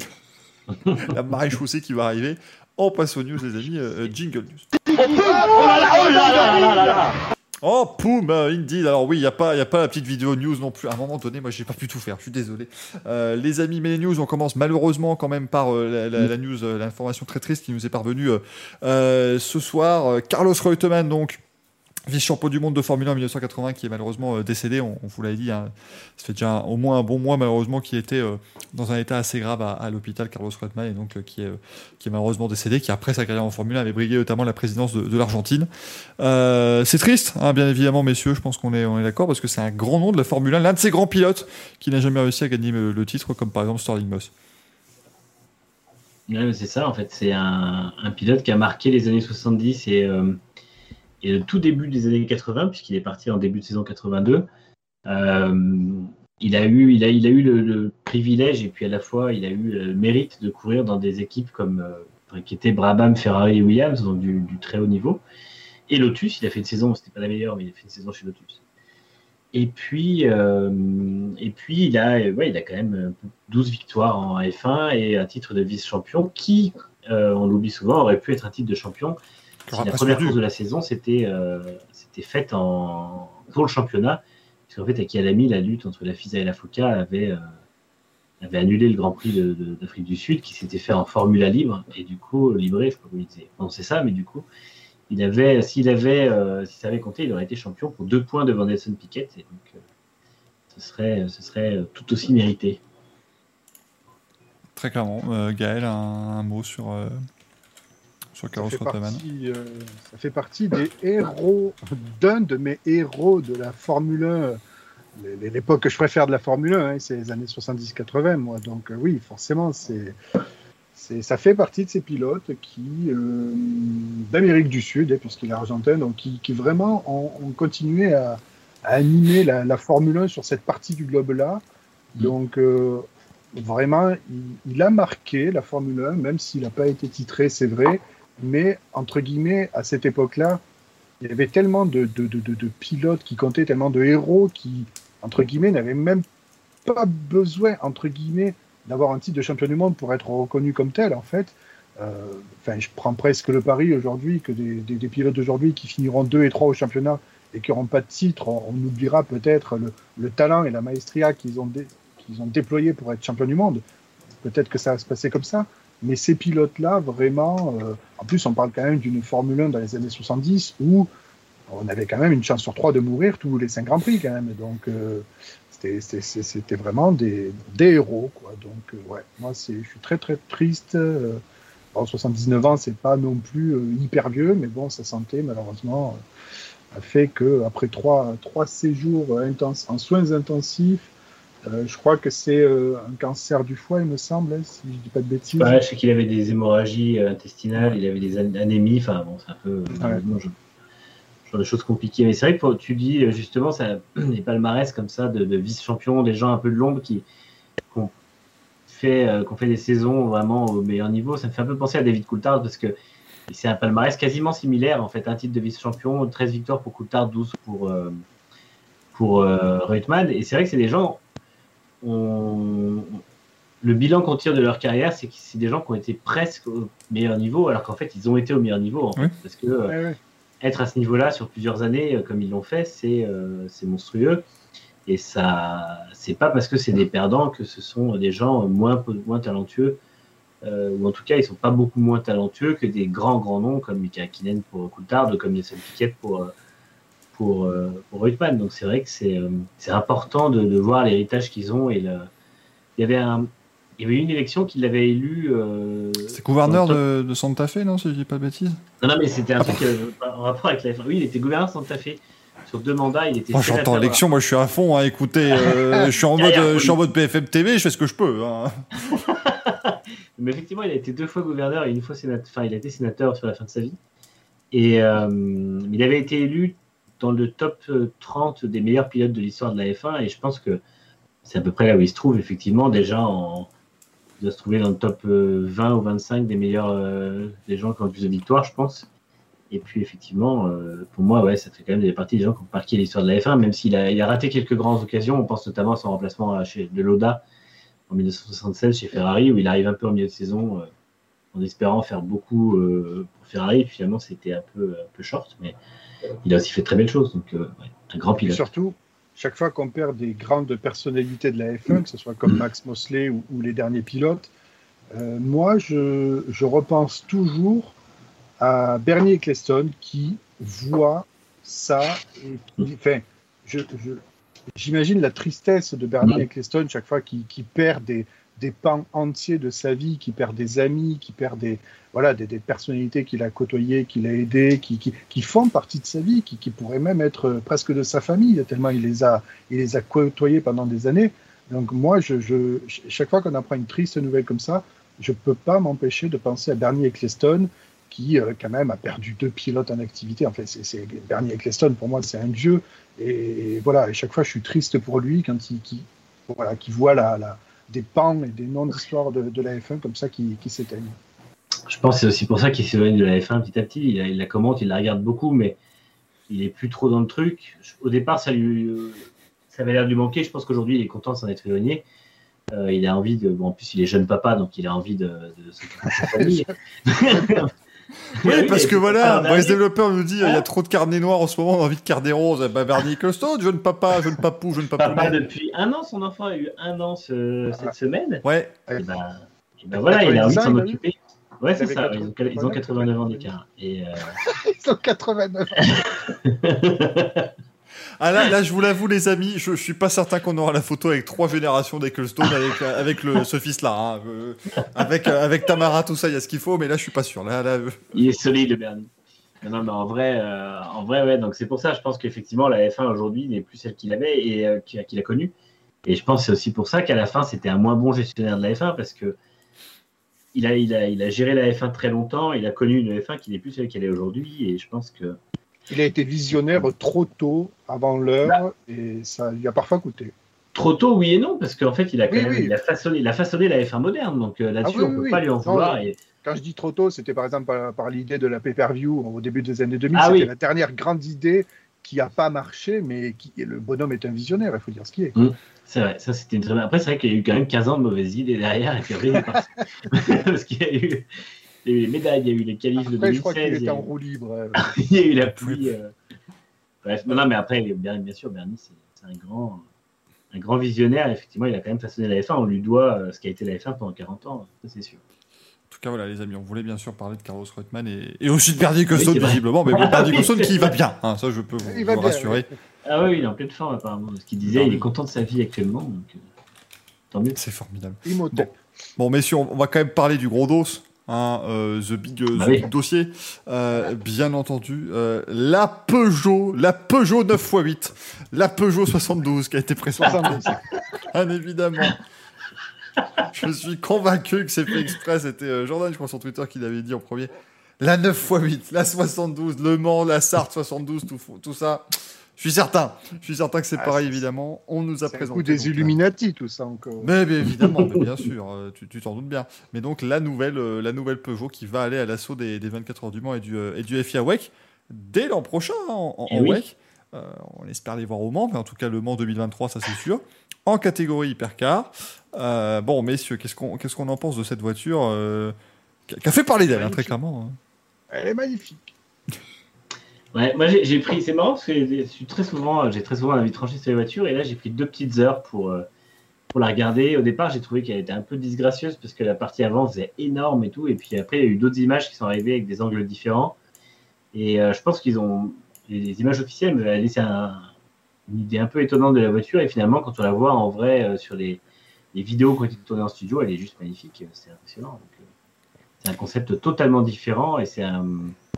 Euh... La maréchaussée qui va arriver. On passe aux news, les amis. Euh, jingle news. Oh là là, oh là là là là là. Oh, poum, euh, Indeed. Alors oui, il n'y a, a pas la petite vidéo news non plus. À un moment donné, moi, j'ai pas pu tout faire. Je suis désolé. Euh, les amis, mais les news, on commence malheureusement quand même par euh, la, la, la news, euh, l'information très triste qui nous est parvenue euh, euh, ce soir. Euh, Carlos Reutemann, donc, vice-champion du monde de Formule un en dix-neuf cent quatre-vingts, qui est malheureusement euh, décédé, on, on vous l'avait dit, hein. Ça fait déjà un, au moins un bon mois malheureusement qu'il était euh, dans un état assez grave à, à l'hôpital, Carlos Reutemann, et donc euh, qui, est, euh, qui est malheureusement décédé, qui après sa carrière en Formule un avait brigué notamment la présidence de, de l'Argentine. Euh, c'est triste, hein, bien évidemment, messieurs, je pense qu'on est, on est d'accord, parce que c'est un grand nom de la Formule un, l'un de ces grands pilotes qui n'a jamais réussi à gagner le, le titre, comme par exemple Stirling Moss. Ouais, c'est ça, en fait, c'est un, un pilote qui a marqué les années soixante-dix et... Euh... Et le tout début des années quatre-vingts, puisqu'il est parti en début de saison quatre-vingt-deux, euh, il a eu, il a, il a eu le, le privilège et puis à la fois il a eu le mérite de courir dans des équipes comme euh, qui étaient Brabham, Ferrari et Williams, donc du, du très haut niveau. Et Lotus, il a fait une saison, c'était pas la meilleure, mais il a fait une saison chez Lotus. Et puis, euh, et puis il a, ouais, il a quand même douze victoires en F un et un titre de vice-champion qui, euh, on l'oublie souvent, aurait pu être un titre de champion. Si la première course de la saison, c'était, euh, c'était faite en... pour le championnat, parce qu'en fait, à Kyalami, la lutte entre la FISA et la FOCA avait, euh, avait annulé le Grand Prix de, de, d'Afrique du Sud, qui s'était fait en Formula libre, et du coup, libré, je ne sais pas comment il disait, non, c'est ça, mais du coup, il avait, s'il avait, euh, si ça avait compté, il aurait été champion pour deux points devant Nelson Piquet, et donc, euh, ce serait, ce serait tout aussi mérité. Très clairement. Euh, Gaël, un, un mot sur... Euh... Ça fait, partie, euh, ça fait partie des héros, d'un de mes héros de la Formule un, l'époque que je préfère de la Formule un, hein, c'est les années soixante-dix quatre-vingts, moi, donc euh, oui, forcément, c'est, c'est, ça fait partie de ces pilotes qui, euh, d'Amérique du Sud, hein, puisqu'il est argentin, donc qui, qui vraiment ont, ont continué à, à animer la, la Formule un sur cette partie du globe-là, donc... Euh, vraiment, il, il a marqué la Formule un, même s'il n'a pas été titré, c'est vrai, mais entre guillemets, à cette époque-là, il y avait tellement de, de, de, de, de pilotes qui comptaient, tellement de héros qui, entre guillemets, n'avaient même pas besoin, entre guillemets, d'avoir un titre de champion du monde pour être reconnu comme tel, en fait. Euh, enfin, je prends presque le pari aujourd'hui que des, des, des pilotes d'aujourd'hui qui finiront deux et trois au championnat et qui n'auront pas de titre, on, on oubliera peut-être le, le talent et la maestria qu'ils ont, dé, qu'ils ont déployé pour être champion du monde. Peut-être que ça va se passer comme ça. Mais ces pilotes-là, vraiment, euh, en plus, on parle quand même d'une Formule un dans les années soixante-dix où on avait quand même une chance sur trois de mourir tous les cinq Grands Prix quand même. Donc euh, c'était, c'était, c'était vraiment des, des héros, quoi. Donc euh, ouais, moi c'est, je suis très très triste. Euh, bon, soixante-dix-neuf ans, c'est pas non plus euh, hyper vieux, mais bon, sa santé malheureusement euh, a fait que après trois trois séjours intenses en soins intensifs. Euh, je crois que c'est euh, un cancer du foie, il me semble, hein, si je dis pas de bêtises. Ouais, je sais qu'il avait des hémorragies intestinales, il avait des anémies, enfin bon, c'est un peu ouais. genre, genre de choses compliquées. Mais c'est vrai que tu dis justement, ça, les palmarès comme ça de, de vice-champions, des gens un peu de l'ombre qui, qui, ont fait, euh, qui ont fait des saisons vraiment au meilleur niveau, ça me fait un peu penser à David Coulthard parce que c'est un palmarès quasiment similaire en fait, un titre de vice-champion, treize victoires pour Coulthard, douze pour, euh, pour euh, Reutemann. Et c'est vrai que c'est des gens. On... Le bilan qu'on tire de leur carrière, c'est que c'est des gens qui ont été presque au meilleur niveau, alors qu'en fait, ils ont été au meilleur niveau. En fait, oui. Parce que euh, oui, oui. être à ce niveau-là sur plusieurs années, euh, comme ils l'ont fait, c'est, euh, c'est monstrueux. Et ça, c'est pas parce que c'est des perdants que ce sont des gens moins, moins talentueux, euh, ou en tout cas, ils sont pas beaucoup moins talentueux que des grands, grands noms comme Mika Hakkinen pour Coulthard, ou comme Nelson Piquet pour. pour, euh, pour Reutemann. Donc c'est vrai que c'est, euh, c'est important de, de voir l'héritage qu'ils ont. Et le... il, y avait un... il y avait une élection qui l'avait élu... Euh, c'est gouverneur de, de Santa Fe, non, si je dis pas de bêtises? Non, non, mais c'était un truc euh, en rapport avec la F un. Oui, il était gouverneur de Santa Fe. Sur deux mandats, il était... Moi, j'entends l'élection, moi je suis à fond, hein, écoutez, euh, je, suis en mode, je suis en mode P F M T V, je fais ce que je peux. Hein. Mais effectivement, il a été deux fois gouverneur et une fois sénateur, enfin, il a été sénateur sur la fin de sa vie. Et euh, il avait été élu dans le top trente des meilleurs pilotes de l'histoire de la F un, et je pense que c'est à peu près là où il se trouve, effectivement, déjà, en... il doit se trouver dans le top vingt ou vingt-cinq des meilleurs, euh, des gens qui ont le plus de victoires, je pense. Et puis, effectivement, euh, pour moi, ouais, ça fait quand même des parties des gens qui ont marqué l'histoire de la F un, même s'il a, il a raté quelques grandes occasions. On pense notamment à son remplacement à chez, de Lauda en dix-neuf cent soixante-seize chez Ferrari, où il arrive un peu en milieu de saison, euh, en espérant faire beaucoup euh, pour Ferrari, et finalement, c'était un peu, un peu short, mais il a aussi fait très belles choses, donc euh, ouais, un grand pilote. Et surtout, chaque fois qu'on perd des grandes personnalités de la F un, que ce soit comme Max Mosley ou, ou les derniers pilotes, euh, moi, je, je repense toujours à Bernie Ecclestone qui voit ça. Et qui, enfin, je, je, j'imagine la tristesse de Bernie Ecclestone chaque fois qu'il, qu'il perd des, des pans entiers de sa vie, qui perd des amis, qui perd des, voilà, des, des personnalités qu'il a côtoyées, qu'il a aidées, qui, qui, qui font partie de sa vie, qui, qui pourraient même être presque de sa famille, tellement il les a, il les a côtoyés pendant des années. Donc moi, je, je, chaque fois qu'on apprend une triste nouvelle comme ça, je ne peux pas m'empêcher de penser à Bernie Ecclestone, qui euh, quand même a perdu deux pilotes en activité. Enfin, c'est, c'est, Bernie Ecclestone, pour moi, c'est un dieu. Et, et voilà, et chaque fois, je suis triste pour lui quand il, qui, voilà, qui voit la, la, des pans et des noms d'histoire de, de la F un comme ça qui, qui s'éteignent. Je pense que c'est aussi pour ça qu'il s'éloigne de la F un petit à petit. Il la, il la commente, il la regarde beaucoup, mais il n'est plus trop dans le truc. Au départ, ça lui, ça avait l'air de lui manquer. Je pense qu'aujourd'hui, il est content de s'en être éloigné. Euh, il a envie de. Bon, en plus, il est jeune papa, donc il a envie de, de s'occuper de sa famille. Oui, oui, parce que voilà, Brice Développeur nous dit il y a trop de carnets noirs en ce moment, on a envie de carnets roses. Bah, Bernie Ecclestone, jeune papa, jeune papou, jeune papou. Papa depuis un an, son enfant a eu un an ce, cette semaine. Ouais. Et ben, bah, bah, voilà, il a envie de s'en occuper. Ouais, c'est ça, ils ont, ils ont quatre-vingt-neuf ans d'écart. Et euh... Ils ont quatre-vingt-neuf ans. Ah là, là, je vous l'avoue, les amis, je, je suis pas certain qu'on aura la photo avec trois générations d'Ecclestone avec, avec le, ce fils-là. Hein. Euh, avec, euh, avec Tamara, tout ça, il y a ce qu'il faut, mais là, je suis pas sûr. Là, là, euh... Il est solide, le Bernie. Non, non, mais en vrai, euh, en vrai, ouais. Donc c'est pour ça, je pense qu'effectivement, la F un aujourd'hui n'est plus celle qu'il avait et euh, qu'il a connue. Et je pense que c'est aussi pour ça qu'à la fin, c'était un moins bon gestionnaire de la F un parce que il a, il a, il a géré la F un très longtemps. Il a connu une F un qui n'est plus celle qu'elle est aujourd'hui. Et je pense que il a été visionnaire trop tôt, avant l'heure, bah, et ça lui a parfois coûté. Trop tôt, oui et non, parce qu'en fait, il a, quand oui, même, oui. Il a, façonné, il a façonné la F un moderne, donc euh, là-dessus, ah, oui, on ne peut oui. pas lui en vouloir. Et... Quand je dis trop tôt, c'était par exemple par, par l'idée de la pay-per-view au début des années deux mille. Ah, c'était oui. la dernière grande idée qui n'a pas marché, mais qui, le bonhomme est un visionnaire, il faut dire ce qui est. Mmh, c'est vrai, ça c'était une très... Après, c'est vrai qu'il y a eu quand même quinze ans de mauvaises idées derrière, et puis après, parce... parce qu'il y a eu... Il y a eu les médailles, il y a eu les qualifs de deux mille seize. Je crois qu'il était en roue libre. Il y a eu la pluie. Euh... Bref, non, non, mais après, bien, bien sûr, Bernie, c'est, c'est un, grand, un grand visionnaire. Effectivement, il a quand même façonné la F un. On lui doit euh, ce qu'a été la F un pendant quarante ans, ça c'est sûr. tout cas, voilà, les amis, on voulait bien sûr parler de Carlos Reutemann et, et aussi de Bernie Cosson, visiblement, mais bon, Bernie Cosson qui va bien, hein, ça je peux vous, vous rassurer. Bien, oui. Ah oui, il est en pleine forme apparemment. Ce qu'il disait, non, il est content de sa vie actuellement, donc euh, tant mieux. C'est formidable. Bon. bon, messieurs, on va quand même parler du gros dos. Hein, euh, the big, euh, bah the oui. big dossier, euh, bien entendu, euh, la Peugeot, la Peugeot neuf fois huit, la Peugeot soixante-douze qui a été présentée, bien évidemment. Je suis convaincu que c'est fait exprès, c'était euh, Jordan, je crois, sur Twitter qui l'avait dit en premier. La neuf fois huit, la soixante-douze, Le Mans, la Sarthe soixante-douze, tout, tout ça. Je suis certain, je suis certain que c'est ah, pareil, c'est, évidemment. On nous a c'est présenté. C'est des Illuminati, là. Tout ça encore. Mais, mais évidemment, mais bien sûr, euh, tu, tu t'en doutes bien. Mais donc, la nouvelle, euh, la nouvelle Peugeot qui va aller à l'assaut des, des vingt-quatre heures du Mans et du, euh, et du F I A W E C dès l'an prochain, en, en, en oui. W E C. Euh, on espère les voir au Mans, mais en tout cas, le Mans deux mille vingt-trois, ça c'est sûr. En catégorie hypercar. Euh, bon, messieurs, qu'est-ce qu'on, qu'est-ce qu'on en pense de cette voiture euh, qui, a, qui a fait parler d'elle, hein, très clairement. Hein. Elle est magnifique. Ouais, moi j'ai, j'ai pris, c'est marrant parce que je suis très souvent, j'ai très souvent la vie tranchée sur les voitures et là j'ai pris deux petites heures pour, euh, pour la regarder. Au départ j'ai trouvé qu'elle était un peu disgracieuse parce que la partie avant faisait énorme et tout, et puis après il y a eu d'autres images qui sont arrivées avec des angles différents et euh, je pense qu'ils ont, les images officielles m'avaient laissé un, une idée un peu étonnante de la voiture et finalement quand on la voit en vrai euh, sur les, les vidéos qui ont été tournées en studio, elle est juste magnifique, c'est impressionnant. Donc, euh, c'est un concept totalement différent et c'est un...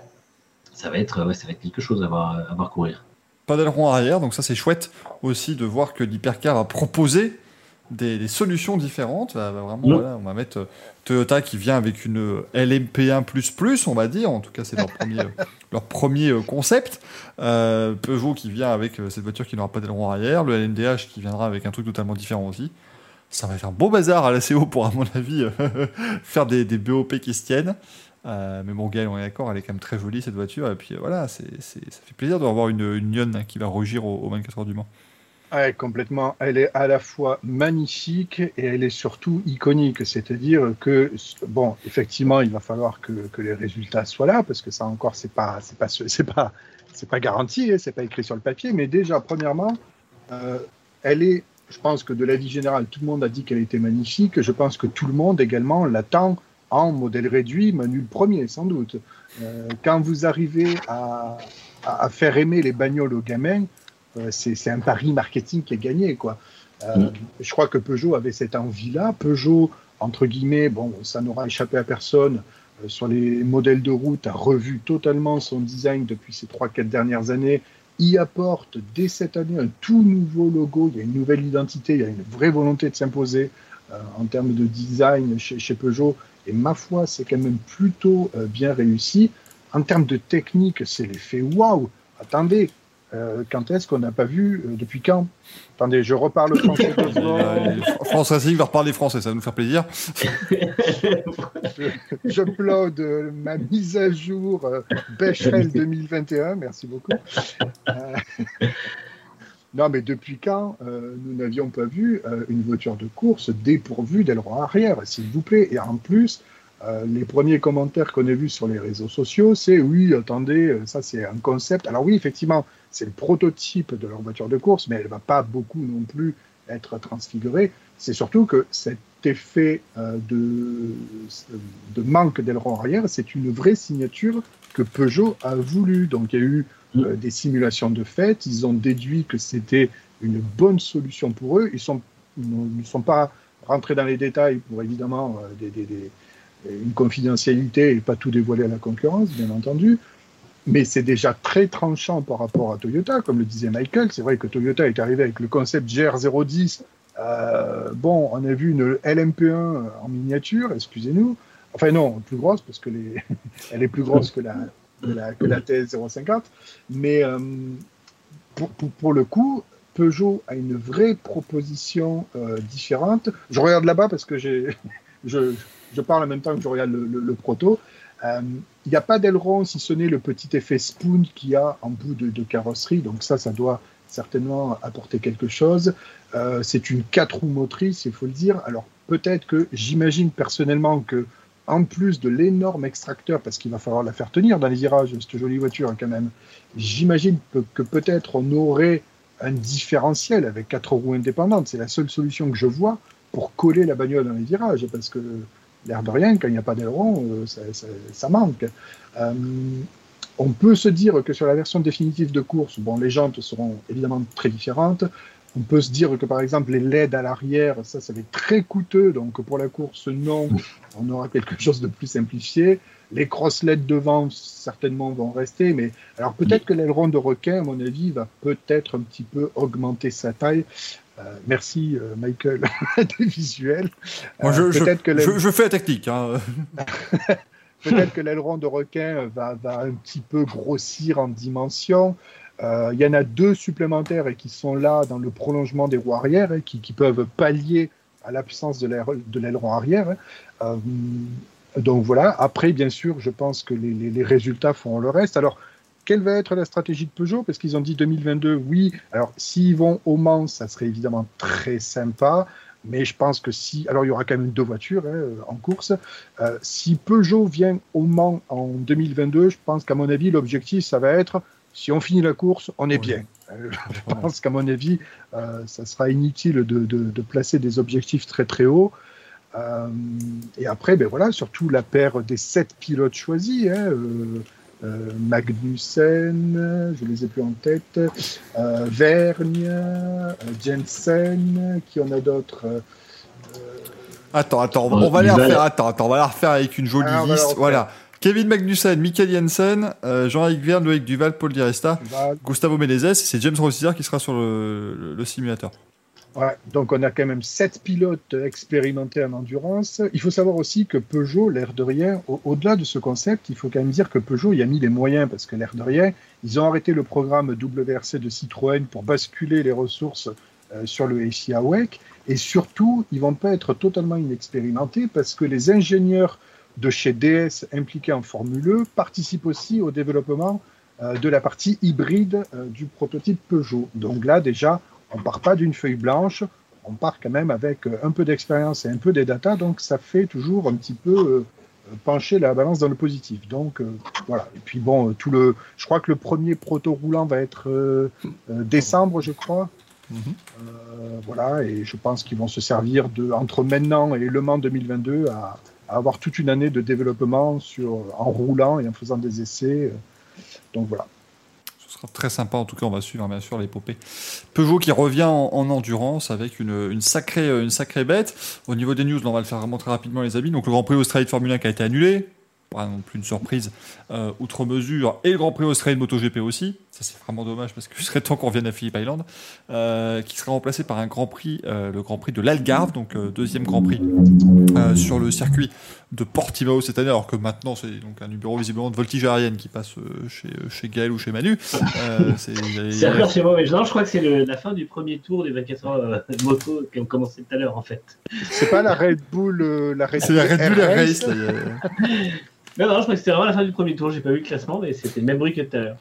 Ça va, être, ouais, ça va être quelque chose à voir, à voir courir. Pas d'aileron arrière, donc ça c'est chouette aussi de voir que l'hypercar va proposer des, des solutions différentes. Va, va vraiment, mmh. voilà, on va mettre euh, Toyota qui vient avec une L M P un plus plus, on va dire. En tout cas, c'est leur premier, euh, leur premier euh, concept. Euh, Peugeot qui vient avec euh, cette voiture qui n'aura pas d'aileron arrière. Le L M D H qui viendra avec un truc totalement différent aussi. Ça va être un beau bazar à la C O pour, à mon avis, euh, faire des, des B O P qui se tiennent. Euh, mais bon, Gaël, on est d'accord, elle est quand même très jolie cette voiture. Et puis euh, voilà, c'est, c'est, ça fait plaisir de revoir une, une lionne qui va rugir aux, aux vingt-quatre heures du Mans. Ouais, complètement. Elle est à la fois magnifique et elle est surtout iconique. C'est-à-dire que, bon, effectivement, il va falloir que, que les résultats soient là, parce que ça encore, c'est pas, c'est pas, c'est pas, c'est pas garanti, hein, c'est pas écrit sur le papier. Mais déjà, premièrement, euh, elle est, je pense que de l'avis général, tout le monde a dit qu'elle était magnifique. Je pense que tout le monde également l'attend en modèle réduit, Manu le premier, sans doute. Euh, quand vous arrivez à, à, à faire aimer les bagnoles aux gamins, euh, c'est, c'est un pari marketing qui est gagné, quoi. Euh, mmh. Je crois que Peugeot avait cette envie-là. Peugeot, entre guillemets, bon, ça n'aura échappé à personne, euh, sur les modèles de route, a revu totalement son design depuis ces trois quatre dernières années. Y apporte dès cette année un tout nouveau logo, il y a une nouvelle identité, il y a une vraie volonté de s'imposer euh, en termes de design chez, chez Peugeot. Et ma foi, c'est quand même plutôt euh, bien réussi. En termes de technique, c'est l'effet waouh. Attendez, euh, quand est-ce qu'on n'a pas vu euh, depuis quand? Attendez, je reparle français. euh, France Racing va reparler français, ça va nous faire plaisir. je, je upload euh, ma mise à jour euh, Becherel deux mille vingt et un, merci beaucoup. Euh, Non, mais depuis quand euh, nous n'avions pas vu euh, une voiture de course dépourvue d'aileron arrière, s'il vous plaît. Et en plus, euh, les premiers commentaires qu'on a vus sur les réseaux sociaux, c'est « oui, attendez, ça c'est un concept ». Alors oui, effectivement, c'est le prototype de leur voiture de course, mais elle ne va pas beaucoup non plus être transfigurée. C'est surtout que cet effet euh, de, de manque d'aileron arrière, c'est une vraie signature que Peugeot a voulu. Donc il y a eu Euh, des simulations de fait, ils ont déduit que c'était une bonne solution pour eux. Ils sont, ne sont pas rentrés dans les détails pour évidemment euh, des, des, des, une confidentialité et pas tout dévoiler à la concurrence, bien entendu. Mais c'est déjà très tranchant par rapport à Toyota, comme le disait Michael. C'est vrai que Toyota est arrivé avec le concept G R zéro dix. Euh, bon, on a vu une L M P un en miniature, excusez-nous. Enfin non, plus grosse, parce que les... elle est plus grosse que la... Que la, que la T S zéro cinquante, mais euh, pour, pour, pour le coup, Peugeot a une vraie proposition euh, différente. Je regarde là-bas parce que j'ai, je, je parle en même temps que je regarde le, le, le proto. Il euh, n'y a pas d'aileron, si ce n'est le petit effet spoon qu'il y a en bout de, de carrosserie, donc ça, ça doit certainement apporter quelque chose. Euh, c'est une quatre roues motrices, il faut le dire. Alors peut-être que j'imagine personnellement que en plus de l'énorme extracteur, parce qu'il va falloir la faire tenir dans les virages, cette jolie voiture hein, quand même, j'imagine que, que peut-être on aurait un différentiel avec quatre roues indépendantes. C'est la seule solution que je vois pour coller la bagnole dans les virages, parce que l'air de rien, quand il n'y a pas d'aileron, euh, ça, ça, ça manque. Euh, on peut se dire que sur la version définitive de course, bon, les jantes seront évidemment très différentes. On peut se dire que par exemple les L E D à l'arrière, ça, ça va être très coûteux, donc pour la course, non, on aura quelque chose de plus simplifié. Les cross-L E D devant, certainement, vont rester, mais alors peut-être que l'aileron de requin, à mon avis, va peut-être un petit peu augmenter sa taille. Euh, merci euh, Michael des visuels. Moi, je, euh, peut-être je, que je, je fais la technique. Hein. Peut-être que l'aileron de requin va, va un petit peu grossir en dimension. Euh, il y en a deux supplémentaires et qui sont là dans le prolongement des roues arrière, hein, qui, qui peuvent pallier à l'absence de l'aileron arrière. Hein. Euh, donc voilà. Après, bien sûr, je pense que les, les, les résultats feront le reste. Alors, quelle va être la stratégie de Peugeot? Parce qu'ils ont dit deux mille vingt-deux, oui. Alors, s'ils vont au Mans, ça serait évidemment très sympa. Mais je pense que si... Alors, il y aura quand même deux voitures hein, en course. Euh, si Peugeot vient au Mans en deux mille vingt-deux, je pense qu'à mon avis, l'objectif, ça va être... Si on finit la course, on est bien. Euh, je pense qu'à mon avis, euh, ça sera inutile de, de, de placer des objectifs très très hauts. Euh, et après, ben voilà, surtout la paire des sept pilotes choisis. Hein, euh, euh, Magnussen, je les ai plus en tête. Euh, Vergne, euh, Jensen, qui en a d'autres. Euh, attends, attends, on va les refaire. Attends, attends, on va la refaire avec une jolie ah, liste. Voilà. Kevin Magnussen, Michael Jensen, euh, Jean-Éric Vergne, Loïc Duval, Paul Di Resta, Duval. Gustavo Menezes, c'est James Rossier qui sera sur le, le, le simulateur. Ouais, donc on a quand même sept pilotes expérimentés en endurance. Il faut savoir aussi que Peugeot, l'air de rien, au- au-delà de ce concept, il faut quand même dire que Peugeot y a mis les moyens, parce que l'air de rien, ils ont arrêté le programme W R C de Citroën pour basculer les ressources euh, sur le F I A W E C, et surtout, ils vont pas être totalement inexpérimentés, parce que les ingénieurs de chez D S impliqués en Formule E participent aussi au développement euh, de la partie hybride euh, du prototype Peugeot. Donc là, déjà, on part pas d'une feuille blanche, on part quand même avec euh, un peu d'expérience et un peu des datas, donc ça fait toujours un petit peu euh, pencher la balance dans le positif. Donc euh, voilà. Et puis bon, tout le, je crois que le premier proto roulant va être euh, euh, décembre, je crois. Mm-hmm. Euh, voilà, et je pense qu'ils vont se servir de entre maintenant et Le Mans deux mille vingt-deux à à avoir toute une année de développement sur, en roulant et en faisant des essais. Donc voilà. Ce sera très sympa, en tout cas on va suivre bien sûr l'épopée. Peugeot qui revient en, en endurance avec une, une, sacrée, une sacrée bête. Au niveau des news, là, on va le faire vraiment très rapidement les amis. Donc le Grand Prix Australie de Formule un qui a été annulé. Pas non plus une surprise euh, outre mesure. Et le Grand Prix Australie de MotoGP aussi. Ça c'est vraiment dommage parce que ce serait temps qu'on revienne à Phillip Island. Euh, qui sera remplacé par un Grand Prix, euh, le Grand Prix de l'Algarve, donc euh, deuxième Grand Prix euh, sur le circuit de Portimao cette année, alors que maintenant c'est donc un numéro visiblement de voltige aérienne qui passe euh, chez, chez Gaël ou chez Manu. Euh, c'est c'est encore chez moi, mais non, je crois que c'est le, la fin du premier tour des vingt-quatre heures euh, de moto qui ont commencé tout à l'heure en fait. C'est pas la Red Bull, euh, la Red C'est la Red Bull Air Race. Là, non, non, je crois que c'était vraiment la fin du premier tour, j'ai pas vu le classement, mais c'était le même bruit que tout à l'heure.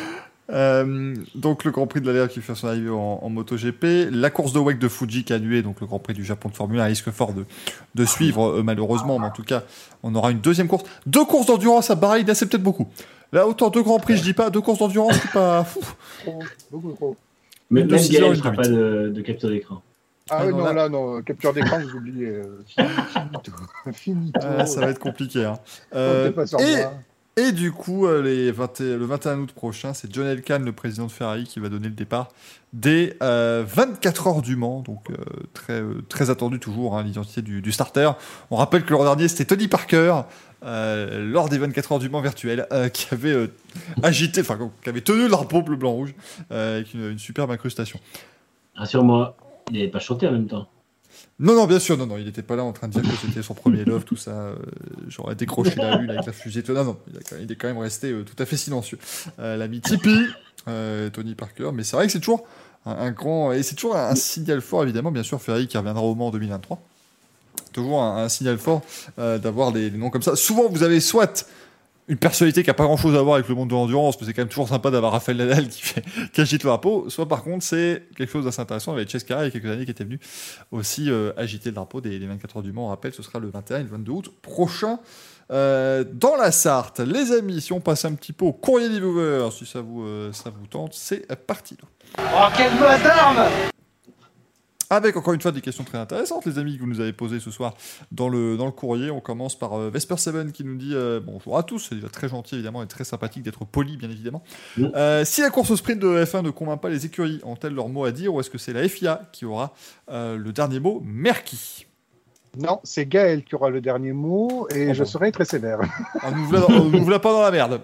Euh, donc le Grand Prix de l'Algarve qui fait son arrivée en, en MotoGP, la course de W E C de Fuji qui a annulé, donc le Grand Prix du Japon de Formule un risque fort de, de suivre euh, malheureusement, mais en tout cas on aura une deuxième course, deux courses d'endurance à Bahreïn, c'est peut-être beaucoup. Là autant deux Grands Prix, je dis pas, deux courses d'endurance, c'est pas fou. Beaucoup trop. Mais même Gaël ne fera pas de, de capture d'écran. Ah, ah oui, non, non, là, là non, capture d'écran, vous oubliez. Euh, finito. finito. Euh, ça va être compliqué. Hein. Euh, pas sur et... moi. Et du coup, les vingt et, le vingt et un août prochain, c'est John Elkann, le président de Ferrari, qui va donner le départ des euh, vingt-quatre heures du Mans. Donc, euh, très, euh, très attendu toujours, hein, l'identité du, du starter. On rappelle que l'an dernier, c'était Tony Parker, euh, lors des vingt-quatre heures du Mans virtuelles, euh, qui avait euh, agité, enfin, qui avait tenu le drapeau bleu, blanc, rouge, euh, avec une, une superbe incrustation. Rassure-moi, il n'avait pas chanté en même temps. Non, non, bien sûr, non, non, il n'était pas là en train de dire que c'était son premier love, tout ça. Euh, j'aurais décroché la lune avec la fusée. Tout, non, non, il, a, il est quand même resté euh, tout à fait silencieux. Euh, l'ami Tipeee, euh, Tony Parker, mais c'est vrai que c'est toujours un, un grand. Et c'est toujours un, un signal fort, évidemment, bien sûr, Ferrari qui reviendra au Mans en deux mille vingt-trois. Toujours un, un signal fort euh, d'avoir des, des noms comme ça. Souvent, vous avez soit une personnalité qui n'a pas grand chose à voir avec le monde de l'endurance, mais c'est quand même toujours sympa d'avoir Rafael Nadal qui, fait, qui agite le drapeau. Soit par contre, c'est quelque chose d'assez intéressant avec Chase Carey il y a quelques années qui était venu aussi euh, agiter le drapeau des, des vingt-quatre heures du Mans. On rappelle, ce sera le vingt et un et le vingt-deux août prochain euh, dans la Sarthe. Les amis, si on passe un petit peu au courrier des viewers, si ça vous, euh, ça vous tente, c'est parti. Oh, quelle masse d'armes! Avec encore une fois des questions très intéressantes, les amis, que vous nous avez posées ce soir dans le, dans le courrier. On commence par euh, Vesper sept qui nous dit euh, bonjour à tous. C'est très gentil évidemment et très sympathique d'être poli, bien évidemment. Mmh. Euh, si la course au sprint de F un ne convainc pas les écuries, ont-elles leur mot à dire ou est-ce que c'est la F I A qui aura euh, le dernier mot? Mercky. Non, c'est Gaël qui aura le dernier mot et oh je bon. serai très sévère. On ne nous voilà pas dans la merde.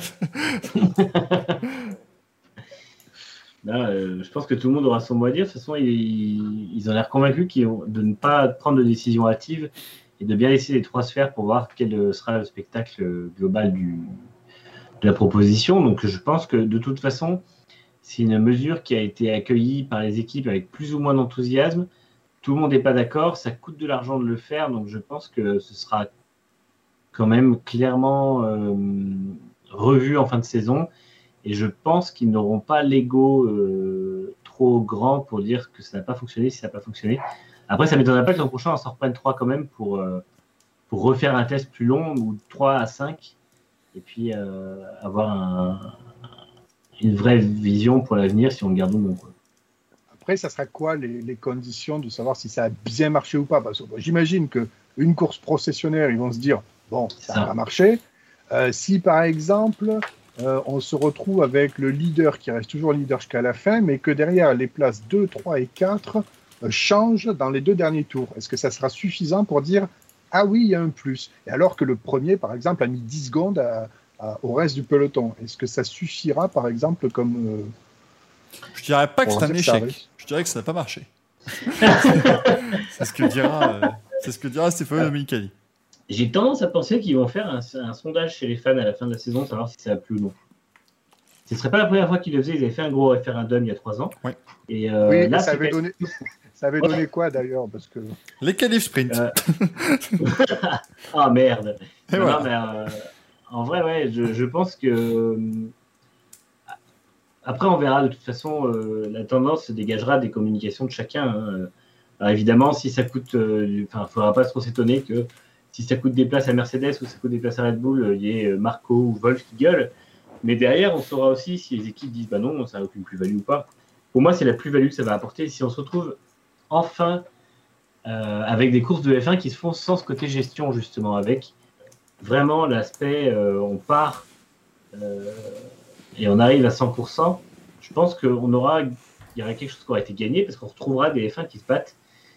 Là, euh, je pense que tout le monde aura son mot à dire. De toute façon, ils, ils ont l'air convaincus qu'ils ont, de ne pas prendre de décision hâtive et de bien laisser les trois se faire pour voir quel sera le spectacle global du, de la proposition. Donc, je pense que de toute façon, c'est une mesure qui a été accueillie par les équipes avec plus ou moins d'enthousiasme. Tout le monde n'est pas d'accord. Ça coûte de l'argent de le faire. Donc, je pense que ce sera quand même clairement euh, revu en fin de saison. Et je pense qu'ils n'auront pas l'ego euh, trop grand pour dire que ça n'a pas fonctionné si ça n'a pas fonctionné. Après, ça ne m'étonnerait pas que l'an prochain, on s'en reprenne trois quand même pour, euh, pour refaire un test plus long, ou trois à cinq, et puis euh, avoir un, une vraie vision pour l'avenir si on le garde ou non. Quoi. Après, ça sera quoi les, les conditions de savoir si ça a bien marché ou pas? Parce que bon, j'imagine qu'une course processionnaire, ils vont se dire, bon, ça, ça. a marché. Euh, si par exemple... Euh, on se retrouve avec le leader qui reste toujours leader jusqu'à la fin, mais que derrière les places deux, trois et quatre euh, changent dans les deux derniers tours. Est-ce que ça sera suffisant pour dire « Ah oui, il y a un plus » et alors que le premier, par exemple, a mis dix secondes à, à, au reste du peloton. Est-ce que ça suffira, par exemple, comme... Euh, Je dirais pas que c'est un échec. Je dirais que ça n'a pas marché. c'est, ce que dira, euh, c'est ce que dira Stefano Domenicali. J'ai tendance à penser qu'ils vont faire un, un sondage chez les fans à la fin de la saison, savoir si ça a plu ou non. Ce ne serait pas la première fois qu'ils le faisaient. Ils avaient fait un gros référendum il y a trois ans. Oui, et euh, oui là, ça, avait donné, ça avait donné quoi d'ailleurs parce que... Les qualifs sprint. Euh... Ah merde. Non, voilà. non, mais, euh, en vrai, ouais, je, je pense que... Après, on verra. De toute façon, euh, la tendance se dégagera des communications de chacun. Hein. Alors évidemment, si ça coûte... Enfin, euh, il ne faudra pas trop s'étonner que si ça coûte des places à Mercedes ou ça coûte des places à Red Bull, il y ait Marco ou Wolf qui gueulent. Mais derrière, on saura aussi si les équipes disent bah non, ça n'a aucune plus-value ou pas. Pour moi, c'est la plus-value que ça va apporter. Si on se retrouve enfin euh, avec des courses de F un qui se font sans ce côté gestion, justement, avec vraiment l'aspect euh, on part euh, et on arrive à cent pour cent, je pense qu'on aura, il y aura quelque chose qui aura été gagné parce qu'on retrouvera des F un qui se battent.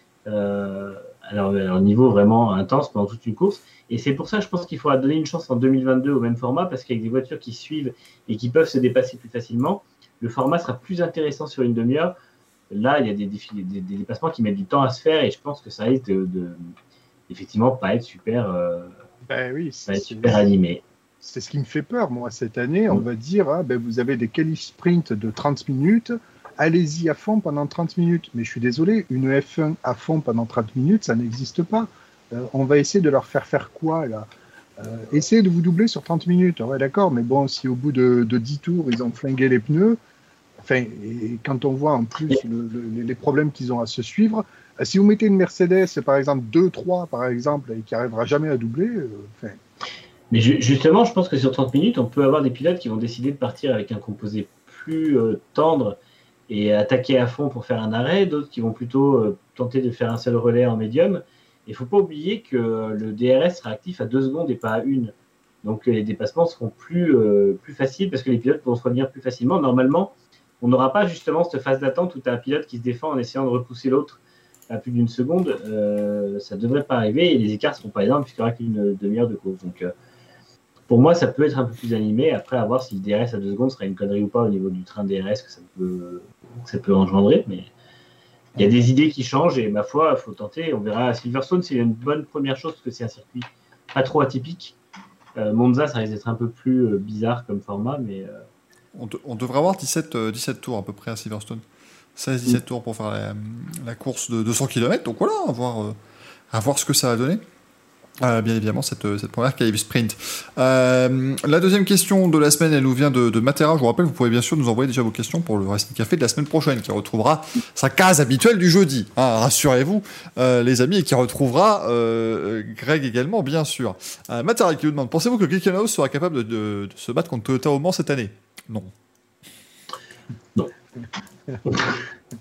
Euh, alors, à un niveau vraiment intense pendant toute une course. Et c'est pour ça, je pense qu'il faudra donner une chance en deux mille vingt-deux au même format, parce qu'avec des voitures qui suivent et qui peuvent se dépasser plus facilement, le format sera plus intéressant sur une demi-heure. Là, il y a des, défis, des, des dépassements qui mettent du temps à se faire, et je pense que ça risque de, de effectivement pas être super, euh, ben oui, pas être super animé. C'est ce qui me fait peur, moi, cette année. On mmh. va dire, hein, ben, vous avez des qualifs sprint de trente minutes, allez-y à fond pendant trente minutes. Mais je suis désolé, une F un à fond pendant trente minutes, ça n'existe pas. Euh, on va essayer de leur faire faire quoi, là euh, Essayez de vous doubler sur trente minutes. Ouais, d'accord, mais bon, si au bout de, de dix tours, ils ont flingué les pneus, enfin, et quand on voit en plus le, le, les problèmes qu'ils ont à se suivre, euh, si vous mettez une Mercedes, par exemple, deux trois, par exemple, et qui n'arrivera jamais à doubler, euh, enfin... Mais ju- justement, je pense que sur trente minutes, on peut avoir des pilotes qui vont décider de partir avec un composé plus euh, tendre et attaquer à fond pour faire un arrêt, d'autres qui vont plutôt euh, tenter de faire un seul relais en médium. Il ne faut pas oublier que le D R S sera actif à deux secondes et pas à une. Donc les dépassements seront plus, euh, plus faciles parce que les pilotes pourront se revenir plus facilement. Normalement, on n'aura pas justement cette phase d'attente où tu as un pilote qui se défend en essayant de repousser l'autre à plus d'une seconde. Euh, ça ne devrait pas arriver et les écarts ne seront pas énormes puisqu'il n'y aura qu'une demi-heure de course. Donc euh, pour moi, ça peut être un peu plus animé. Après, à voir si le D R S à deux secondes sera une connerie ou pas au niveau du train D R S que ça peut, que ça peut engendrer. Mais il y a des idées qui changent et ma foi, il faut tenter. On verra à Silverstone, c'est une bonne première chose parce que c'est un circuit pas trop atypique. Euh, Monza, ça risque d'être un peu plus euh, bizarre comme format. mais euh... on, de, on devrait avoir dix-sept, euh, dix-sept tours à peu près à Silverstone. seize dix-sept mmh. tours pour faire la, la course de deux cents kilomètres. Donc voilà, à voir, euh, à voir ce que ça va donner. Euh, bien évidemment, cette, cette première qualif sprint. Euh, la deuxième question de la semaine, elle nous vient de, de Matera. Je vous rappelle, vous pouvez bien sûr nous envoyer déjà vos questions pour le Racing Café de la semaine prochaine, qui retrouvera sa case habituelle du jeudi. Hein, rassurez-vous, euh, les amis, et qui retrouvera euh, Greg également, bien sûr. Euh, Matera qui nous demande, pensez-vous que Glickenhaus sera capable de, de, de se battre contre Toyota au Mans cette année ? Non. Non.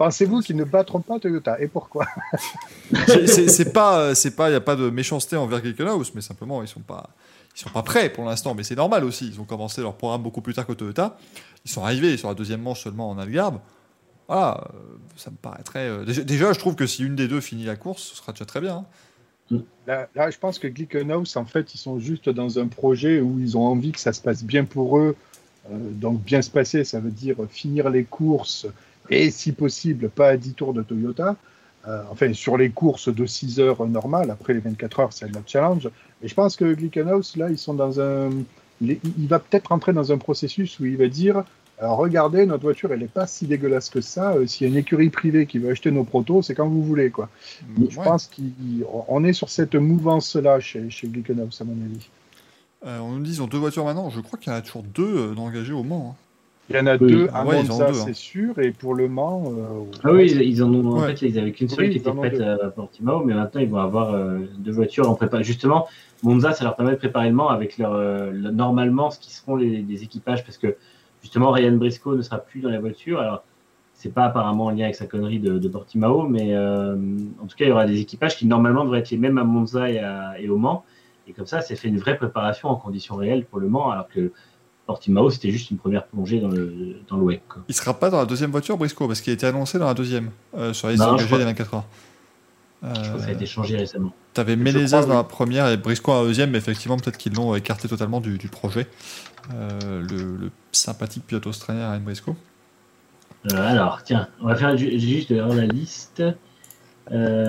Pensez-vous qu'ils ne battront pas Toyota? Et pourquoi? c'est, c'est pas, c'est pas, il y a pas de méchanceté envers Glickenhaus, mais simplement ils sont pas, ils sont pas prêts pour l'instant. Mais c'est normal aussi. Ils ont commencé leur programme beaucoup plus tard que Toyota. Ils sont arrivés sur la deuxième manche seulement en Algarve. Voilà, euh, ça me paraîtrait. Euh, déjà, déjà, je trouve que si une des deux finit la course, ce sera déjà très bien. Hein. Là, là, je pense que Glickenhaus, en fait, ils sont juste dans un projet où ils ont envie que ça se passe bien pour eux. Euh, donc, bien se passer, ça veut dire finir les courses et, si possible, pas à dix tours de Toyota. Euh, enfin, sur les courses de six heures normales. Après les vingt-quatre heures, c'est le challenge. Mais je pense que Glickenhaus, là, ils sont dans un. Il, est... il va peut-être rentrer dans un processus où il va dire. Alors regardez, notre voiture, elle n'est pas si dégueulasse que ça. Euh, s'il y a une écurie privée qui veut acheter nos protos, c'est quand vous voulez, quoi. Ouais. Je pense qu'on est sur cette mouvance-là chez, chez Glickenhaus, à mon avis. Euh, on nous dit qu'ils ont deux voitures maintenant. Je crois qu'il y en a toujours deux euh, d'engagés au Mans. Hein. Il y en a oui. deux à ouais, Monza, c'est hein. sûr, et pour le Mans... Euh, ah oui, ils, ils en ont... En ouais. fait, ils n'avaient qu'une seule oui, qui était prête deux. à Portimao, mais maintenant, ils vont avoir euh, deux voitures en prépa. Justement, Monza, ça leur permet de préparer le Mans avec leur, euh, le, normalement ce qui seront les, les équipages, parce que justement, Ryan Briscoe ne sera plus dans la voiture. Alors, c'est pas apparemment en lien avec sa connerie de, de Portimao, mais euh, en tout cas, il y aura des équipages qui normalement devraient être les mêmes à Monza et, à, et au Mans. Et comme ça, c'est fait une vraie préparation en conditions réelles pour le Mans, alors que Portimao, c'était juste une première plongée dans le, dans le W E C. Quoi. Il sera pas dans la deuxième voiture, Briscoe, parce qu'il a été annoncé dans la deuxième, euh, sur les engagés des vingt-quatre heures. Euh, je crois que ça a été changé récemment. Tu avais Menezes dans la première et Briscoe dans la deuxième, mais effectivement, peut-être qu'ils l'ont écarté totalement du, du projet. Euh, le, le sympathique pilote australien Ryan Briscoe. Euh, alors, tiens, on va faire juste la liste. Euh...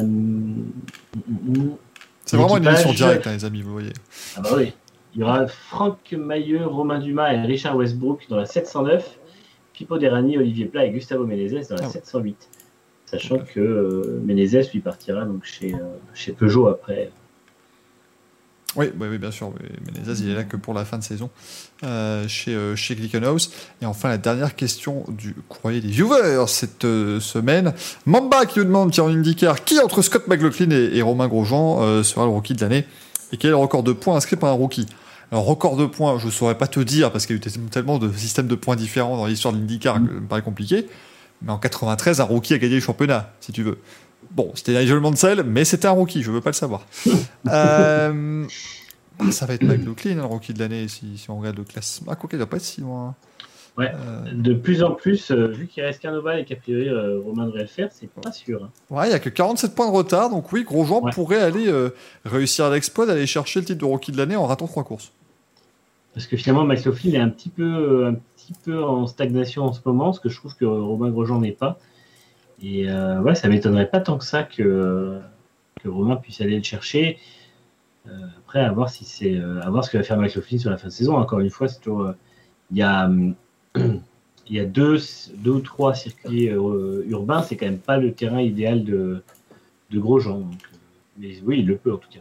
C'est vraiment une émission directe, hein, les amis, vous voyez. Ah bah oui. Il y aura Franck Mailleux, Romain Dumas et Richard Westbrook dans la sept cent neuf, Pipo Derani, Olivier Plat et Gustavo Menezes dans la ah ouais. sept cent huit. Sachant okay. que euh, Menezes lui partira donc chez, euh, chez Peugeot après. Oui, oui, oui, bien sûr. Oui. Menezes, il est là que pour la fin de saison euh, chez, euh, chez Glickenhaus. Et enfin, la dernière question du courrier des viewers cette euh, semaine. Mamba qui nous demande, qui en IndyCar, qui entre Scott McLaughlin et, et Romain Grosjean euh, sera le rookie de l'année et quel est le record de points inscrit par un rookie? Alors, record de points, je ne saurais pas te dire parce qu'il y a eu tellement de systèmes de points différents dans l'histoire de l'IndyCar que ça me paraît compliqué. Mais en quatre-vingt-treize, un rookie a gagné le championnat, si tu veux. Bon, c'était Nigel Mansell, mais c'était un rookie, je ne veux pas le savoir. euh, bah, ça va être McLaughlin, le rookie de l'année, si, si on regarde le classement. Ah, quoi qu'il ne doit pas être si loin. Ouais, euh... de plus en plus, euh, vu qu'il reste Carnova et qu'a priori euh, Romain devrait le faire, c'est pas sûr. Hein. Ouais, il n'y a que quarante-sept points de retard, donc oui, Grosjean ouais. pourrait aller euh, réussir l'exploit d'aller chercher le titre de rookie de l'année en ratant trois courses. Parce que finalement, McLaughlin est un petit peu, un petit peu en stagnation en ce moment, ce que je trouve que Romain Grosjean n'est pas. Et euh, ouais, ça m'étonnerait pas tant que ça que, que Romain puisse aller le chercher. Euh, après, à voir, si c'est, euh, à voir ce que va faire McLaughlin sur la fin de saison. Encore une fois, c'est toujours, euh, il y a, il y a deux, deux ou trois circuits euh, urbains. C'est quand même pas le terrain idéal de, de Grosjean. Donc, euh, mais oui, il le peut en tout cas.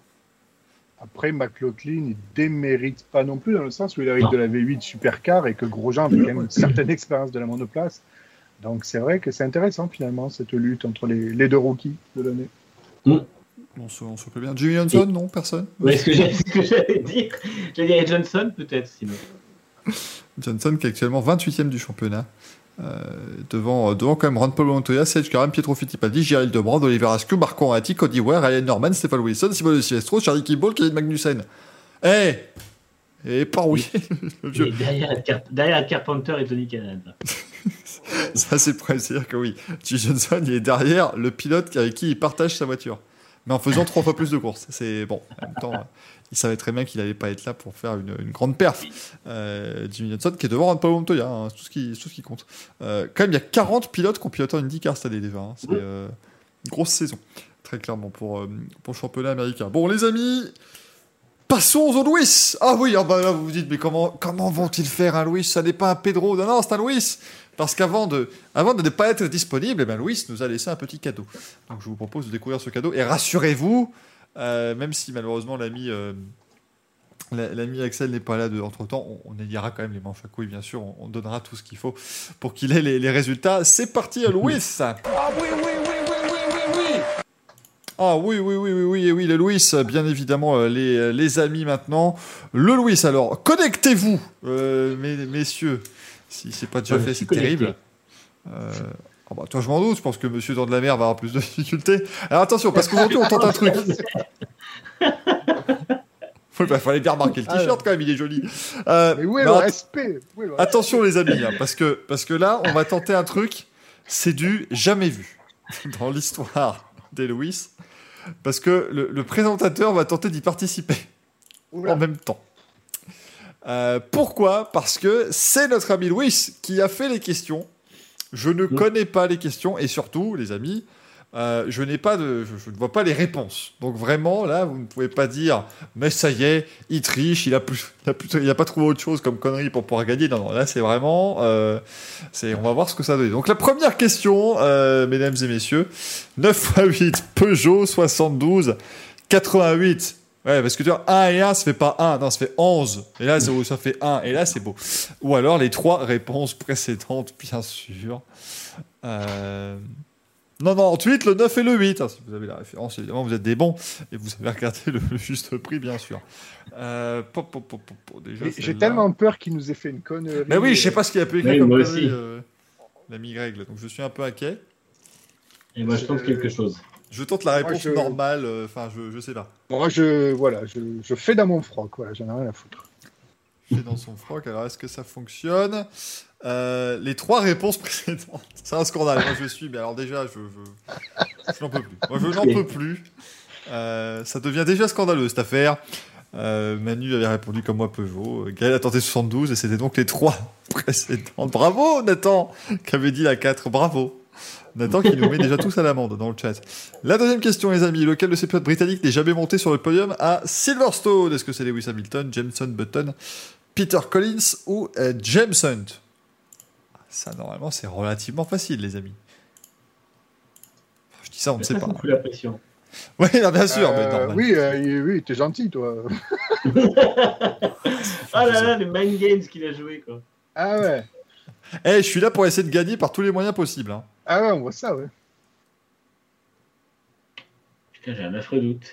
Après, McLaughlin, il démérite pas non plus dans le sens où il arrive non. de la V huit Supercar et que Grosjean avait quand même une certaine expérience de la monoplace. Donc c'est vrai que c'est intéressant finalement cette lutte entre les, les deux rookies de l'année. Mm. On se, on se plaît bien. Jimmy Johnson, et... non, personne. Oui, ce que, ce que j'allais dire. J'allais dire Johnson peut-être sinon. Johnson qui est actuellement vingt-huitième du championnat. Euh, devant, devant quand même Ron Paul Montoya, Sergio Karam, Pietro Fittipaldi, Gérald Debrand, Oliver Askew, Marco Andretti, Cody Ware, Ryan Norman, Stefan Wilson, Simon de Silvestro, Charlie Kimball, Kevin Magnussen. Eh hey Et par oui. Et derrière, derrière Carpenter et Tony Kanaan. Ça, c'est presque dire que oui. Jimmy Johnson, il est derrière le pilote avec qui il partage sa voiture. Mais en faisant trois fois plus de courses. C'est bon. En même temps, il savait très bien qu'il n'allait pas être là pour faire une, une grande perf. Euh, Jimmy Johnson qui est devant Ron Paul Montoya, hein, c'est tout ce qui, tout ce qui compte. Euh, quand même, il y a quarante pilotes qui ont piloté en IndyCar cette année déjà. Hein. C'est euh, une grosse saison, très clairement, pour, euh, pour le championnat américain. Bon, les amis, passons au Lewis. Ah oui, ah bah là, vous vous dites, mais comment, comment vont-ils faire un Lewis? Ça n'est pas un Pedro. Non, non, c'est un Lewis. Parce qu'avant de, avant de ne pas être disponible, eh ben Lewis nous a laissé un petit cadeau. Donc je vous propose de découvrir ce cadeau. Et rassurez-vous, euh, même si malheureusement l'ami, euh, l'ami Axel n'est pas là de, entre-temps, on, on aidera quand même les manches à couilles, bien sûr. On, on donnera tout ce qu'il faut pour qu'il ait les, les résultats. C'est parti à Lewis. Ah oui, oui, oui, oui, oui, oui, oui. Ah oui, oui, oui, oui, oui, oui, le Lewis, bien évidemment, les, les amis maintenant. Le Lewis, alors, connectez-vous, euh, mes, messieurs. Si c'est pas déjà ouais, fait, c'est connecté. Terrible. Euh, Oh bah, toi, je m'en doute, je pense que Monsieur Dans de la Mer va avoir plus de difficultés. Alors attention, parce qu'aujourd'hui, on tente un truc. Il bah, fallait bien remarquer le t-shirt, ah, quand même, il est joli. Euh, Mais où est bah, le respect, où est le Attention, respect les amis, hein, parce, que, parce que là, on va tenter un truc, c'est du jamais vu dans l'histoire des Louis, parce que le, le présentateur va tenter d'y participer Oula. en même temps. Euh, pourquoi ? Parce que c'est notre ami Louis qui a fait les questions. Je ne mmh. connais pas les questions et surtout, les amis, euh, je n'ai pas de, je, je ne vois pas les réponses. Donc vraiment, là, vous ne pouvez pas dire, mais ça y est, il triche, il a plus, il a plus, il a pas trouvé autre chose comme connerie pour pouvoir gagner. Non, non, là, c'est vraiment, euh, c'est, on va voir ce que ça donne. Donc la première question, euh, mesdames et messieurs, neuf fois huit, Peugeot soixante-douze quatre-vingt-huit. Ouais, parce que tu vois, un et un, ça fait pas un, non, ça fait onze. Et là, ça fait un, et là, c'est beau. Ou alors, les trois réponses précédentes, bien sûr. Euh... Non, non, ensuite, le neuf et le huit. Hein, si vous avez la référence, évidemment, vous êtes des bons. Et vous avez regardé le, le juste prix, bien sûr. Euh... Pop, pop, pop, pop, déjà, j'ai tellement peur qu'il nous ait fait une connerie. Mais oui, je sais pas ce qu'il a pu écrire oui, comme connerie. Euh... L'ami Greg, donc je suis un peu inquiet. Et moi, je tente quelque chose. Je tente la réponse moi, je... normale, enfin, euh, je, je sais pas. Moi, je, voilà, je, je fais dans mon froc, voilà, j'en ai rien à foutre. Je fais dans son froc, alors est-ce que ça fonctionne ? euh, Les trois réponses précédentes, c'est un scandale. Moi, je suis, mais alors déjà, je, je, je n'en peux plus. Moi, je n'en peux plus. Euh, ça devient déjà scandaleux, cette affaire. Euh, Manu avait répondu comme moi, Peugeot. Gaël a tenté soixante-douze, et c'était donc les trois précédentes. Bravo, Nathan, qui avait dit la quatre, bravo. Nathan qui nous met déjà tous à l'amende dans le chat. La deuxième question, les amis. Lequel de ces pilotes britanniques n'est jamais monté sur le podium à Silverstone ? Est-ce que c'est Lewis Hamilton, Jenson Button, Peter Collins ou euh, James Hunt ? Ça, normalement, c'est relativement facile, les amis. Je dis ça, on ne sait pas. Ça fout la pression. Oui, bien sûr. Euh, mais normal. Oui, euh, oui, t'es gentil, toi. Ah là là, les mind games qu'il a joué, quoi. Ah ouais. Eh, hey, je suis là pour essayer de gagner par tous les moyens possibles. Hein. Ah ouais, on voit ça, ouais. Putain, j'ai un affreux doute.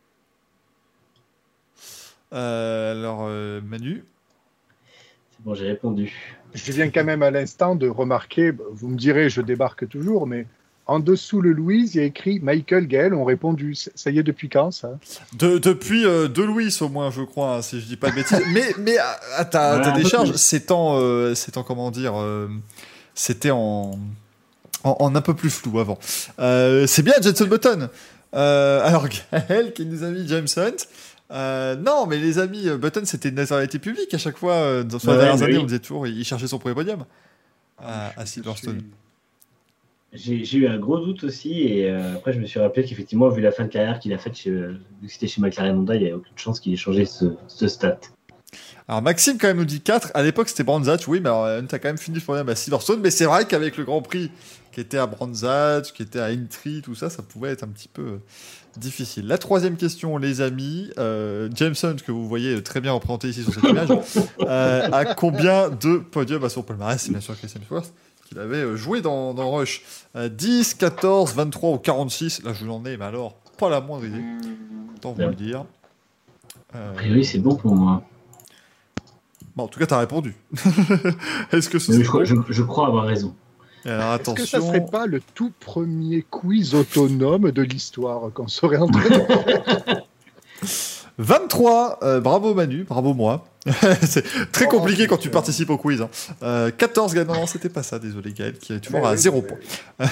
Euh, alors, euh, Manu ? C'est bon, j'ai répondu. Je viens quand même à l'instant de remarquer, vous me direz, je débarque toujours, mais en dessous le Louise, il y a écrit Michael, Gaël ont répondu. Ça y est, depuis quand, ça ? de, Depuis euh, deux Louis, au moins, je crois, hein, si je dis pas de bêtises. mais mais à ta, voilà, ta décharge, c'est en, euh, c'est en, comment dire, euh, c'était en... En, en un peu plus flou avant. Euh, c'est bien Jenson Button. Euh, alors Gaël qui nous a mis James Hunt. Euh, non, mais les amis, Button c'était une notoriété publique à chaque fois. Euh, dans ouais, les dernières années, oui. On disait toujours, il cherchait son premier podium à, à Silverstone. J'ai, j'ai eu un gros doute aussi, et euh, après je me suis rappelé qu'effectivement, vu la fin de carrière qu'il a faite, chez, vu que c'était chez McLaren Honda, il n'y avait aucune chance qu'il ait changé ce, ce stat. Alors Maxime quand même nous dit quatre. À l'époque c'était Brands Hatch, oui, mais alors Hunt a quand même fini le podium à Silverstone. Mais c'est vrai qu'avec le Grand Prix qui était à Brands Hatch, qui était à Aintree, tout ça, ça pouvait être un petit peu difficile. La troisième question, les amis. Euh, James Hunt, que vous voyez très bien représenté ici sur cette image, euh, a combien de podiums à son palmarès ? C'est bien sûr Christian Swartz qu'il avait joué dans, dans Rush. Euh, dix, quatorze, vingt-trois ou quarante-six. Là je vous en ai, mais alors pas la moindre idée. Autant vous le dire. Euh... A priori c'est bon pour moi. Bon, en tout cas, t'as répondu. Est-ce que ce je, crois, je, je crois avoir raison. Alors, attention. Est-ce que ça serait pas le tout premier quiz autonome de l'histoire qu'on serait en train de faire ? vingt-trois, euh, bravo Manu, bravo moi. C'est très compliqué oh, quand tu participes au quiz. Hein. Euh, quatorze, non, non, c'était pas ça, désolé Gaël, qui est toujours mais à zéro point.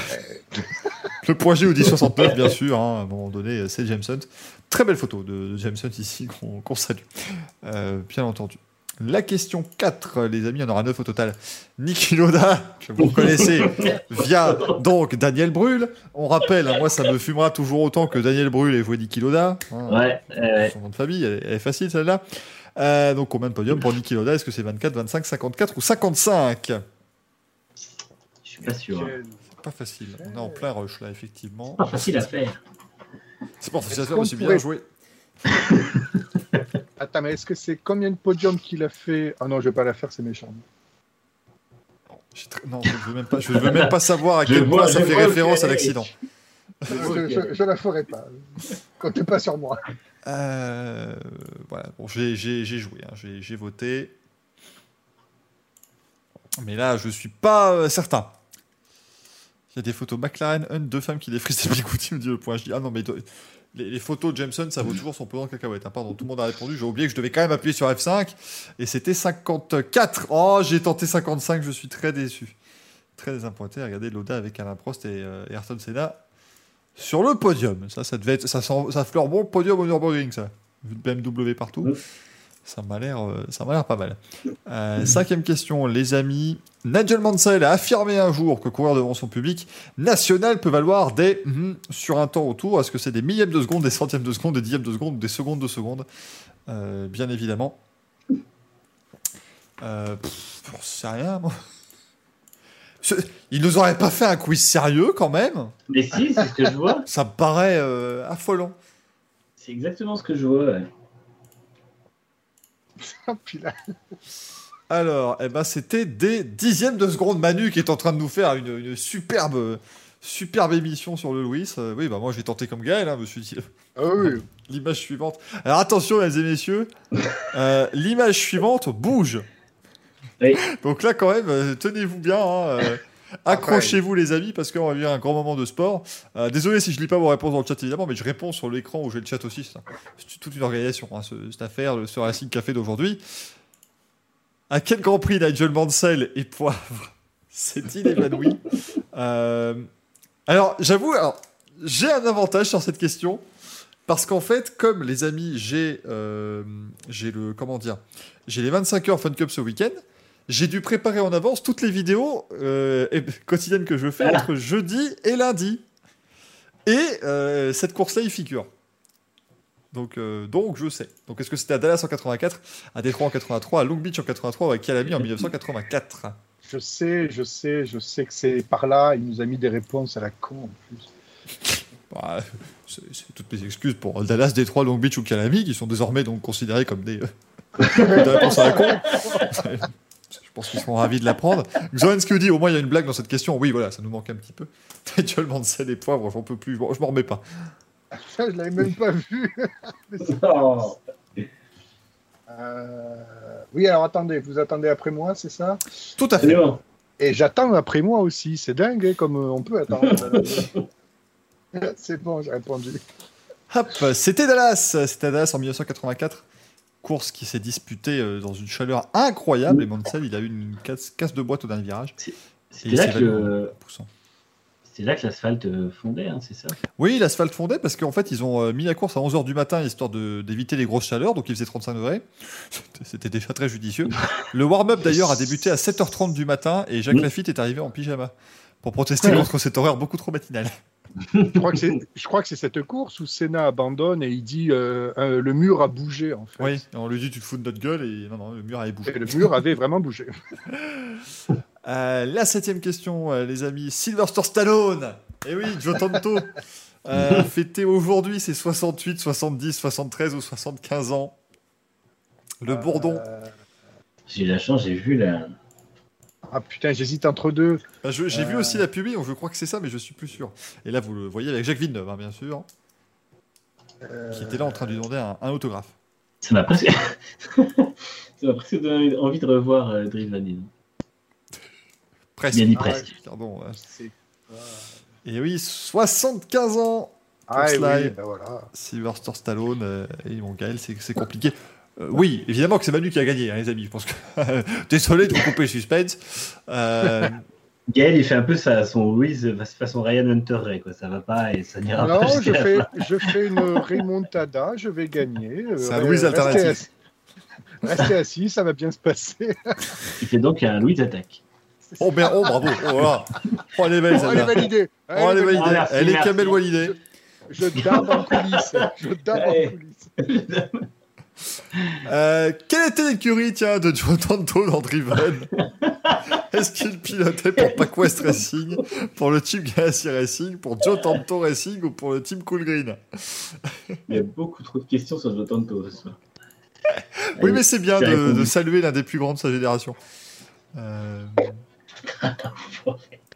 Le point G ou dix soixante-neuf, bien sûr, hein, à un moment donné, c'est James Hunt. Très belle photo de, de James Hunt ici, qu'on, qu'on salue, euh, bien entendu. La question quatre, les amis, il y en aura neuf au total. Niki Lauda, que vous connaissez, via donc Daniel Brühl. On rappelle, hein, moi ça me fumera toujours autant que Daniel Brühl ait joué Niki Lauda. Hein, ouais, euh... Son nom de famille, elle, elle est facile celle-là. Euh, donc combien de podiums pour Niki Lauda ? Est-ce que c'est vingt-quatre, vingt-cinq, cinquante-quatre ou cinquante-cinq ? Je suis pas sûr. C'est pas facile. On est en plein rush là, effectivement. C'est pas facile à faire. C'est pas facile à faire, mais c'est bien joué. Attends, mais est-ce que c'est combien de podiums qu'il a fait ? Ah non, je vais pas la faire, c'est méchant. Très... Non, je veux même pas. Je veux même pas savoir à quel point ça fait référence à l'accident. Je, je, je la ferai pas. Comptez pas sur moi. Euh, voilà. Bon, j'ai, j'ai, j'ai joué, hein. j'ai, j'ai voté, mais là, je suis pas euh, certain. Il y a des photos McLaren, Hunt, deux femmes qui défrisent des bigoudis, me dit le point. Je dis, ah non, mais les, les photos de Jameson, ça vaut toujours son pesant de cacahuètes. Hein. Pardon, tout le monde a répondu. J'ai oublié que je devais quand même appuyer sur F cinq. Et c'était cinquante-quatre. Oh, j'ai tenté cinquante-cinq, je suis très déçu. Très désappointé. Regardez Loda avec Alain Prost et, euh, et Ayrton Senna sur le podium. Ça, ça devait être, ça, sent, ça fleure bon le podium au Nürburgring, ça. Vu le B M W partout. Oui. Ça m'a l'air, euh, ça m'a l'air pas mal. Euh, cinquième question, les amis. Nigel Mansell a affirmé un jour que courir devant son public national peut valoir des mm, sur un temps autour. Est-ce que c'est des millièmes de seconde, des centièmes de seconde, des dixièmes de seconde ou des secondes de seconde euh, Bien évidemment. Euh, pff, j'en sais rien, moi. Il nous aurait pas fait un quiz sérieux quand même. Mais si, c'est ce que je vois. Ça me paraît euh, affolant. C'est exactement ce que je vois. Ouais. Alors, eh ben, c'était des dixièmes de seconde. Manu qui est en train de nous faire une, une superbe, superbe émission sur le Lewis. Euh, oui, bah moi je vais tenter comme Gaël, hein, me suis dit. Ah oui. L'image suivante. Alors attention, mesdames et messieurs, euh, l'image suivante bouge. Oui. Donc là, quand même, euh, tenez-vous bien. Hein, euh, accrochez-vous, les amis, parce qu'on va vivre un grand moment de sport. Euh, désolé si je lis pas vos réponses dans le chat, évidemment, mais je réponds sur l'écran où j'ai le chat aussi. C'est, c'est toute une organisation, hein, ce, cette affaire, ce Racing Café d'aujourd'hui. À quel Grand Prix Nigel Mansell et Poivre s'est-il évanoui euh, Alors, j'avoue, alors, j'ai un avantage sur cette question. Parce qu'en fait, comme les amis, j'ai, euh, j'ai le, comment dire, j'ai les vingt-cinq heures Fun Cup ce week-end. J'ai dû préparer en avance toutes les vidéos euh, quotidiennes que je fais voilà. entre jeudi et lundi. Et euh, cette course-là, il figure. Donc, euh, donc, je sais. Donc, est-ce que c'était à Dallas en quatre-vingt-quatre, à Détroit en quatre-vingt-trois, à Long Beach en quatre-vingt-trois ou à Calamy en dix-neuf cent quatre-vingt-quatre? Je sais, je sais, je sais que c'est par là. Il nous a mis des réponses à la con, en plus. Bah, c'est, c'est toutes mes excuses pour Dallas, Détroit, Long Beach ou Calamy, qui sont désormais donc considérés comme des, euh, des réponses à la con. Je pense qu'ils seront ravis de l'apprendre. Zoranski dit, au moins il y a une blague dans cette question. Oui, voilà, ça nous manque un petit peu. Nigel Mansell et Poivre, j'en peux plus, je m'en remets pas. Ça, je l'avais même pas vu. Oh. euh... Oui, alors attendez, vous attendez après moi, c'est ça? Tout à fait. Et j'attends après moi aussi. C'est dingue, hein, comme on peut attendre. C'est bon, j'ai répondu. Hop, c'était Dallas. C'était Dallas en dix-neuf cent quatre-vingt-quatre. Course qui s'est disputée dans une chaleur incroyable. Et Mansell, il a eu une casse, casse de boîte au dernier virage. C'est, c'était, là que le... c'était là que l'asphalte fondait, hein, c'est ça? Oui, l'asphalte fondait parce qu'en fait, ils ont mis la course à onze heures du matin histoire de, d'éviter les grosses chaleurs. Donc, il faisait trente-cinq degrés. C'était déjà très judicieux. Le warm-up, d'ailleurs, a débuté à sept heures trente du matin. Et Jacques Lafitte est arrivé en pyjama pour protester contre cet horaire beaucoup trop matinal. je, crois que c'est, je crois que c'est cette course où Senna abandonne et il dit euh, euh, le mur a bougé en fait. Oui, on lui dit tu te fous de notre gueule et non, non, le mur avait bougé. Et le mur avait vraiment bougé. euh, la septième question, euh, les amis. Sylvester Stallone. Eh oui, Joe Tanto. euh, fêté aujourd'hui ses soixante-huit, soixante-dix, soixante-treize ou soixante-quinze ans. Le euh... bourdon. J'ai eu la chance, j'ai vu la... Ah putain, j'hésite entre deux. Bah, je, j'ai euh... vu aussi la pub, je crois que c'est ça, mais je suis plus sûr. Et là, vous le voyez avec Jacques Villeneuve, hein, bien sûr, euh... qui était là en train de lui demander un, un autographe. Ça m'a presque, ça m'a presque donné envie de revoir euh, Dries Van Dien. Presque. Il a dit presque. Ah, pardon. Ouais. Et oui, soixante-quinze ans. Ah oui, ben voilà. Sylvester Stallone euh, et mon Gaël, c'est, c'est compliqué. Euh, oui, évidemment que c'est Manu qui a gagné, hein, les amis. Je pense que désolé de vous couper le suspense. Euh... Gaël, il fait un peu sa, son Louise façon Ryan Hunter, quoi. Ça va pas et ça n'ira non, pas. Non, je fais, je fais une remontada, je vais gagner. C'est un Louise alternatif. Restez assis, restez assis, ça va bien se passer. Il fait donc un Louise attaque. Oh, ben, oh, bravo. Oh, voilà. Oh, elle est belle, oh, elle est validée. Oh, elle est validée. Ah, merci, elle merci. Est Kamel walidée. Je, je dab en coulisses. Je dab en coulisses. Euh, quelle était l'écurie tiens, de Joe Tanto dans Driven? Est-ce qu'il pilotait pour Pac West Racing, pour le team Ganassi Racing, pour Joe Tanto Racing ou pour le team Cool Green? Il y a beaucoup trop de questions sur Joe Tanto ce soir. Oui, Allez, mais c'est bien de, de saluer l'un des plus grands de sa génération. Euh...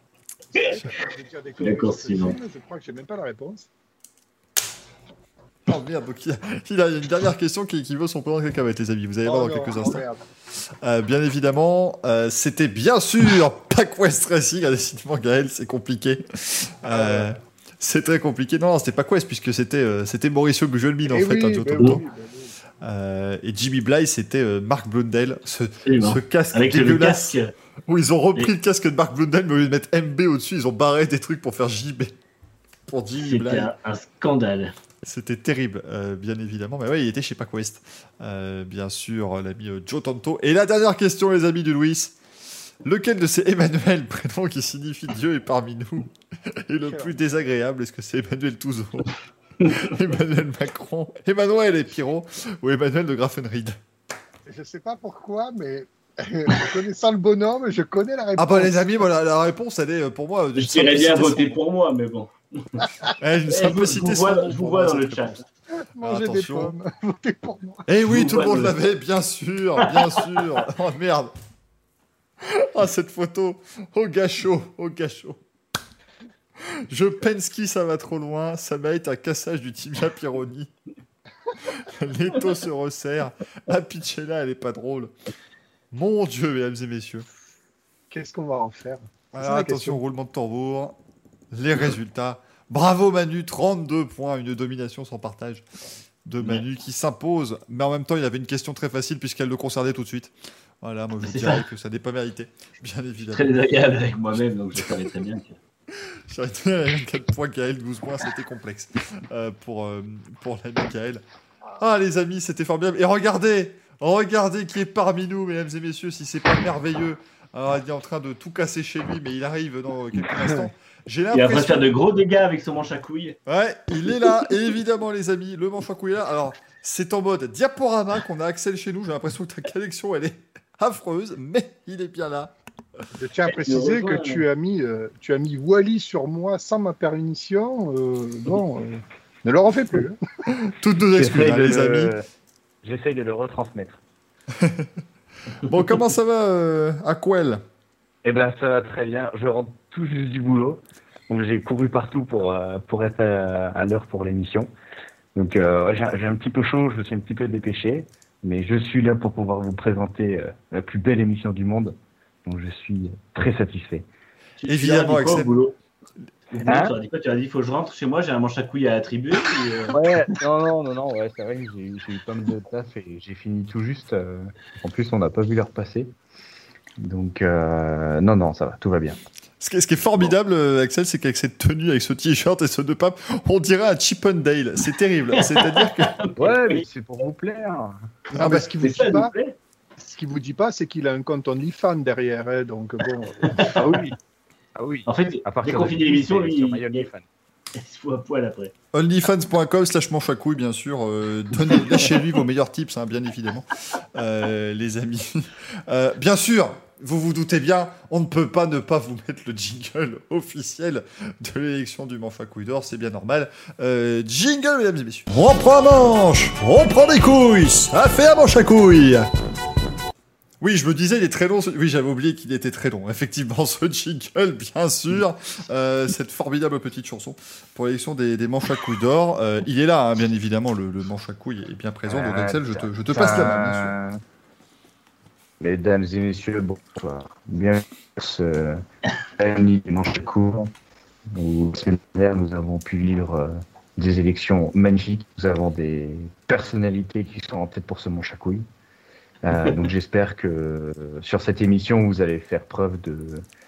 je, La course suivante. Je crois que j'ai même pas la réponse. Oh, Oh merde, donc il a, il a une dernière question qui, qui veut son prénom de cacahuète, les amis. Vous allez voir oh dans non, quelques instants. Euh, bien évidemment, euh, c'était bien sûr Pac West Racing. Ah, décidément, Gaël, c'est compliqué. Euh, c'est très compliqué. Non, non c'était Pac West, puisque c'était, euh, c'était Mauricio Gugelmin, en et fait, oui, un Joe Tonto. Oui, oui. Euh, et Jimmy Bly, c'était euh, Mark Blundell. Ce, ce casque avec dégueulasse. Le casque. Où ils ont repris et... le casque de Mark Blundell, mais au lieu de mettre M B au-dessus, ils ont barré des trucs pour faire J B. Pour Jimmy Bly. C'était un, un scandale. C'était terrible, euh, bien évidemment. Mais ouais, il était chez Pac West. Euh, bien sûr, l'ami euh, Joe Tonto. Et la dernière question, les amis du Louis. Lequel de ces Emmanuel, prénom qui signifie Dieu est parmi nous, est le plus désagréable? Est-ce que c'est Emmanuel Touzeau, Emmanuel Macron, Emmanuel et Pirot ou Emmanuel de Graffenried? Je sais pas pourquoi, mais connaissant le bonhomme, je connais la réponse. Ah bah les amis, voilà, la réponse, elle est pour moi... Je dirais bien voter pour moi, mais bon. Eh, une simplicité je vous vois, je vous vois dans le chat. Mangez des pommes, votez pour moi. Eh oui, tout le monde l'avait, bien sûr, bien sûr. Oh merde. Ah, cette photo. Oh gâchot, oh gâchot. Je Pensky, ça va trop loin. Ça mérite un cassage du tibia Pironi. L'étau se resserre. La Pichella, elle est pas drôle. Mon Dieu, mesdames et messieurs. Qu'est-ce qu'on va en faire? Alors, attention, question. Roulement de tambour. Les résultats. Bravo Manu, trente-deux points, une domination sans partage de Manu ouais. qui s'impose. Mais en même temps, il y avait une question très facile puisqu'elle le concernait tout de suite. Voilà, moi je vous dirais que ça n'est pas mérité, bien évidemment. Très désagréable avec moi-même, donc je savais très bien. Que... J'aurais tenu à quatre points, Gaël, douze points, c'était complexe euh, pour, euh, pour l'ami Gaël. Ah les amis, c'était formidable. Et regardez, regardez qui est parmi nous, mesdames et messieurs, si c'est pas merveilleux. Alors il est en train de tout casser chez lui, mais il arrive dans quelques instants. J'ai l'impression... Il va faire de gros dégâts avec son manche à couilles. Ouais, il est là, et évidemment les amis, le manche à couilles est là. Alors, c'est en mode diaporama qu'on a Axel chez nous. J'ai l'impression que ta connexion, elle est affreuse, mais il est bien là. Je tiens à préciser que tu as mis, euh, tu as mis Wally sur moi sans ma permission. Euh, bon, euh, ne le refais plus. Hein. Toutes nos excuses, hein, les le... amis. J'essaye de le retransmettre. Bon, comment ça va, euh, Aquel? Eh ben, ça va très bien. Je rentre tout juste du boulot. Donc, j'ai couru partout pour, euh, pour être à, à l'heure pour l'émission. Donc, euh, j'ai, j'ai un petit peu chaud, je me suis un petit peu dépêché. Mais je suis là pour pouvoir vous présenter euh, la plus belle émission du monde. Donc, je suis très satisfait. Évidemment, Axel. boulot. Hein tu as dit quoi? Tu as dit, il faut que je rentre chez moi, j'ai un manche à couilles à attribuer. Puis, euh... Ouais, non, non, non, non, ouais, c'est vrai que j'ai, j'ai eu pas mal de taf et j'ai fini tout juste. Euh... En plus, on n'a pas vu l'heure passer. Donc, euh... non, non, ça va, tout va bien. Ce qui est, ce qui est formidable, bon. Axel, c'est qu'avec cette tenue, avec ce t-shirt et ce deux papes, on dirait un Chip and Dale. C'est terrible. C'est-à-dire que. Ouais, mais c'est pour vous plaire. Non, ah, mais ce qui vous dit pas, ce qui vous dit pas, c'est qu'il a un compte OnlyFans derrière. Hein, donc bon. Ah oui. Ah oui. En fait, à partir de l'émission, lui, il, il, il se fout à poil après. onlyfans point com slash manche à couilles, bien sûr. Euh, donnez, lâchez-lui vos meilleurs tips, hein, bien évidemment, euh, les amis. Euh, bien sûr. Vous vous doutez bien, on ne peut pas ne pas vous mettre le jingle officiel de l'élection du manche à couilles d'or, c'est bien normal. Euh, jingle, mesdames et messieurs. On prend un manche, on prend des couilles, ça fait un manche à couilles. Oui, je me disais, il est très long. Ce... Oui, j'avais oublié qu'il était très long. Effectivement, ce jingle, bien sûr. Euh, cette formidable petite chanson pour l'élection des, des manches à couilles d'or. Euh, il est là, hein, bien évidemment, le, le manche à couilles est bien présent. Donc, Axel, je te, je te passe la main, bien sûr. Mesdames et messieurs, bonsoir. Bienvenue sur ce samedi du manche à couilles où la semaine dernière, nous avons pu vivre euh, des élections magnifiques. Nous avons des personnalités qui sont en tête pour ce manche à couilles. Euh, donc j'espère que euh, sur cette émission, vous allez faire preuve de,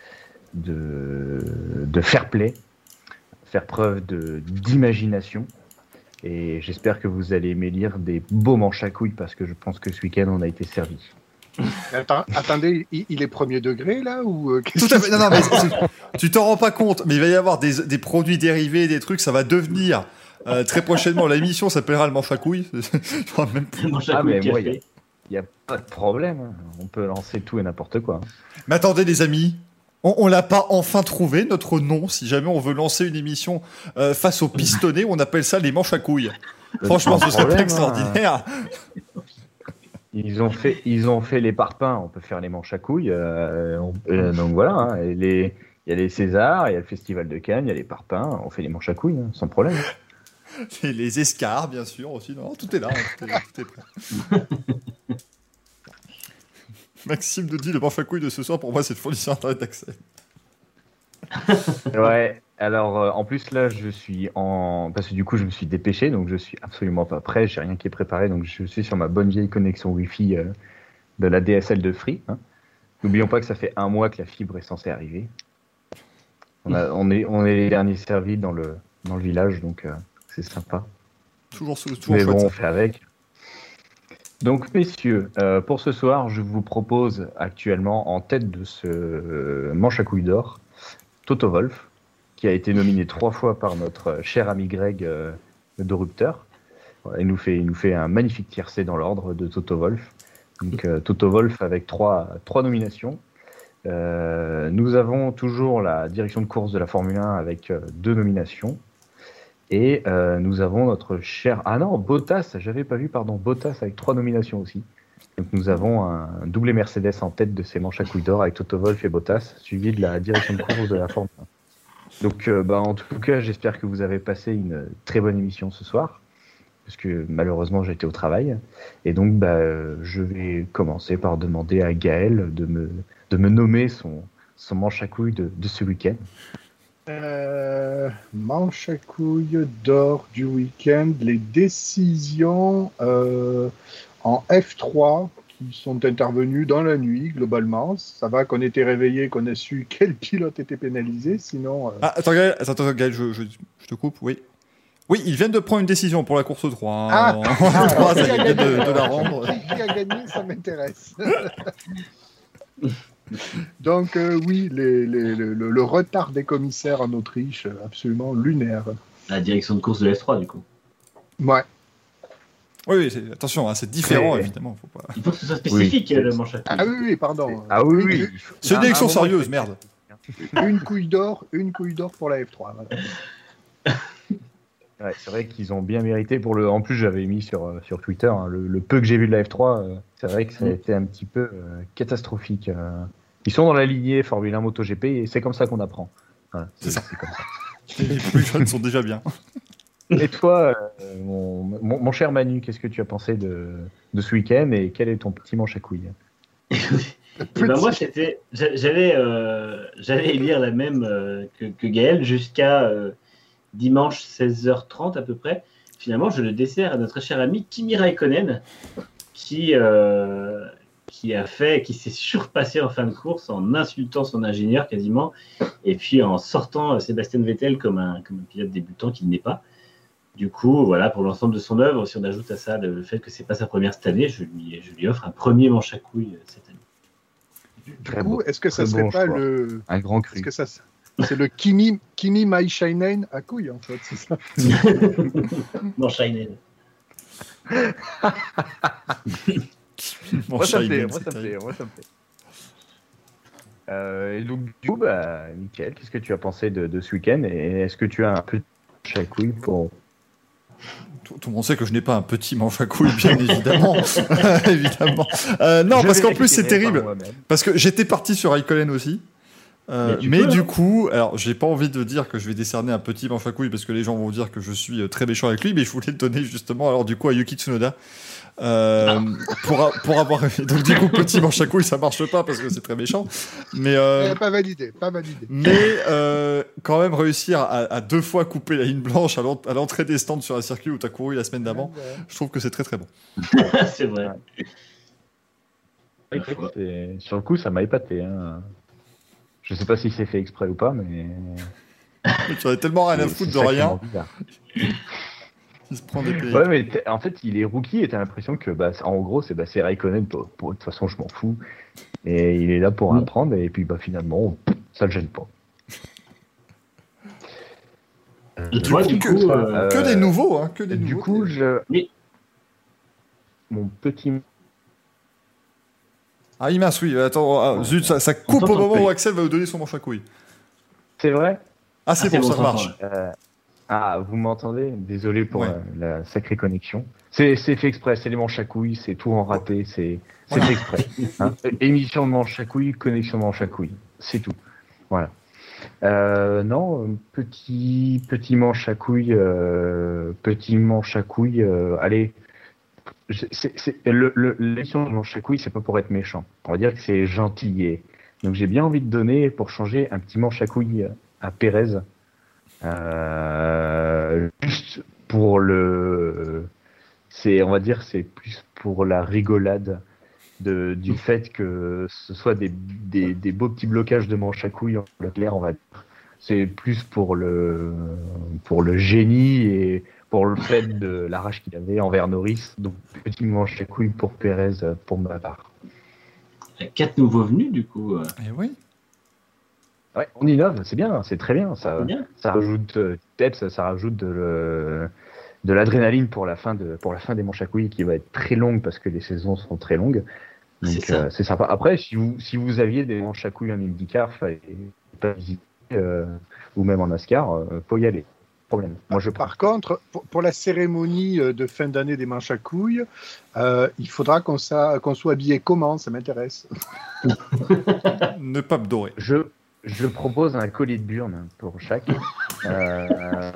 de, de fair play, faire preuve de, d'imagination. Et j'espère que vous allez m'élire des beaux manches à couilles parce que je pense que ce week-end, on a été servi. Attends, attendez, il est premier degré là ou euh, Tout à fait. Non, non, mais tu t'en rends pas compte, mais il va y avoir des, des produits dérivés, des trucs, ça va devenir euh, très prochainement. L'émission s'appellera le manche à couilles. Même ah, mais moi, il n'y a, a pas de problème. On peut lancer tout et n'importe quoi. Mais attendez, les amis. On, on l'a pas enfin trouvé, notre nom, si jamais on veut lancer une émission euh, face au pistonné, on appelle ça les manches à couilles. Franchement, ce serait extraordinaire. Ils ont fait, ils ont fait les parpaings. On peut faire les manches à couilles. Euh, on, euh, donc voilà. Hein, les, il y a les Césars, il y a le Festival de Cannes, il y a les parpaings. On fait les manches à couilles, hein, sans problème. les, les escarres, bien sûr, aussi. Non, tout est là, hein, tout, est, tout est prêt. Maxime nous dit le manche à couilles de ce soir, pour moi, c'est le fournisseur internet d'accès. Ouais, alors euh, en plus là, je suis en. Parce que du coup, je me suis dépêché, donc je suis absolument pas prêt, j'ai rien qui est préparé, donc je suis sur ma bonne vieille connexion Wi-Fi euh, de la D S L de Free. Hein. N'oublions pas que ça fait un mois que la fibre est censée arriver. On, a, on, est, on est les derniers servis dans le, dans le village, donc euh, c'est sympa. Toujours, toujours Mais bon, ça. on fait avec. Donc, messieurs, euh, pour ce soir, je vous propose actuellement en tête de ce euh, manche à couilles d'or, Toto Wolff, qui a été nominé trois fois par notre cher ami Greg euh, de Rupteur. Voilà, il, nous fait, il nous fait un magnifique tiercé dans l'ordre de Toto Wolff. Donc, euh, Toto Wolff avec trois, trois nominations. Euh, nous avons toujours la direction de course de la Formule un avec euh, deux nominations. Et euh, nous avons notre cher... Ah non, Bottas, j'avais pas vu, pardon, Bottas avec trois nominations aussi. Donc nous avons un doublé Mercedes en tête de ces manches à couilles d'or avec Toto Wolff et Bottas, suivi de la direction de course de la Formule un. Donc euh, bah, en tout cas, j'espère que vous avez passé une très bonne émission ce soir, parce que malheureusement j'étais au travail. Et donc bah, je vais commencer par demander à Gaël de me, de me nommer son, son manche à couilles de, de ce week-end. Euh, manche à couilles d'or du week-end, les décisions euh, en F trois qui sont intervenues dans la nuit globalement. Ça va qu'on était réveillé, qu'on a su quel pilote était pénalisé, sinon... Euh... Ah, attends Gaël, attends, attends, Gaël je, je, je te coupe, oui. Oui, ils viennent de prendre une décision pour la course trois. Hein. Ah, en... ah trois, qui, ça a vient gagné, de, de la rendre. Qui, qui a gagné, ça m'intéresse. Donc euh, oui, les, les, le, le retard des commissaires en Autriche, absolument lunaire. La direction de course de F trois, du coup. Ouais. Oui, oui c'est, attention, hein, c'est différent, ouais. évidemment. Faut pas... Il faut que ce soit spécifique, oui. Le manche à couilles. Ah oui, oui, pardon. Ah oui, oui. Une, c'est une élection sérieuse, merde. Une couille d'or, une couille d'or pour la F trois. Voilà. Ouais, c'est vrai qu'ils ont bien mérité pour le. En plus, j'avais mis sur, sur Twitter hein, le, le peu que j'ai vu de la F trois. Euh, c'est vrai que ça a été un petit peu euh, catastrophique. Euh. Ils sont dans la lignée Formule un MotoGP et c'est comme ça qu'on apprend. Voilà, c'est, c'est ça. C'est comme ça. Les plus jeunes sont déjà bien. Et toi, euh, mon, mon, mon cher Manu, qu'est-ce que tu as pensé de, de ce week-end et quel est ton petit manche à couilles? Ben moi, c'était, j'allais, euh, j'allais lire la même euh, que, que Gaël jusqu'à euh, dimanche seize heures trente à peu près. Finalement, je le dessert à notre cher ami Kimi Raikkonen, qui, euh, qui a fait, qui s'est surpassé en fin de course en insultant son ingénieur quasiment, et puis en sortant Sébastien Vettel comme un, comme un pilote débutant qu'il n'est pas. Du coup, voilà, pour l'ensemble de son œuvre, si on ajoute à ça le fait que c'est pas sa première cette année, je lui, je lui offre un premier manche à couilles cette année. Du, du coup, beau, est-ce que ça serait bon pas choix. le un grand cru? Est-ce que ça c'est le Kimi Kimi Maishinen à couilles en fait, c'est ça? Manchainen. moi ça me plaît, moi ça me plaît, moi ça me plaît. Euh, et donc du coup, bah, Mickaël, qu'est-ce que tu as pensé de, de ce week-end et est-ce que tu as un peu de manche à couilles pour... Tout, tout le monde sait que je n'ai pas un petit manche à couilles, bien évidemment. évidemment. Euh, non, je parce qu'en plus c'est terrible. Parce que j'étais parti sur Raikkonen aussi. Euh, mais mais du coup, alors j'ai pas envie de dire que je vais décerner un petit manche à couilles parce que les gens vont dire que je suis très méchant avec lui, mais je voulais le donner justement alors du coup à Yuki Tsunoda. Euh, pour, a, pour avoir donc du coup petit manche à couilles ça marche pas parce que c'est très méchant mais euh, pas validé pas validé mais euh, quand même réussir à, à deux fois couper la ligne blanche à, à l'entrée des stands sur un circuit où t'as couru la semaine d'avant, ouais, ouais. Je trouve que c'est très très bon. C'est vrai. Ouais. Ouais, sur le coup ça m'a épaté hein. Je sais pas si c'est fait exprès ou pas mais tu en as tellement rien à foutre de rien. Il se prend des pays. Ouais, mais en fait, il est rookie et t'as l'impression que, bah, en gros, c'est, bah, c'est Raikkonen. Pour, pour, de toute façon, je m'en fous. Et il est là pour mmh. apprendre. Et puis, bah, finalement, ça le gêne pas. Euh, du coup, du coup, que, euh, que des nouveaux, hein, que des du nouveaux. coup, je. Oui. Mon petit. Ah, il mince, oui. Attends, ah, zut, ça, ça coupe au moment où Axel va vous donner son manche à couilles. C'est vrai? Ah, c'est, ah, c'est bon, bon, ça marche. Euh... Ah, vous m'entendez? Désolé pour ouais. la, la sacrée connexion. C'est, c'est fait exprès, c'est les manches à couilles, c'est tout en raté, c'est, c'est voilà. fait exprès. Hein. Émission de manches à couilles, connexion de manches à couilles, c'est tout. Voilà. Euh, non, petit, petit manche à couilles, euh, petit manche à couilles, euh, allez, c'est, c'est, le, le, l'émission de manche à couilles, c'est pas pour être méchant. On va dire que c'est gentillet. Donc j'ai bien envie de donner, pour changer, un petit manche à couilles à Pérez. Euh, juste pour le, c'est, on va dire, c'est plus pour la rigolade de, du fait que ce soit des, des, des beaux petits blocages de manche à couilles en Leclerc, on va dire. C'est plus pour le, pour le génie et pour le fait de la rage qu'il avait envers Norris. Donc, petit manche à couilles pour Pérez, pour ma part. Quatre nouveaux venus, du coup. Eh oui. Ouais, on innove, c'est bien, c'est très bien. Ça, bien. ça rajoute euh, peps, ça rajoute de, le, de l'adrénaline pour la fin de, pour la fin des manches à couilles qui va être très longue parce que les saisons sont très longues. Donc c'est, ça. Euh, c'est sympa. Après, si vous, si vous aviez des manches à couilles en IndyCar, fallait pas hésiter, euh, ou même en NASCAR, euh, faut y aller. Problème. Moi, je Par contre, pour, pour la cérémonie de fin d'année des manches à couilles, euh, il faudra qu'on, ça, qu'on soit habillé comment, ça m'intéresse. Ne pas me dorer. Je, je propose un collier de burne pour chaque. euh...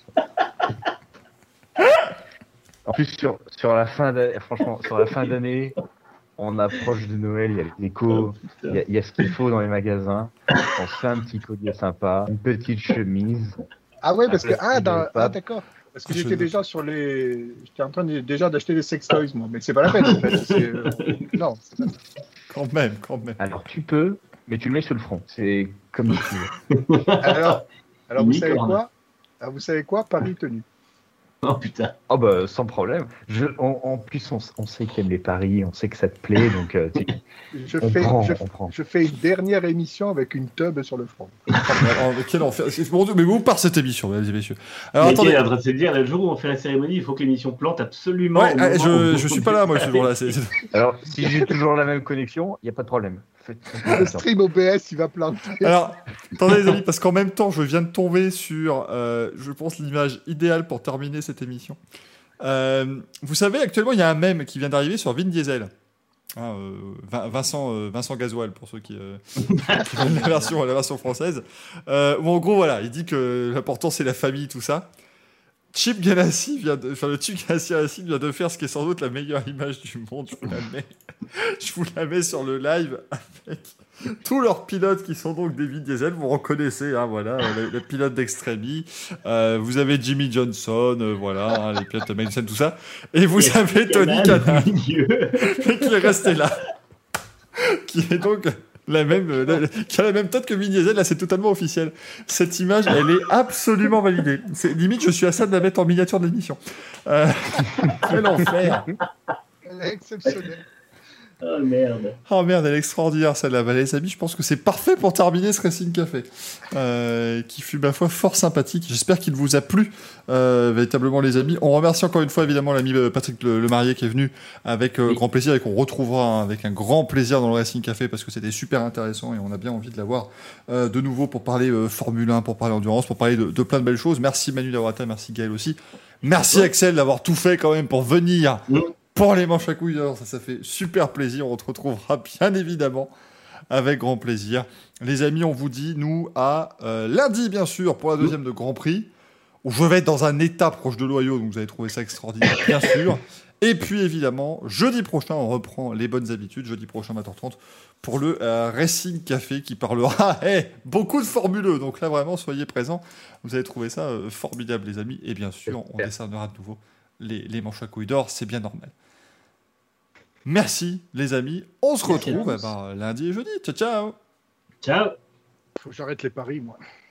En plus, sur, sur la fin d'année, franchement, sur la fin d'année, on approche de Noël, il y a les décos, il y a, il y a ce qu'il faut dans les magasins. On se fait un petit collier sympa, une petite chemise. Ah ouais, parce que ah, dans, ah d'accord. Parce que j'étais déjà sur les, j'étais en train de, déjà d'acheter des sex toys moi, mais c'est pas la peine en fait. C'est, euh... non. C'est pas... Quand même, quand même. Alors tu peux, mais tu le mets sur le front. C'est comme tu veux. Alors, alors vous savez quoi alors, vous savez quoi Paris tenu. Oh putain. Oh bah sans problème. Je, en, en plus on, on sait que t'aimes les paris, on sait que ça te plaît, donc euh, tu, je, on fais, prend, je, on prend. je fais une dernière émission avec une tub sur le front. Alors, quel enfer. Mon Dieu, mais où part cette émission, mesdames et messieurs? Alors mais attendez. Est en train de se dire, le jour où on fait la cérémonie, il faut que l'émission plante absolument. Ouais, euh, je, je suis pas là, moi, ce jour-là. C'est... Alors si j'ai toujours la même connexion, il n'y a pas de problème. Le stream O B S, il va planter. Alors, attendez les amis, parce qu'en même temps, je viens de tomber sur, euh, je pense, l'image idéale pour terminer cette émission. Euh, vous savez, actuellement, il y a un mème qui vient d'arriver sur Vin Diesel. Hein, euh, Vincent, euh, Vincent Gasoil, pour ceux qui, euh, qui veulent la version, la version française. Euh, où en gros, voilà, il dit que l'important, c'est la famille, tout ça. Chip Ganassi vient de, enfin, le Chip Ganassi vient de faire ce qui est sans doute la meilleure image du monde. Je vous la mets, je vous la mets sur le live avec tous leurs pilotes qui sont donc des Vin Diesel. Vous reconnaissez, hein, voilà, le, le pilote d'Extremi. Euh, vous avez Jimmy Johnson, euh, voilà, hein, les pilotes de Magnussen, tout ça. Et vous et avez Tony Kanaan, qui est resté là, qui est donc la même, la, qui a la même tête que Vin Diesel. Là, c'est totalement officiel. Cette image, elle est absolument validée. C'est, limite, je suis à ça de la mettre en miniature de l'émission. Euh, quel enfer! Elle est exceptionnelle. Oh merde. Oh merde, elle est extraordinaire celle-là. Bah, les amis, je pense que c'est parfait pour terminer ce Racing Café, euh, qui fut ma foi fort sympathique. J'espère qu'il vous a plu, euh, véritablement les amis. On remercie encore une fois évidemment l'ami Patrick Le, le Marié qui est venu avec euh, oui. grand plaisir et qu'on retrouvera hein, avec un grand plaisir dans le Racing Café parce que c'était super intéressant et on a bien envie de l'avoir euh, de nouveau pour parler euh, Formule un, pour parler endurance, pour parler de, de plein de belles choses. Merci Manu d'avoir été, merci Gaël aussi. Merci Axel d'avoir tout fait quand même pour venir. Oui. Pour les manches à couilles d'or, ça, ça fait super plaisir. On te retrouvera bien évidemment avec grand plaisir. Les amis, on vous dit, nous, à euh, lundi, bien sûr, pour la deuxième de Grand Prix, où je vais être dans un état proche de l'Ohio, donc vous allez trouver ça extraordinaire, bien sûr. Et puis, évidemment, jeudi prochain, on reprend les bonnes habitudes, jeudi prochain, vingt heures trente, pour le euh, Racing Café qui parlera hey, beaucoup de formuleux. Donc là, vraiment, soyez présents. Vous allez trouver ça euh, formidable, les amis. Et bien sûr, on décernera de nouveau les, les manches à couilles d'or, c'est bien normal. Merci les amis, on se retrouve eh ben, lundi et jeudi. Ciao ciao. Ciao. Faut que j'arrête les paris moi.